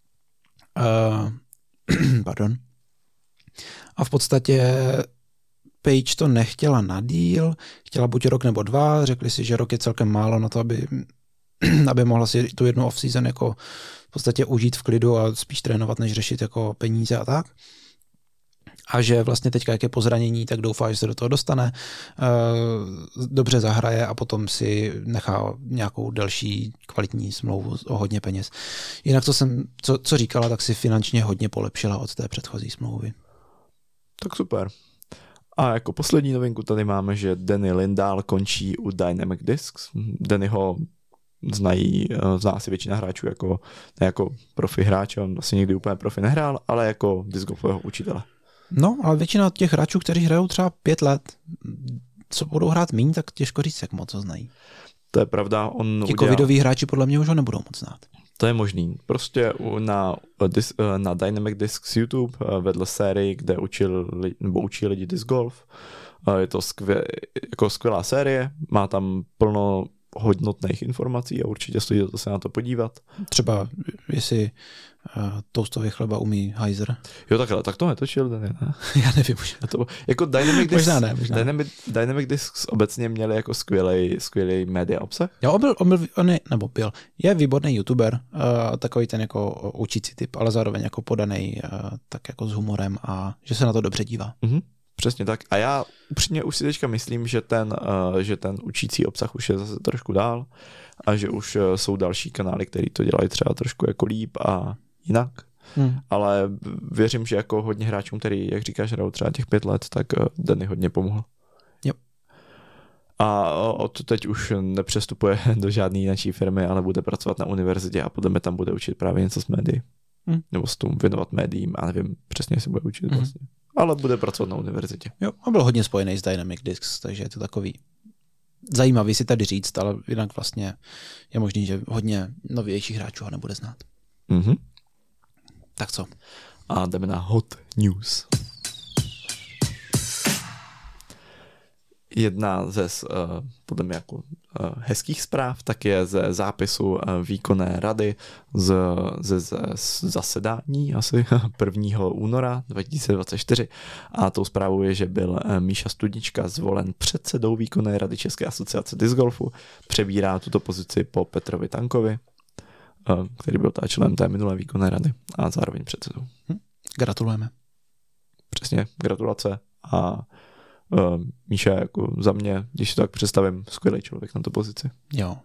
uh, pardon, a v podstatě Page to nechtěla na díl, chtěla buď rok nebo dva, řekli si, že rok je celkem málo na to, aby, aby mohla si tu jednu off-season jako v podstatě užít v klidu a spíš trénovat, než řešit jako peníze a tak. A že vlastně teďka, jak je po zranění, tak doufá, že se do toho dostane, dobře zahraje a potom si nechá nějakou delší kvalitní smlouvu o hodně peněz. Jinak, co jsem, co, co říkala, tak si finančně hodně polepšila od té předchozí smlouvy. Tak super. A jako poslední novinku tady máme, že Danny Lindahl končí u Dynamic Discs. Dannyho znají, zná asi většina hráčů jako, ne jako profi hráče, on asi nikdy úplně profi nehrál, ale jako discgolfového učitele. No, ale většina těch hráčů, kteří hrajou třeba pět let, co budou hrát míň, tak těžko říct, jak moc ho znají. To je pravda. On Ti udělal... covidoví hráči podle mě už ho nebudou moc znát. To je možný. Prostě na, na Dynamic Discs YouTube vedl sérii, kde učil, nebo učí lidi disc golf. Je to skvěl, jako skvělá série, má tam plno hodnotných informací a určitě stojí za to se na to podívat. Třeba jestli uh, toastový chleba umí Heiser. Jo, takhle, tak to netočil, ne? Já nevím už. To, jako Dynamic Discs, možná ne, možná Dynamic, Dynamic Discs obecně měli jako skvělej, skvělej media obsah. Jo, on byl, on byl, on je, nebo byl, je výborný youtuber, uh, takový ten jako učící typ, ale zároveň jako podaný uh, tak jako s humorem a že se na to dobře dívá. Mhm. Přesně tak. A já upřímně už si teďka myslím, že ten, uh, že ten učící obsah už je zase trošku dál a že už uh, jsou další kanály, které to dělají třeba trošku jako líp a jinak. Hmm. Ale věřím, že jako hodně hráčům, který, jak říkáš, hrajou třeba těch pět let, tak Danny hodně pomohl. Yep. A od teď už nepřestupuje do žádné jiné firmy, ale bude pracovat na univerzitě a podle mě tam bude učit právě něco s médií. Hmm. Nebo s tomu věnovat médiím a nevím přesně, jestli bude učit hmm. vlastně. Ale bude pracovat na univerzitě. Jo, a byl hodně spojený s Dynamic Discs, takže je to takový zajímavý si tady říct, ale jinak vlastně je možný, že hodně novějších hráčů ho nebude znát. Mm-hmm. Tak co? A jdeme na hot news. Jedna ze uh, podle mě jako uh, hezkých zpráv tak je ze zápisu uh, výkonné rady z, ze, ze zasedání asi prvního února dva tisíce dvacet čtyři a tou zprávou je, že byl uh, Míša Studnička zvolen předsedou výkonné rady České asociace disc golfu, přebírá tuto pozici po Petrovi Tankovi, uh, který byl ta členem té minulé výkonné rady a zároveň předsedou. Hm. Gratulujeme. Přesně, gratulace a Uh, Míša jako za mě, když si to tak představím, skvělý člověk na tu pozici. Jo.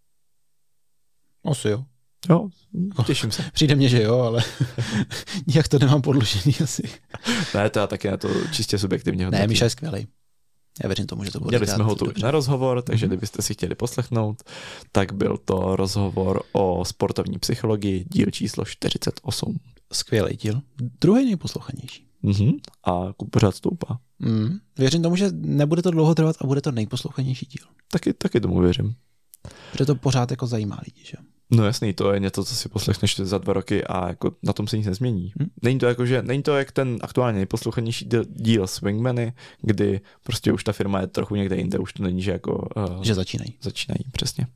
Asi jo. Jo, těším se. Přijde mně, že jo, ale nijak to nemám podložený asi. Ne, to já taky na to čistě subjektivně hodnotím. Ne, Míša je skvělý. Já věřím tomu, že to bude. Měli jsme ho tu na rozhovor, takže mm-hmm. kdybyste si chtěli poslechnout, tak byl to rozhovor o sportovní psychologii, díl číslo čtyřicet osm. Skvělý díl. Druhý nejposlouchanější. Mm-hmm. A pořád stoupá. Mm. Věřím tomu, že nebude to dlouho trvat a bude to nejposlouchanější díl. Taky, taky tomu věřím. Protože to pořád jako zajímá lidi, že? No jasný, to je něco, co si poslechneš za dva roky a jako na tom se nic nezmění. Hmm? Není to jako, že není to jak ten aktuálně nejposlouchanější díl Swingmany, kdy prostě už ta firma je trochu někde jinde, už to není, že jako... Uh, že začínají. Začínají, přesně.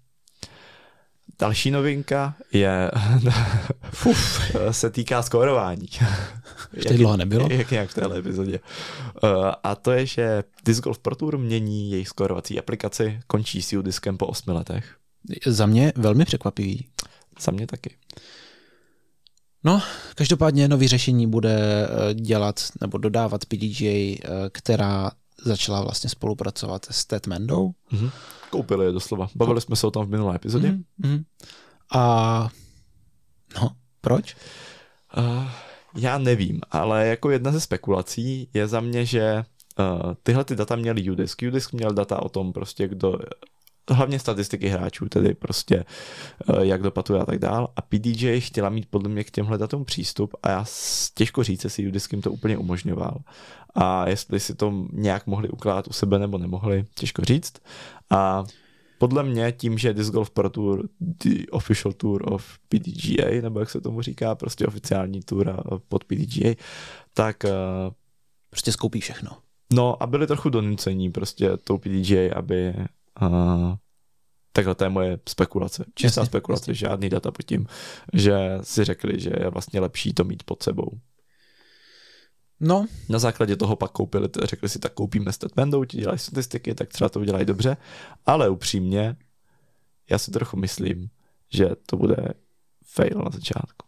Další novinka je Fuf, se týká skórování. Už to dlouho nebylo. Jak nějak v téhle epizodě. Uh, a to je, že Disc Golf Pro Tour mění jejich skórovací aplikaci, končí s U-Diskem po osmi letech. Za mě velmi překvapivý. Za mě taky. No, každopádně nový řešení bude dělat nebo dodávat P D G A, která začala vlastně spolupracovat s Ted Mendou. Mm-hmm. Koupili je doslova. Bavili jsme se o tom v minulé epizodě. Mm-hmm. A no, proč? Uh, já nevím, ale jako jedna ze spekulací je za mě, že uh, tyhle ty data měly U-Disk. U-Disk měl data o tom prostě, kdo... hlavně statistiky hráčů, tedy prostě jak dopatuje a tak dál. A P D G A chtěla mít podle mě k těmhle datům přístup a já těžko říct, jestli U-Disk jim to úplně umožňoval. A jestli si to nějak mohli ukládat u sebe nebo nemohli, těžko říct. A podle mě tím, že Disc Golf Pro Tour, the official tour of P D G A, nebo jak se tomu říká, prostě oficiální tour pod P D G A, tak prostě skoupí všechno. No a byli trochu donucení prostě tou P D G A, aby Uh, takhle to je moje spekulace. Čistá jasně, spekulace, jasně. Žádný data pod tím, že si řekli, že je vlastně lepší to mít pod sebou. No. Na základě toho pak koupili, řekli si, tak koupíme s Ted Mendou, ti dělají statistiky, tak třeba to udělají dobře, ale upřímně, já si trochu myslím, že to bude fail na začátku.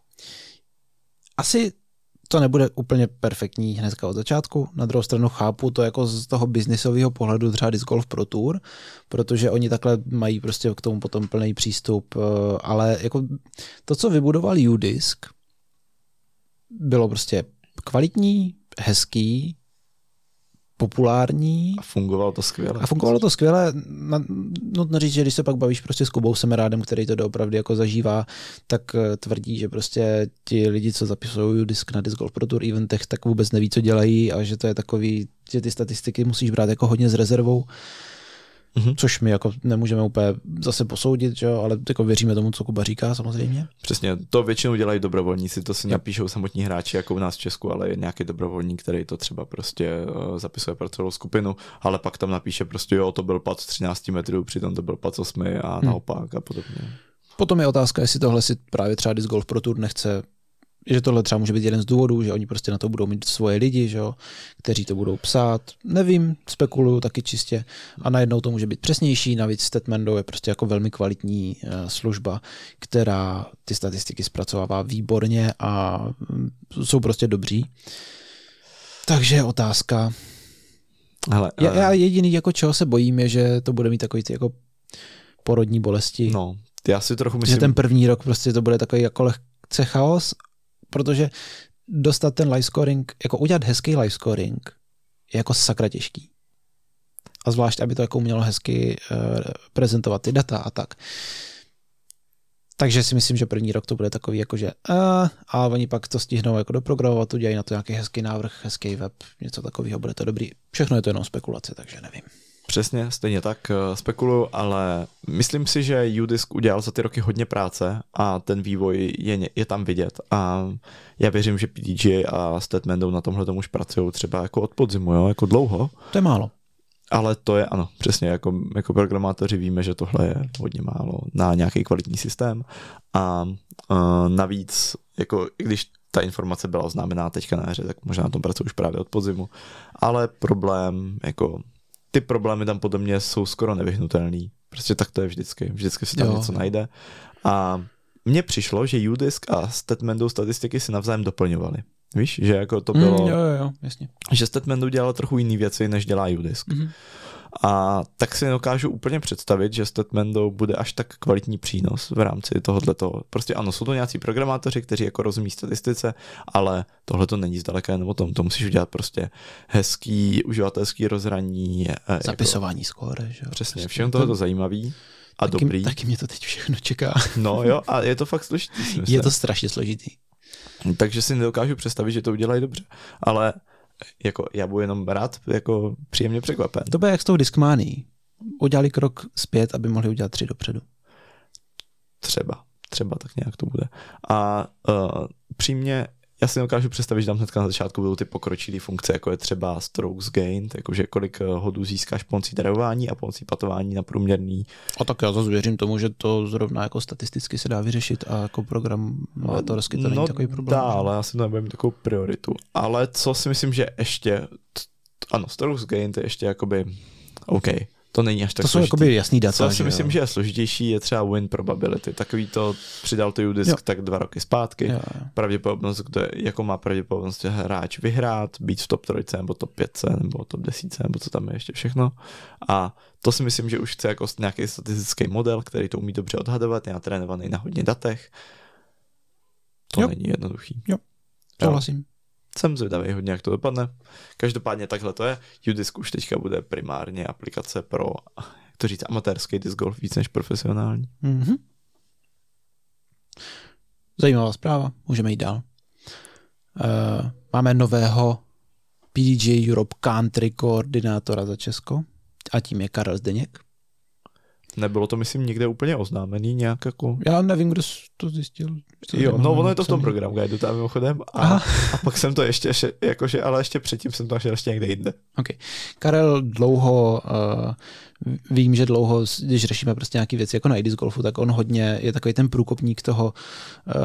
Asi to nebude úplně perfektní hnedka od začátku. Na druhou stranu chápu to jako z toho biznisového pohledu třeba Disc Golf Pro Tour, protože oni takhle mají prostě k tomu potom plný přístup, ale jako to, co vybudoval U-Disc, bylo prostě kvalitní, hezký, populární. A fungovalo to skvěle. A fungovalo to skvěle. Nutno říct, že když se pak bavíš prostě s Kubou Semerádem, který to doopravdy jako zažívá, tak tvrdí, že prostě ti lidi, co zapisují disk na Disc Golf Pro Tour eventech, tak vůbec neví, co dělají a že to je takový, že ty statistiky musíš brát jako hodně s rezervou. Mm-hmm. Což my jako nemůžeme úplně zase posoudit, že jo? Ale jako věříme tomu, co Kuba říká samozřejmě. Přesně, to většinou dělají dobrovolníci, to si napíšou samotní hráči jako u nás v Česku, ale je nějaký dobrovolník, který to třeba prostě uh, zapisuje pro celou skupinu, ale pak tam napíše prostě jo, to byl pad z třináct metrů, přitom to byl pad z osmi a hmm. naopak a podobně. Potom je otázka, jestli tohle si právě třeba Disc Golf Pro Tour nechce, že tohle třeba může být jeden z důvodů, že oni prostě na to budou mít svoje lidi, že jo, kteří to budou psát. Nevím, spekuluju taky čistě. A najednou to může být přesnější. Navíc Ted Mendo je prostě jako velmi kvalitní uh, služba, která ty statistiky zpracovává výborně a um, jsou prostě dobří. Takže je otázka. Hele, já, já jediný, jako čeho se bojím, je, že to bude mít takový ty jako porodní bolesti. No, já si trochu myslím. Že ten první rok prostě to bude takový jako lehce chaos. protože dostat ten live scoring, jako udělat hezký live scoring je jako sakra těžký. A zvlášť, aby to jako umělo hezky uh, prezentovat ty data a tak. Takže si myslím, že první rok to bude takový jakože uh, a oni pak to stihnou jako doprogramovat, udělají na to nějaký hezký návrh, hezký web, něco takového, bude to dobrý. Všechno je to jenom spekulace, takže nevím. Přesně, stejně tak spekuluju, ale myslím si, že Udisk udělal za ty roky hodně práce a ten vývoj je, je tam vidět a já věřím, že P D G A a Statmando na tomhle tomu už pracují třeba jako od podzimu, jo, jako dlouho. To je málo. Ale to je, ano, přesně, jako, jako programátoři víme, že tohle je hodně málo na nějaký kvalitní systém a uh, navíc, jako i když ta informace byla oznámená teďka na jaře, tak možná na tom pracuji už právě od podzimu, ale problém, jako ty problémy tam podle mě jsou skoro nevyhnutelný. Prostě tak to je vždycky. Vždycky se tam jo. něco najde. A mně přišlo, že Udisk a Statmando statistiky si navzájem doplňovaly. Víš, že jako to bylo, mm, jo, jo, jasně. Že Statmando dělal trochu jiný věci, než dělá Udisk. Mm-hmm. A tak si nedokážu úplně představit, že Statmando bude až tak kvalitní přínos v rámci tohoto. Prostě ano, jsou to nějací programátoři, kteří jako rozumí statistice, ale tohle to není zdaleka jen o tom. To musíš udělat prostě hezký uživatelský rozhraní. Zapisování jako, skóre, že jo. Přesně, všechno tohle zajímavý a taky, dobrý. Taky mě to teď všechno čeká. No jo, a je to fakt složitý. Je to strašně složitý. Takže si nedokážu představit, že to udělají dobře. Ale jako já budu jenom rád, jako příjemně překvapen. To bude jak s tou Diskmanií. Udělali krok zpět, aby mohli udělat tři dopředu. Třeba, třeba tak nějak to bude. A uh, přímě, já si nedokážu představit, že tam hnedka na začátku budou ty pokročilé funkce, jako je třeba strokes gained, jakože kolik hodů získáš pomocí drivování a pomocí patování na průměrný. A tak já zase věřím tomu, že to zrovna jako statisticky se dá vyřešit a jako programátorsky to není no, takový problém. Dá, ale já si to nebudem takovou prioritu. Ale co si myslím, že ještě, ano, strokes gained je ještě jakoby OK. To není až tak to jsou složitý. Jakoby jasný data. Co si že myslím, jo? že je složitější, je třeba win probability. Takový to přidal to Udisk jo. tak dva roky zpátky. Jo, jo. Pravděpodobnost, kde, jako má pravděpodobnost hráč vyhrát, být v top trojce, nebo top pětce, nebo top desítce, nebo co tam je ještě všechno. A to si myslím, že už chce jako nějaký statistický model, který to umí dobře odhadovat, je natrénovaný na hodně datech. To jo. není jednoduchý. Jo, souhlasím. Jsem zvědavý hodně, jak to dopadne. Každopádně takhle to je. Udisk už teďka bude primárně aplikace pro, jak to říct, amatérský disc golf víc než profesionální. Mm-hmm. Zajímavá zpráva, můžeme jít dál. Uh, máme nového P D G A Europe Country koordinátora za Česko a tím je Karel Zdeněk. Nebylo to, myslím, někde úplně oznámený nějak jako... Já nevím, kdo to zjistil. Jo, no ono je to v tom programu guidu tam mimochodem a, a pak jsem to ještě, ještě, jakože, ale ještě předtím jsem to našel ještě někde jinde. Ok. Karel dlouho, uh, vím, že dlouho, když řešíme prostě nějaké věci jako na iDisc Golfu, tak on hodně je takový ten průkopník toho uh,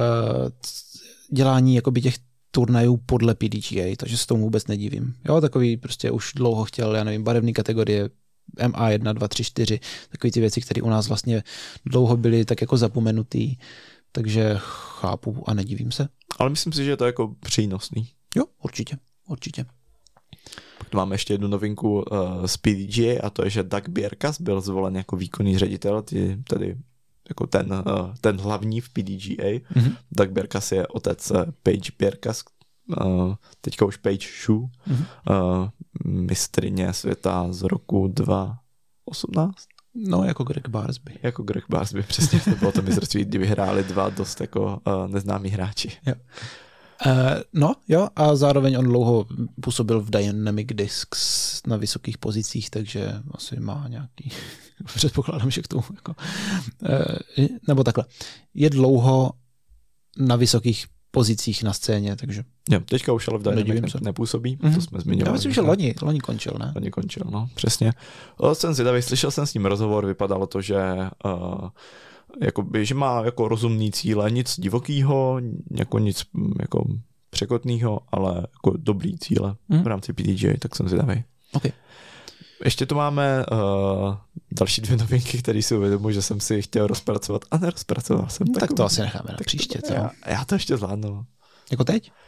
dělání jakoby těch turnajů podle P D G A, takže se tomu vůbec nedivím. Jo, takový prostě už dlouho chtěl, já nevím, barevné kategorie M A jedna, dva, tři, čtyři, takové ty věci, které u nás vlastně dlouho byly tak jako zapomenutý, takže chápu a nedivím se. Ale myslím si, že je to jako přínosný. Jo, určitě, určitě. Pak máme ještě jednu novinku uh, z P D G A a to je, že Doug Bjerkas byl zvolen jako výkonný ředitel, ty, tedy jako ten, uh, ten hlavní v P D G A. Mm-hmm. Doug Bjerkas je otec uh, Paige Bjerkas, uh, teďka už Paige Shue, mm-hmm. uh, mistryně světa z roku dva tisíce osmnáct. No, jako Greg Barsby. Jako Greg Barsby, přesně. To bylo to mistrovství, kdy vyhráli dva dost jako uh, neznámí hráči. Jo. Uh, no, jo, a zároveň on dlouho působil v Dynamic Discs na vysokých pozicích, takže asi má nějaký, předpokládám, že k tomu, jako, uh, nebo takhle, je dlouho na vysokých pozicích na scéně, takže... Jo, teďka už ale v Dynamic ne, nepůsobí, mm-hmm. to jsme zmiňovali. Já myslím, že loni, loni končil, ne? Loni končil, no, přesně. O, jsem zvědavý, slyšel jsem s ním rozhovor, vypadalo to, že... Uh, jakoby, že má jako rozumný cíle, nic divokýho, jako nic jako překotného, ale jako dobrý cíle mm. v rámci P D G A, tak jsem zvědavý. Okay. Ještě tu máme uh, další dvě novinky, které si uvědomuji, že jsem si chtěl rozpracovat a nerozpracoval jsem. No, tak takový, to asi necháme na příště. To, já, já to ještě zvládnu. Jako teď?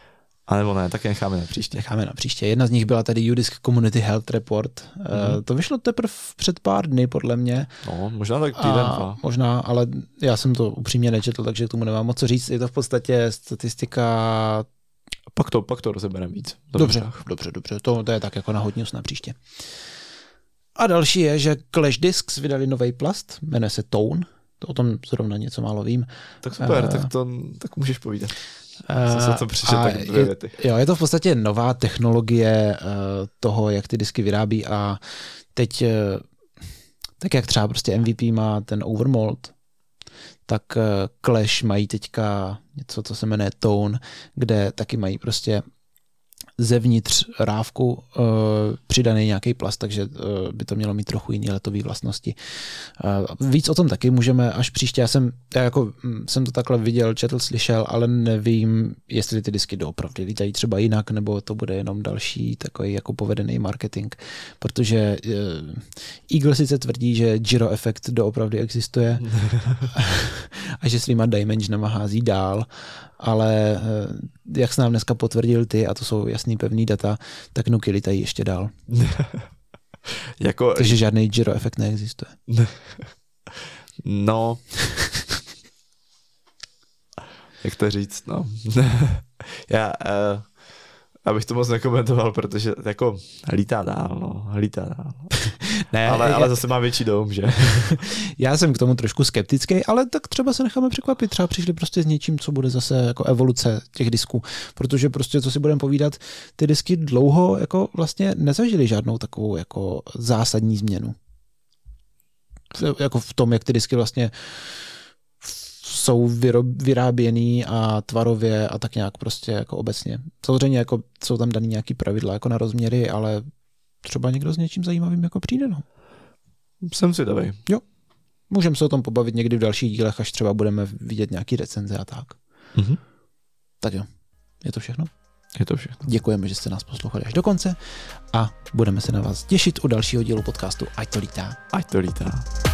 A nebo ne, tak necháme na příště. Necháme na příště. Jedna z nich byla tady Udisk Community Health Report. Mm-hmm. Uh, to vyšlo teprve před pár dny, podle mě. No, možná tak týden, dva. Možná, ale já jsem to upřímně nečetl, takže k tomu nemám moc co říct. Je to v podstatě statistika... Pak to, pak to rozebereme víc. Dobře, dobře, dobře, dobře. To, to je tak jako na hodně na příště. A další je, že Clash Discs vydali nový plast, jmenuje se Tone. To o tom zrovna něco málo vím. Tak super, uh, tak to tak můžeš povídat. Uh, jsem se to přišel tak dvě věty. Jo, je to v podstatě nová technologie uh, toho, jak ty disky vyrábí a teď, uh, tak jak třeba prostě M V P má ten Overmold, tak uh, Clash mají teďka něco, co se jmenuje Tone, kde taky mají prostě zevnitř rávku uh, přidaný nějaký plast, takže uh, by to mělo mít trochu jiné letové vlastnosti. Uh, víc o tom taky můžeme až příště. Já jsem, já jako, jsem to takhle viděl, četl, slyšel, ale nevím, jestli ty disky doopravdy lítají třeba jinak, nebo to bude jenom další takový jako povedený marketing, protože uh, Eagle sice tvrdí, že Giro efekt doopravdy existuje a že svýma dimensionama hází dál, ale jak jsi nám dneska potvrdil ty, a to jsou jasný pevný data, tak nuky litají ještě dál. jako... Takže žádný Giro efekt neexistuje. No. Jak to říct, no. Já, uh, abych to moc nekomentoval, protože jako lítá dál, no, lítá dál. Ne, ale, já, ale zase má větší dom, že? Já jsem k tomu trošku skeptický, ale tak třeba se necháme překvapit. Třeba přišli prostě s něčím, co bude zase jako evoluce těch disků. Protože prostě, co si budeme povídat, ty disky dlouho jako vlastně nezažily žádnou takovou jako zásadní změnu. Jako v tom, jak ty disky vlastně jsou vyráběný a tvarově a tak nějak prostě jako obecně. Samozřejmě jako jsou tam daný nějaký pravidla jako na rozměry, ale třeba někdo s něčím zajímavým jako přijde, no. Jsem si davej. Jo. Můžeme se o tom pobavit někdy v dalších dílech, až třeba budeme vidět nějaký recenze a tak. Mm-hmm. Tak jo. Je to všechno? Je to všechno. Děkujeme, že jste nás poslouchali až do konce a budeme se na vás těšit u dalšího dílu podcastu Ať to lítá. Ať to lítá.